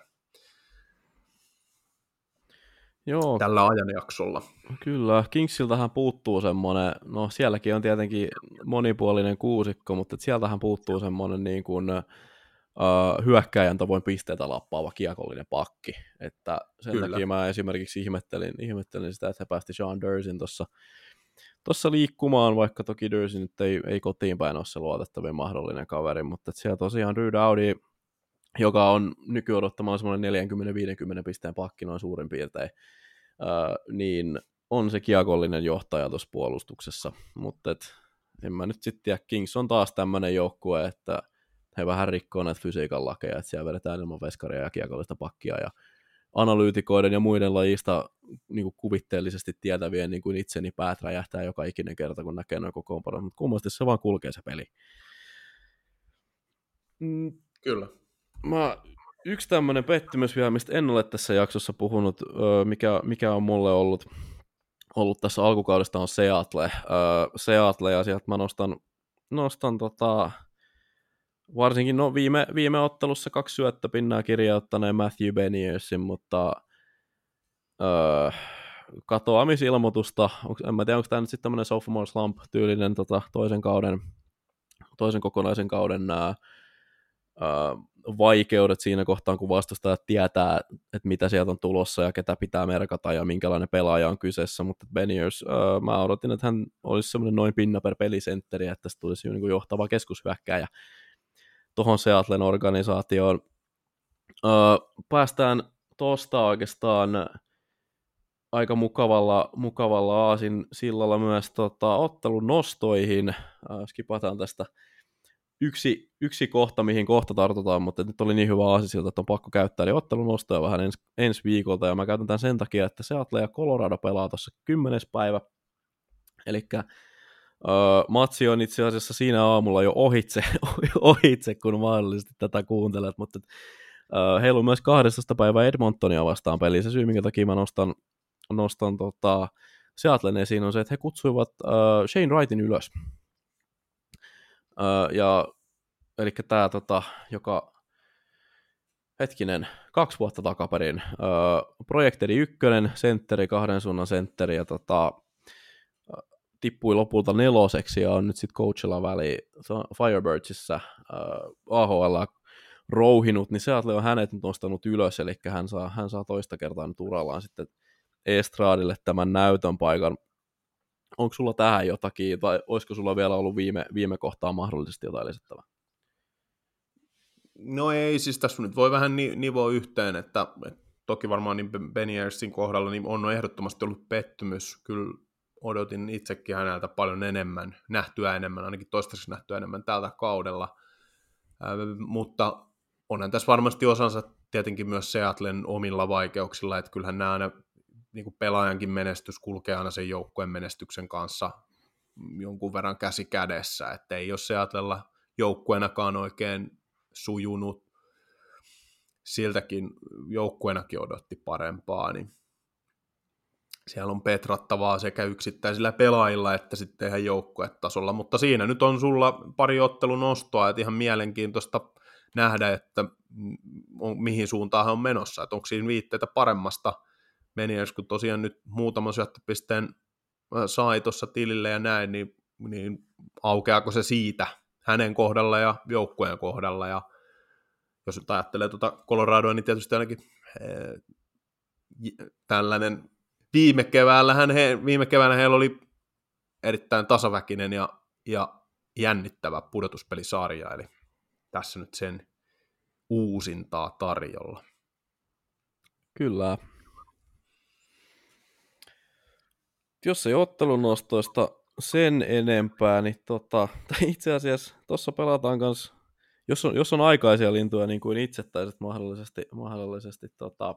Joo, tällä ajanjaksolla. Kyllä, Kingsiltähän puuttuu semmoinen, no sielläkin on tietenkin monipuolinen kuusikko, mutta sieltähän puuttuu semmoinen niin kuin, hyökkäjän tavoin pisteitä lappaava kiekollinen pakki, että sen Kyllä. takia mä esimerkiksi ihmettelin sitä, että he päästi Sean Dursin tuossa liikkumaan, vaikka toki Dursin nyt ei kotiin päin ole se luotettavin mahdollinen kaveri, mutta siellä tosiaan Drew Doughty, joka on nykyodottamaan semmoinen 40-50 pisteen pakki noin suurin piirtein, niin on se kiekollinen johtaja tuossa puolustuksessa, mutta en mä nyt sitten tiedä, Kings on taas tämmöinen joukkue, että he vähän rikkoo näitä fysiikan lakeja, että siellä vedetään ilman veskaria ja kiekollista pakkia, ja analyytikoiden ja muiden lajista niin kuin kuvitteellisesti tietävien niin kuin itseni päät räjähtää joka ikinen kerta, kun näkee noin kokoonpanot, mutta kummasti se vaan kulkee se peli. Kyllä. Yksi tämmöinen pettymys vielä, mistä en ole tässä jaksossa puhunut, mikä on mulle ollut tässä alkukaudesta, on Seattle, ja sieltä mä nostan varsinkin viime ottelussa 2 syöttöpinnaa kirjauttaneen Matthew Beniersin, mutta katoamisilmoitusta, en mä tiedä, onko tämä nyt sitten tämmöinen sophomore slump-tyylinen toisen kokonaisen kauden vaikeudet siinä kohtaan, kun vastustajat tietää, että mitä sieltä on tulossa ja ketä pitää merkata ja minkälainen pelaaja on kyseessä, mutta Beniers, mä odotin, että hän olisi semmoinen noin pinna per pelisentteri, että tästä tulisi niin kuin johtava keskushyökkääjä tuohon Seattlen organisaatioon. Päästään tuosta oikeastaan aika mukavalla aasin sillalla myös ottelun nostoihin. Skipataan tästä yksi kohta, mihin kohta tartutaan, mutta nyt oli niin hyvä aasinsilta, että on pakko käyttää, eli ottelun nostoja vähän ensi viikolta, ja mä käytän tämän sen takia, että Seattle ja Colorado pelaa tuossa 10. päivä, eli matsi on itse asiassa siinä aamulla jo ohitse kun mahdollisesti tätä kuuntelet, mutta heillä on myös 12. päivä Edmontonia vastaan peli. Se syy, minkä takia mä nostan Seattlen esiin, on se, että he kutsuivat Shane Wrightin ylös. Eli tämä, joka 2 vuotta takaperin, projekteri 1, sentteri, 2 suunnan sentteri, ja tippui lopulta 4. ja on nyt sitten coachilla väliin Firebirdsissa AHL rouhinut, niin Seattle on hänet nyt nostanut ylös, eli hän saa toista kertaa nyt urallaan sitten estradille tämän näytön paikan. Onko sulla tähän jotakin, tai olisiko sulla vielä ollut viime kohtaa mahdollisesti jotain lisättävää? No ei, siis tässä nyt voi vähän nivoa yhteen, että toki varmaan niin Beniersin kohdalla niin on ehdottomasti ollut pettymys. Kyllä odotin itsekin häneltä paljon enemmän, ainakin toistaiseksi nähtyä enemmän tältä kaudella. Mutta onhan tässä varmasti osansa tietenkin myös Seattlen omilla vaikeuksilla, että kyllähän nämä niin kuin pelaajankin menestys kulkee aina sen joukkueen menestyksen kanssa jonkun verran käsi kädessä, että ei ole Seattlella joukkueenakaan oikein sujunut, siltäkin joukkueenakin odotti parempaa, niin siellä on petrattavaa sekä yksittäisillä pelaajilla että sitten ihan joukkuetasolla, mutta siinä nyt on sulla pari ottelun nostoa, että ihan mielenkiintoista nähdä, että mihin suuntaan hän on menossa, että onko siinä viitteitä paremmasta Beniers, kun tosiaan nyt muutaman syöttöpisteen sai tuossa tilille ja näin, niin aukeako se siitä hänen kohdalla ja joukkueen kohdalla, ja jos nyt ajattelee Coloradoa, niin tietysti ainakin tällainen viime keväänä heillä oli erittäin tasaväkinen ja jännittävä pudotuspelisarja, eli tässä nyt sen uusintaa tarjolla. Kyllä. Jos ei ottelun nostoista sen enempää, niin tai itse asiassa tuossa pelataan kanssa, jos on aikaisia lintuja niin kuin itsettäiset mahdollisesti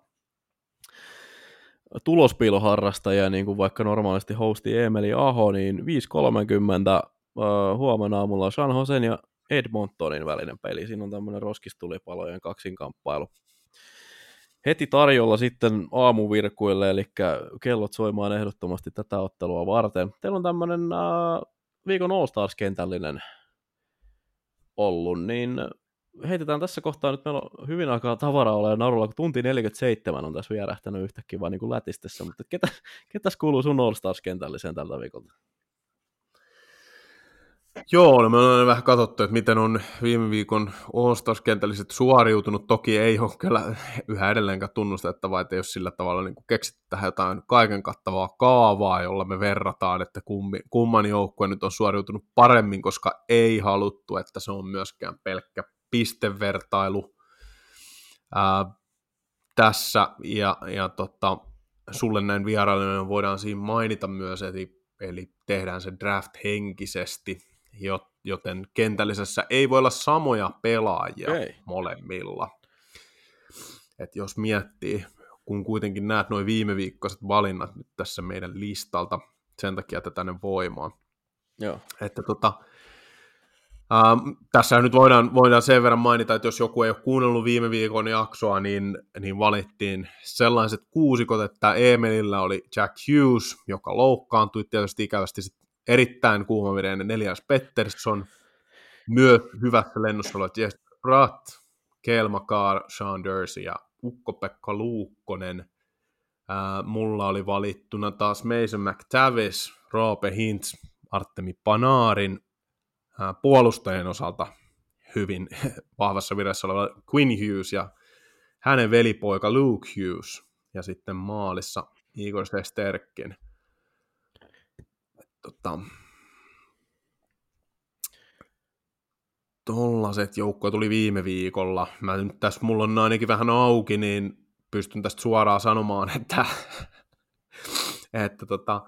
tulospiiloharrastajia, niin kuin vaikka normaalisti hosti Emeli Aho, niin 5.30 huomenna aamulla San Josen ja Edmontonin välinen peli. Siinä on tämmöinen roskistulipalojen kaksinkamppailu heti tarjolla sitten aamuvirkuille, eli kellot soimaan ehdottomasti tätä ottelua varten. Teillä on tämmöinen viikon All-Stars-kentällinen ollut, niin heitetään tässä kohtaa, nyt meillä on hyvin aikaa tavaraa olemaan narulla, kun tunti 47 on tässä vierähtänyt yhtäkkiä vaan niin kuin lätistessä, mutta ketäs kuuluu sun All-Stars-kentälliseen tältä viikolta? Joo, no me ollaan vähän katsottu, että miten on viime viikon All-Stars-kentälliset suoriutunut. Toki ei ole kyllä yhä edelleenkään tunnustettavaa, että ei ole sillä tavalla niin keksitty tähän jotain kaiken kattavaa kaavaa, jolla me verrataan, että kumman joukkue nyt on suoriutunut paremmin, koska ei haluttu, että se on myöskään pelkkä pistevertailu tässä. Ja sulle näin vierailijoina voidaan siinä mainita myös, eli tehdään se draft henkisesti, joten kentällisessä ei voi olla samoja pelaajia molemmilla. Et jos miettii, kun kuitenkin näet noin viime viikkoiset valinnat nyt tässä meidän listalta, sen takia tätä tänne voimaan. Joo. Että tässä nyt voidaan sen verran mainita, että jos joku ei ole kuunnellut viime viikon jaksoa, niin valittiin sellaiset kuusikot, että Emelillä oli Jack Hughes, joka loukkaantui tietysti ikävästi erittäin kuumavireinen Elias Pettersson, myös hyvässä lennossa oli Jesper Bratt, Cale Makar, Sean Dursi ja Ukko-Pekka Luukkonen. Mulla oli valittuna taas Mason McTavish, Roope Hintz, Artemi Panarin, puolustajien osalta hyvin vahvassa virassa oleva Quinn Hughes ja hänen velipoika Luke Hughes, ja sitten maalissa Igor Shesterkin. Tollaset joukkoja tuli viime viikolla. Mulla on ainakin vähän auki, niin pystyn tästä suoraan sanomaan, että että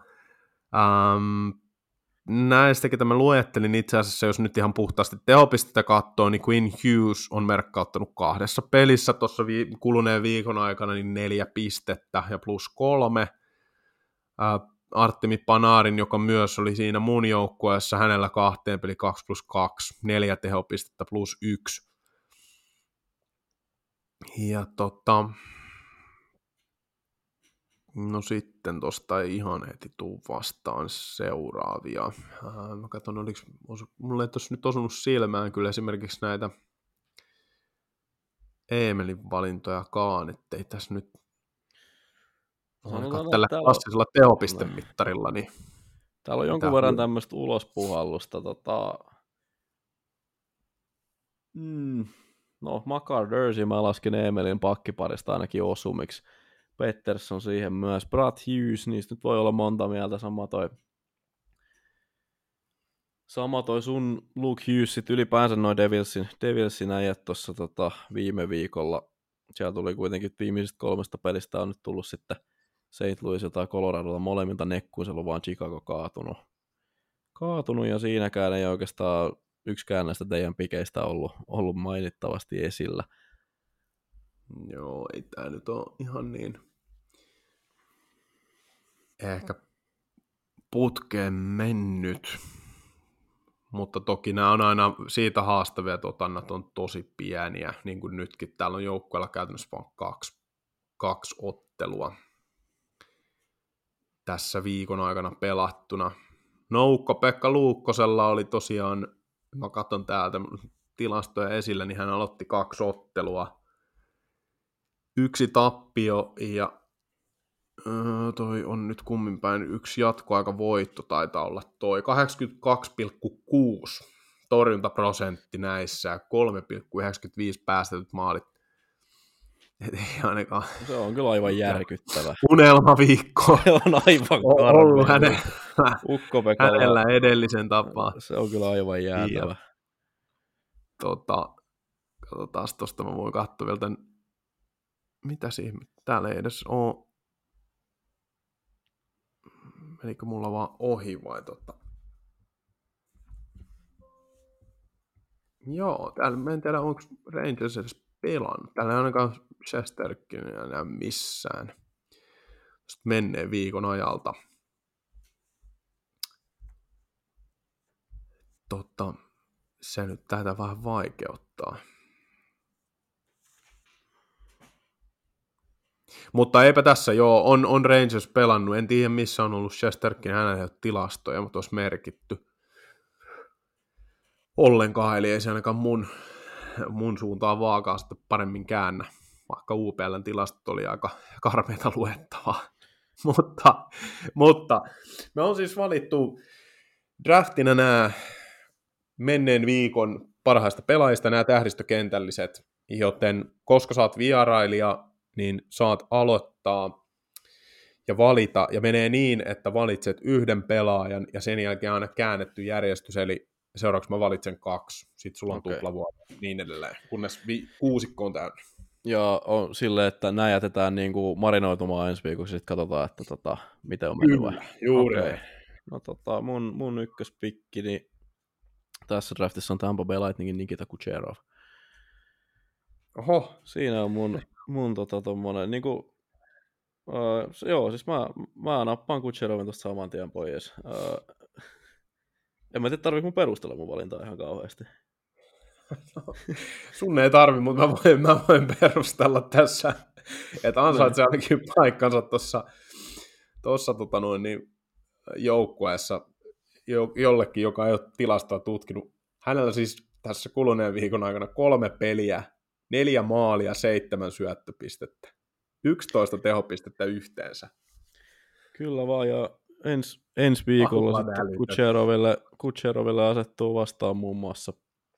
näistä, ketä mä luettelin itse asiassa, jos nyt ihan puhtaasti tehopistettä katsoo, niin Quinn Hughes on merkkauttanut 2 pelissä tuossa kuluneen viikon aikana niin 4 pistettä ja +3. Artemi Panarin, joka myös oli siinä mun joukkueessa, hänellä 2 peli 2+2, 4 tehopistettä +1. Ja no sitten tosta ei ihan heti tuu vastaan seuraavia. Mä katson, mulle ei tossa nyt osunut silmään kyllä esimerkiksi näitä Eemelin valintojakaan, ettei tässä nyt ainakaan tällä klassisella tehopistemittarilla. Niin täällä on jonkun verran tämmöistä ulospuhallusta. No, Makar Dursi mä lasken Eemelin pakkiparista ainakin osumiksi. Pettersson siihen myös. Brad Hughes, niistä nyt voi olla monta mieltä. Sama toi sun Luke Hughesit, ylipäänsä noin Devilsin äijät tuossa viime viikolla. Siellä tuli kuitenkin viimeisistä 3 pelistä on nyt tullut sitten St. Louisilta ja Coloradolta molemmilta nekkuun, siellä on vaan Chicago kaatunut ja siinäkään ei oikeastaan yksikään näistä teidän pikeistä ollut mainittavasti esillä. Joo, ei tää nyt ole ihan niin ehkä putkeen mennyt, mutta toki nämä on aina siitä haastavia, että otannat on tosi pieniä, niin kuin nytkin. Täällä on joukkueella käytännössä vain kaksi ottelua tässä viikon aikana pelattuna. No Ukko-Pekka Luukkosella oli tosiaan, mä katson täältä tilastoja esillä, niin hän aloitti 2 ottelua. 1 tappio ja toi on nyt kumminpäin 1 jatkoaikavoitto taitaa olla toi. 82,6 torjuntaprosentti näissä, 3,95 päästetyt maalit. Ei ainakaan. Se on kyllä aivan järkyttävä. Unelmaviikko. Se on aivan ollut hänellä edellisen tapaa. Se on kyllä aivan jäätävä. Katsotaan tuosta, mä voin katsoa vielä tämän. Mitä siinä? Täällä ei edes ole. Menikö mulla vaan ohi vai Joo, täällä mä en tiedä, onko Rangers edes pelannut. Täällä ei ainakaan Shesterkin enää missään. Sitten menneen viikon ajalta. Se nyt tätä vähän vaikeuttaa. Mutta eipä tässä, joo, on Rangers pelannut. En tiedä, missä on ollut Shesterkin, hänellä ei ole tilastoja, mutta olisi merkitty ollenkaan, eli ei se ainakaan mun suuntaan vaakaa sitten paremmin käännä, vaikka UPL:n tilastot oli aika karmeita luettavaa. Mutta me on siis valittu draftina nämä menneen viikon parhaista pelaajista, nämä tähdistökentälliset, joten koska saat vierailija, niin saat aloittaa ja valita, ja menee niin, että valitset 1 pelaajan, ja sen jälkeen aina käännetty järjestys, eli seuraavaksi mä valitsen 2, sitten sulla on tuplavuoro, niin edelleen, kunnes 6 on täynnä. Ja on silleen, että nämä jätetään niinku marinoitumaan ensi viikossa, sitten katsotaan, että miten on mennyt. Kyllä, juuri. Okay. No mun ykköspikki, niin tässä draftissa on Tampa Bay Lightningin Nikita Kucherov. Oho. Siinä on mun tommonen, niinku, joo, siis mä nappaan Kucherovin tosta saman tien pois. En mä tiedä, tarvitse mun perustella mun valintaa ihan kauheasti. Sun ei tarvi, mutta mä voin perustella tässä, että ansaitsee ainakin paikkansa tuossa joukkueessa jollekin, joka ei ole tilastoa tutkinut. Hänellä siis tässä kuluneen viikon aikana 3 peliä, 4 maalia, 7 syöttöpistettä. 11 tehopistettä yhteensä. Kyllä vaan, ja ensi viikolla sitten Kucheroville asettuu vastaan muun muassa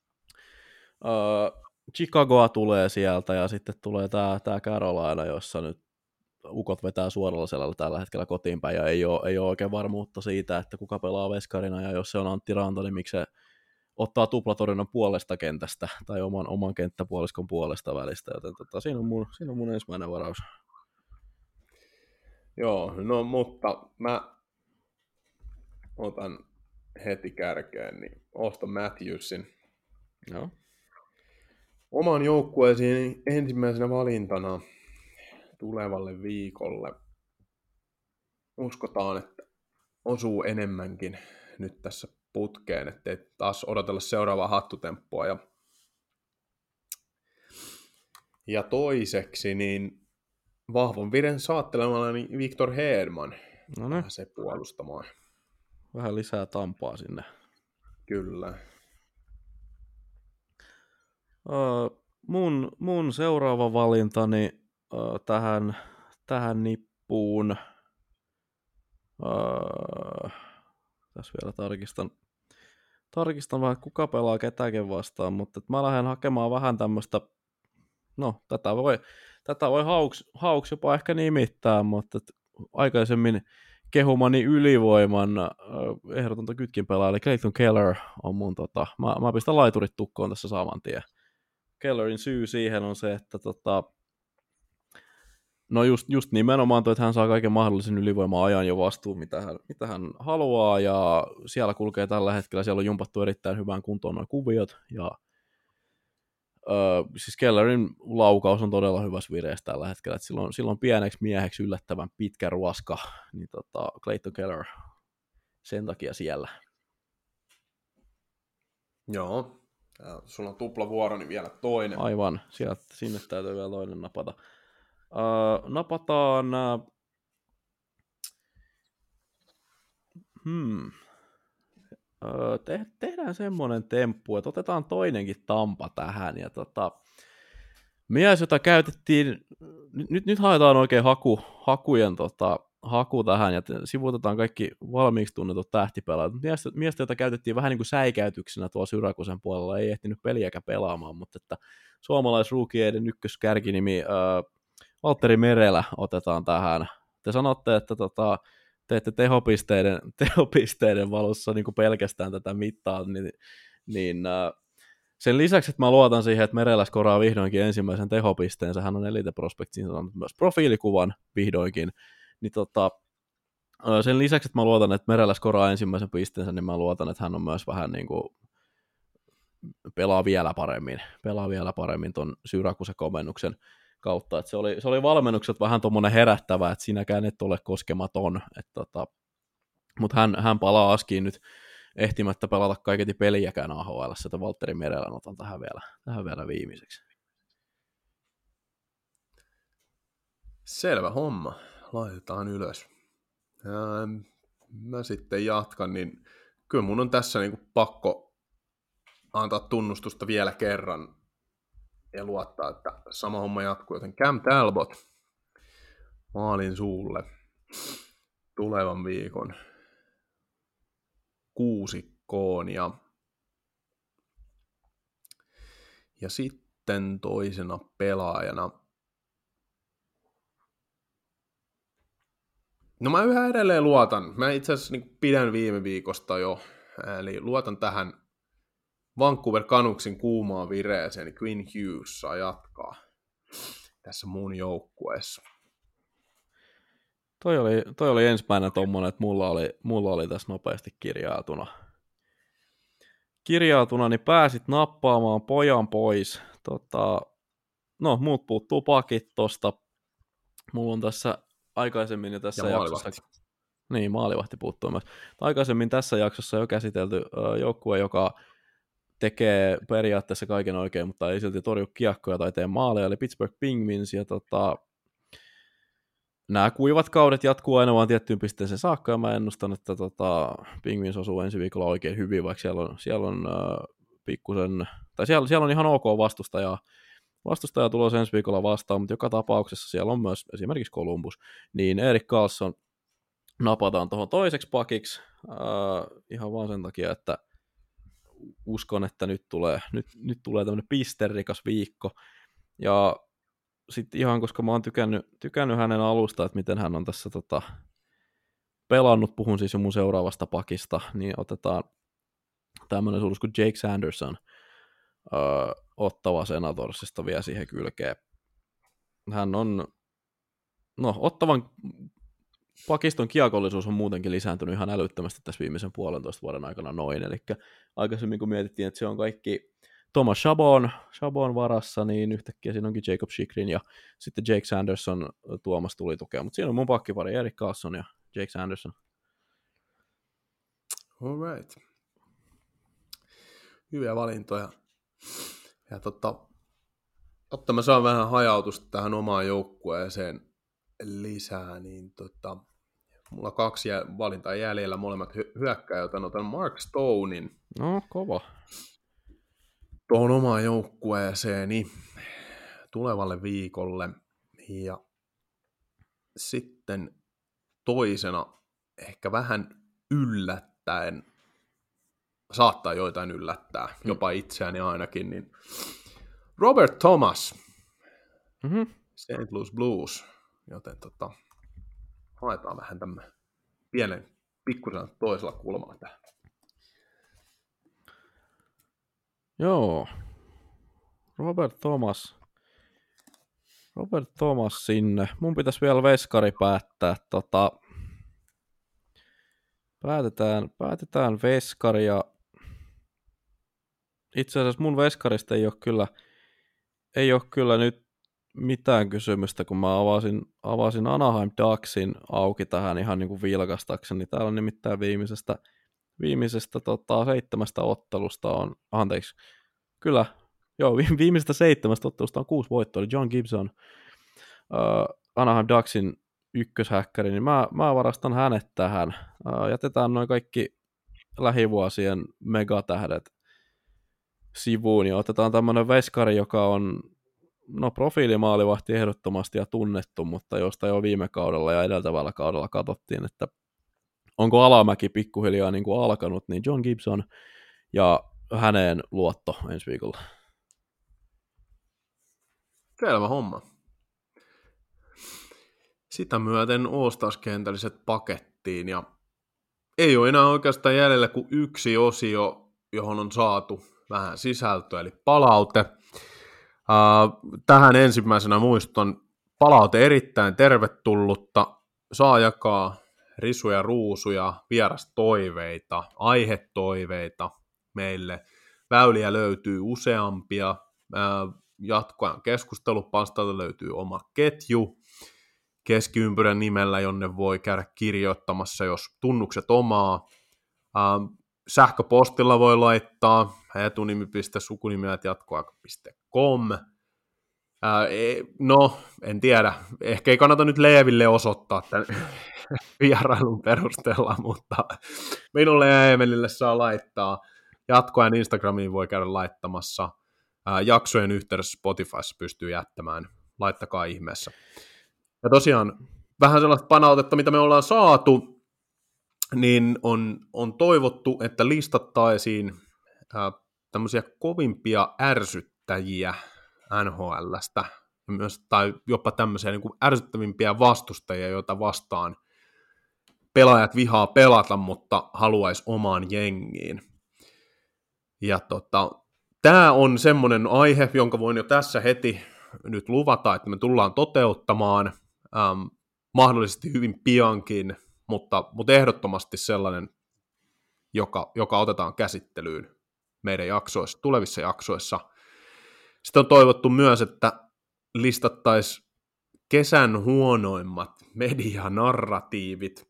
Chicagoa tulee sieltä, ja sitten tulee tää Carolina, jossa nyt ukot vetää suoralla selällä tällä hetkellä kotiin päin, ja ei ole oikein varmuutta siitä, että kuka pelaa veskarina, ja jos se on Antti Ranta, niin miksi se ottaa tuplatorjunnan puolesta kentästä, tai oman kenttäpuoliskon puolesta välistä, joten siinä on mun ensimmäinen varaus. Joo, no mutta mä otan heti kärkeen, niin Auston Matthewsin Joo. oman joukkueeseen ensimmäisenä valintana tulevalle viikolle. Uskotaan, että osuu enemmänkin nyt tässä putkeen, ettei taas odotella seuraavaa hattutemppua. Ja toiseksi, niin vahvan viren saattelemalla niin Victor Hedman No niin, pääsee puolustamaan. vähän lisää Tampaa sinne. Kyllä. Mun seuraava valintani tähän nippuun. Tässä vielä tarkistan vähän, että kuka pelaa ketäkin vastaan, mutta mä lähden hakemaan vähän tämmöistä, no tätä voi hauks jopa ehkä nimittää, mutta aikaisemmin kehumani ylivoiman ehdotonta kytkin pelaaja, eli Clayton Keller on mun mä pistän laiturit tukkoon tässä saman tien. Kellerin syy siihen on se, että no just nimenomaan toi, että hän saa kaiken mahdollisen ylivoima-ajan jo vastuun, mitä hän haluaa, ja siellä kulkee tällä hetkellä, siellä on jumpattu erittäin hyvään kuntoon nuo kuviot, ja siis Kellerin laukaus on todella hyvässä vireessä tällä hetkellä, että silloin pieneksi mieheksi yllättävän pitkä ruoska, niin Clayton Keller sen takia siellä. Joo. Sulla on tuplavuoro, niin vielä toinen. Aivan, sinne täytyy vielä toinen napata. Napataan tehdään semmoinen temppu, että otetaan toinenkin Tampa tähän, ja mies, jota käytettiin, nyt haetaan oikein haku tähän, ja sivuutetaan kaikki valmiiksi tunnetut tähtipelaajat. Miestä, jota käytettiin vähän niin kuin säikäytyksenä tuolla Syrakusen puolella, ei ehtinyt peliäkään pelaamaan, mutta että suomalaisruukieiden ykköskärkinimi Valtteri Merelä otetaan tähän. Te sanotte, että teette tehopisteiden valossa niin kuin pelkästään tätä mittaa, niin sen lisäksi, että mä luotan siihen, että Merelä skoraa vihdoinkin ensimmäisen tehopisteensä, hän on Elite Prospectsin sanonut myös profiilikuvan vihdoinkin, niin sen lisäksi, että mä luotan, että Merelä skoraa ensimmäisen pisteensä, niin mä luotan, että hän on myös vähän niin kuin pelaa vielä paremmin ton Syrakusen komennuksen kautta, että se oli valmennukset vähän tuommoinen herättävä, että sinäkään et ole koskematon, mutta hän palaa askiin nyt ehtimättä pelata kaiketi peliäkään AHL:ssä, että Valtteri Merelän otan tähän vielä viimeiseksi. Selvä homma. Laitetaan ylös. Mä sitten jatkan, niin kyllä mun on tässä niinku pakko antaa tunnustusta vielä kerran ja luottaa, että sama homma jatkuu, joten Cam Talbot maalin suulle tulevan viikon kuusikkoon ja sitten toisena pelaajana no mä yhä edelleen luotan, mä itse asiassa niin pidän viime viikosta jo, eli luotan tähän Vancouver Canucksin kuumaan vireeseen, niin Quinn Hughes saa jatkaa tässä mun joukkueessa. Toi oli ensimmäinen tommonen, että mulla oli tässä nopeasti kirjautuna, niin pääsit nappaamaan pojan pois. No, muut puuttuu pakit tosta. Mulla on tässä aikaisemmin jo tässä jaksossa... Niin, maalivahti puuttuu myös. Aikaisemmin tässä jaksossa jo käsitelty joukkue, joka tekee periaatteessa kaiken oikein, mutta ei silti torju kiekkoja tai tee maaleja, eli Pittsburgh Penguins, ja nämä kuivat kaudet jatkuu aina vaan tiettyyn pisteeseen saakka, ja mä ennustan, että Penguins osuu ensi viikolla oikein hyvin, vaikka siellä on pikkusen, tai siellä on ihan ok vastustaja tulossa ensi viikolla vastaan, mutta joka tapauksessa siellä on myös esimerkiksi Columbus, niin Erik Karlsson napataan tuohon toiseksi pakiksi, ihan vaan sen takia, että uskon, että nyt tulee tämmöinen pisterikas viikko, ja sitten ihan, koska mä oon tykännyt hänen alusta, että miten hän on tässä pelannut, puhun siis jo mun seuraavasta pakista, niin otetaan tämmöinen suurus kuin Jake Sanderson Ottava Senatorsista vielä siihen kylkeen. Hän on, Ottavan pakiston kiekollisuus on muutenkin lisääntynyt ihan älyttömästi tässä viimeisen 1,5 vuoden aikana noin, eli aikaisemmin kun mietittiin, että se on kaikki Thomas Chabon varassa, niin yhtäkkiä siinä onkin Jacob Chikrin ja sitten Jake Sanderson Tuomas tuli tukea, mutta siinä on mun pakkipari Erik Karlsson ja Jake Sanderson. All right. Hyviä valintoja. Ja jotta mä saan vähän hajautusta tähän omaan joukkueeseen lisää, niin mulla on 2 valintaa jäljellä, molemmat hyökkääjät, joten otan Mark Stonein. No, kova. Tuohon omaan joukkueeseeni tulevalle viikolle. Ja sitten toisena, ehkä vähän yllättäen, saattaa joitain yllättää, jopa itseäni ainakin, niin Robert Thomas, St. Louis Blues, joten haetaan vähän tämmöinen pienen pikkusen toisella kulmalla tähän. Joo, Robert Thomas sinne. Mun pitäisi vielä veskari päättää. Päätetään veskari ja itse asiassa mun veskarista ei ole kyllä nyt mitään kysymystä, kun mä avasin Anaheim Ducksin auki tähän ihan niin kuin vilkastakseni. Täällä on nimittäin viimeisestä 7 ottelusta on, viimeisestä 7 ottelusta on 6 voittoa, eli John Gibson, Anaheim Ducksin ykköshäkkäri, niin mä varastan hänet tähän. Jätetään noin kaikki lähivuosien megatähdet sivuun ja otetaan tämmöinen veskari, joka on profiilimaalivahti ehdottomasti ja tunnettu, mutta josta jo viime kaudella ja edeltävällä kaudella katsottiin, että onko alamäki pikkuhiljaa niin kuin alkanut, niin John Gibson ja häneen luotto ensi viikolla. Selvä homma. Sitä myöten All-Stars-kentälliset pakettiin ja ei ole enää oikeastaan jäljellä kuin yksi osio, johon on saatu vähän sisältöä, eli palaute. Tähän ensimmäisenä muiston palaute erittäin tervetullutta. Saa jakaa risuja, ruusuja, vierastoiveita, aihetoiveita meille. Väyliä löytyy useampia. Jatkoajan keskustelupalstalta löytyy oma ketju keskiympyrän nimellä, jonne voi käydä kirjoittamassa, jos tunnukset omaa. Sähköpostilla voi laittaa etunimi.sukunimi@jatkoaika.com. No, en tiedä. Ehkä ei kannata nyt Leeville osoittaa tämän vierailun perusteella, mutta minulle ja Emelille saa laittaa. Jatkoajan Instagramiin voi käydä laittamassa. Jaksojen yhteydessä Spotifyssa pystyy jättämään. Laittakaa ihmeessä. Ja tosiaan vähän sellaista palautetta, mitä me ollaan saatu, niin on toivottu, että listattaisiin tämmöisiä kovimpia ärsyttäjiä NHL:stä, myös, tai jopa tämmöisiä niin kuin ärsyttävimpiä vastustajia, joita vastaan pelaajat vihaa pelata, mutta haluaisi omaan jengiin. Ja tämä on semmoinen aihe, jonka voin jo tässä heti nyt luvata, että me tullaan toteuttamaan mahdollisesti hyvin piankin, mutta ehdottomasti sellainen, joka otetaan käsittelyyn meidän tulevissa jaksoissa. Sitten on toivottu myös, että listattaisiin kesän huonoimmat medianarratiivit.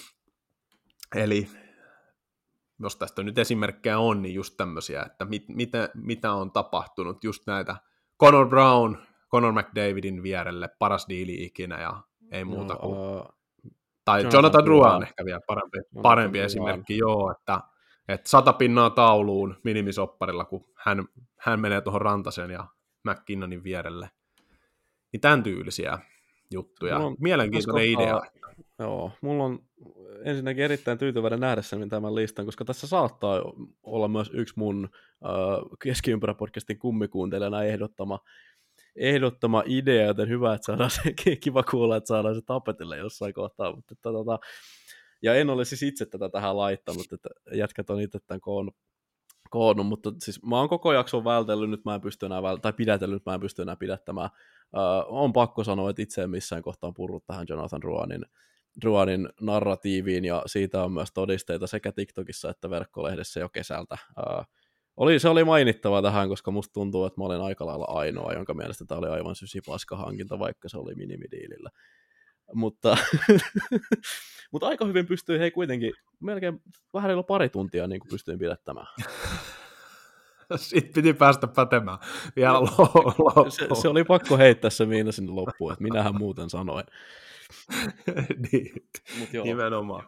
Eli jos tästä nyt esimerkkejä on, niin just tämmöisiä, että mitä on tapahtunut, just näitä Connor Brown, Connor McDavidin vierelle, paras diili ikinä ja ei muuta kuin... Tai Jonathan Drouin ehkä vielä parempi esimerkki, joo, että 100 pinnaa tauluun minimisopparilla, kun hän menee tuohon Rantasen ja McKinnonin vierelle. Niin tämän tyylisiä juttuja. Mielenkiintoinen idea. Joo, mulla on ensinnäkin erittäin tyytyväinen nähdessäni tämän listan, koska tässä saattaa olla myös yksi mun Keskiympärä-podcastin kummikuuntelijana ehdottama idea, joten hyvä, että saadaan se, kiva kuulla, että saadaan se tapetille jossain kohtaa. Mutta, ja en ole siis itse tätä tähän laittanut, että jätkät on itse tämän koonnut, mutta siis mä oon koko jakson vältellyt, nyt mä en pysty enää pidätellyt, mä en pysty enää pidättämään. On pakko sanoa, että itse en missään kohtaan purrut tähän Jonathan Drouinin Druanin narratiiviin, ja siitä on myös todisteita sekä TikTokissa että verkkolehdessä jo kesältä. Se oli mainittava tähän, koska musta tuntuu, että mä olin aika lailla ainoa, jonka mielestä tämä oli aivan sysipaska hankinta, vaikka se oli minimidiilillä. Mutta aika hyvin pystyi kuitenkin, melkein vähän reilu pari tuntia niin pystyin pidättämään. Siitä piti päästä pätemään vielä se oli pakko heittää se miina sinne loppuun, että minähän muuten sanoin. Niin, nimenomaan.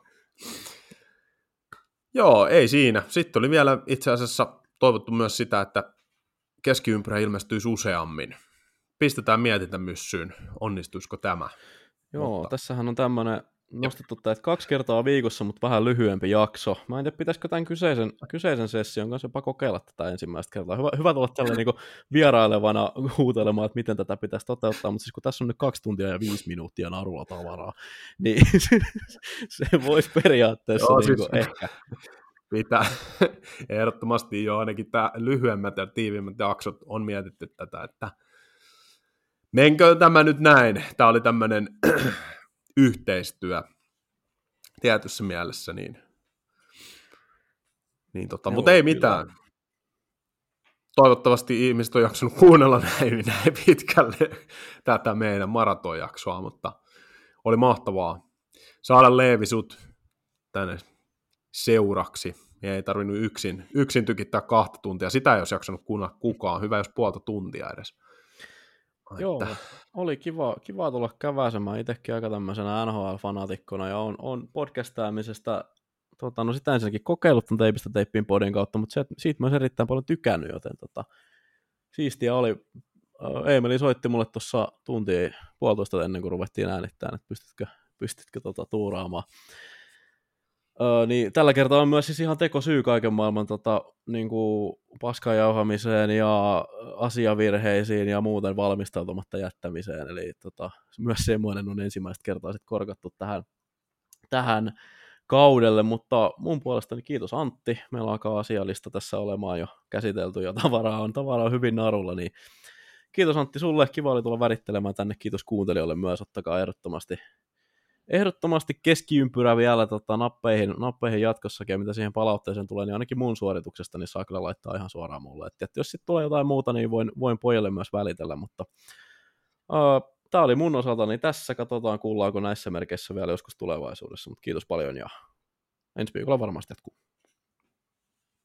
Joo, ei siinä. Sitten oli vielä itse asiassa toivottu myös sitä, että keskiympyrä ilmestyisi useammin. Pistetään mietintämyssyyn, onnistuisiko tämä? Joo, tässähän on tämmöinen nostettu, että 2 kertaa viikossa, mutta vähän lyhyempi jakso. Mä en tiedä, pitäisikö tämän kyseisen session kanssa jopa kokeilla tätä ensimmäistä kertaa. Hyvä tulla tällainen niin vierailevana huutelemaan, että miten tätä pitäisi toteuttaa, mutta siis kun tässä on nyt 2 tuntia ja 5 minuuttia narulla tavaraa, niin se voisi periaatteessa siis, ehkä. Pitää ehdottomasti jo ainakin tämä lyhyemmät ja tiiviimmät jaksot on mietitty tätä, että menkö tämä nyt näin? Tämä oli tämmöinen yhteistyö tietyssä mielessä, mutta ei mitään. Kyllä. Toivottavasti ihmiset on jaksanut kuunnella näin pitkälle tätä meidän maratonjaksoa, mutta oli mahtavaa saada Leevi sut tänne seuraksi. Ei tarvinnut yksin tykittää 2 tuntia. Sitä ei olisi jaksanut kuunnella kukaan. Hyvä, jos 0,5 tuntia edes. Joo, oli kiva tulla käväsemään itsekin aika tämmöisenä NHL-fanatikkona, ja on podcastaamisesta sitä ensinnäkin kokeillut ton Teipistä Teippiin podin kautta, mutta siitä mä olisin erittäin paljon tykännyt, joten siistiä oli. Eemeli soitti mulle tuossa tuntia 1,5 ennen kuin ruvettiin äänittämään, että pystytkö tuuraamaan. Niin tällä kertaa on myös siis ihan tekosyy kaiken maailman niin kuin paskan jauhamiseen ja asiavirheisiin ja muuten valmistautumatta jättämiseen, eli myös semmoinen on ensimmäistä kertaa sit korkattu tähän kaudelle, mutta mun puolestani kiitos Antti, meillä alkaa asialista tässä olemaan jo käsitelty ja tavaraa on hyvin narulla, niin kiitos Antti sulle, kiva oli tulla värittelemään tänne, kiitos kuuntelijoille myös, ottakaa ehdottomasti keskiympyrä vielä nappeihin jatkossakin, ja mitä siihen palautteeseen tulee, niin ainakin mun suorituksesta niin saa kyllä laittaa ihan suoraan mulle. Et jos sitten tulee jotain muuta, niin voin pojille myös välitellä, mutta tämä oli mun osaltani tässä. Katsotaan, kuullaanko näissä merkeissä vielä joskus tulevaisuudessa, mutta kiitos paljon, ja ensi viikolla varmasti jatkuu.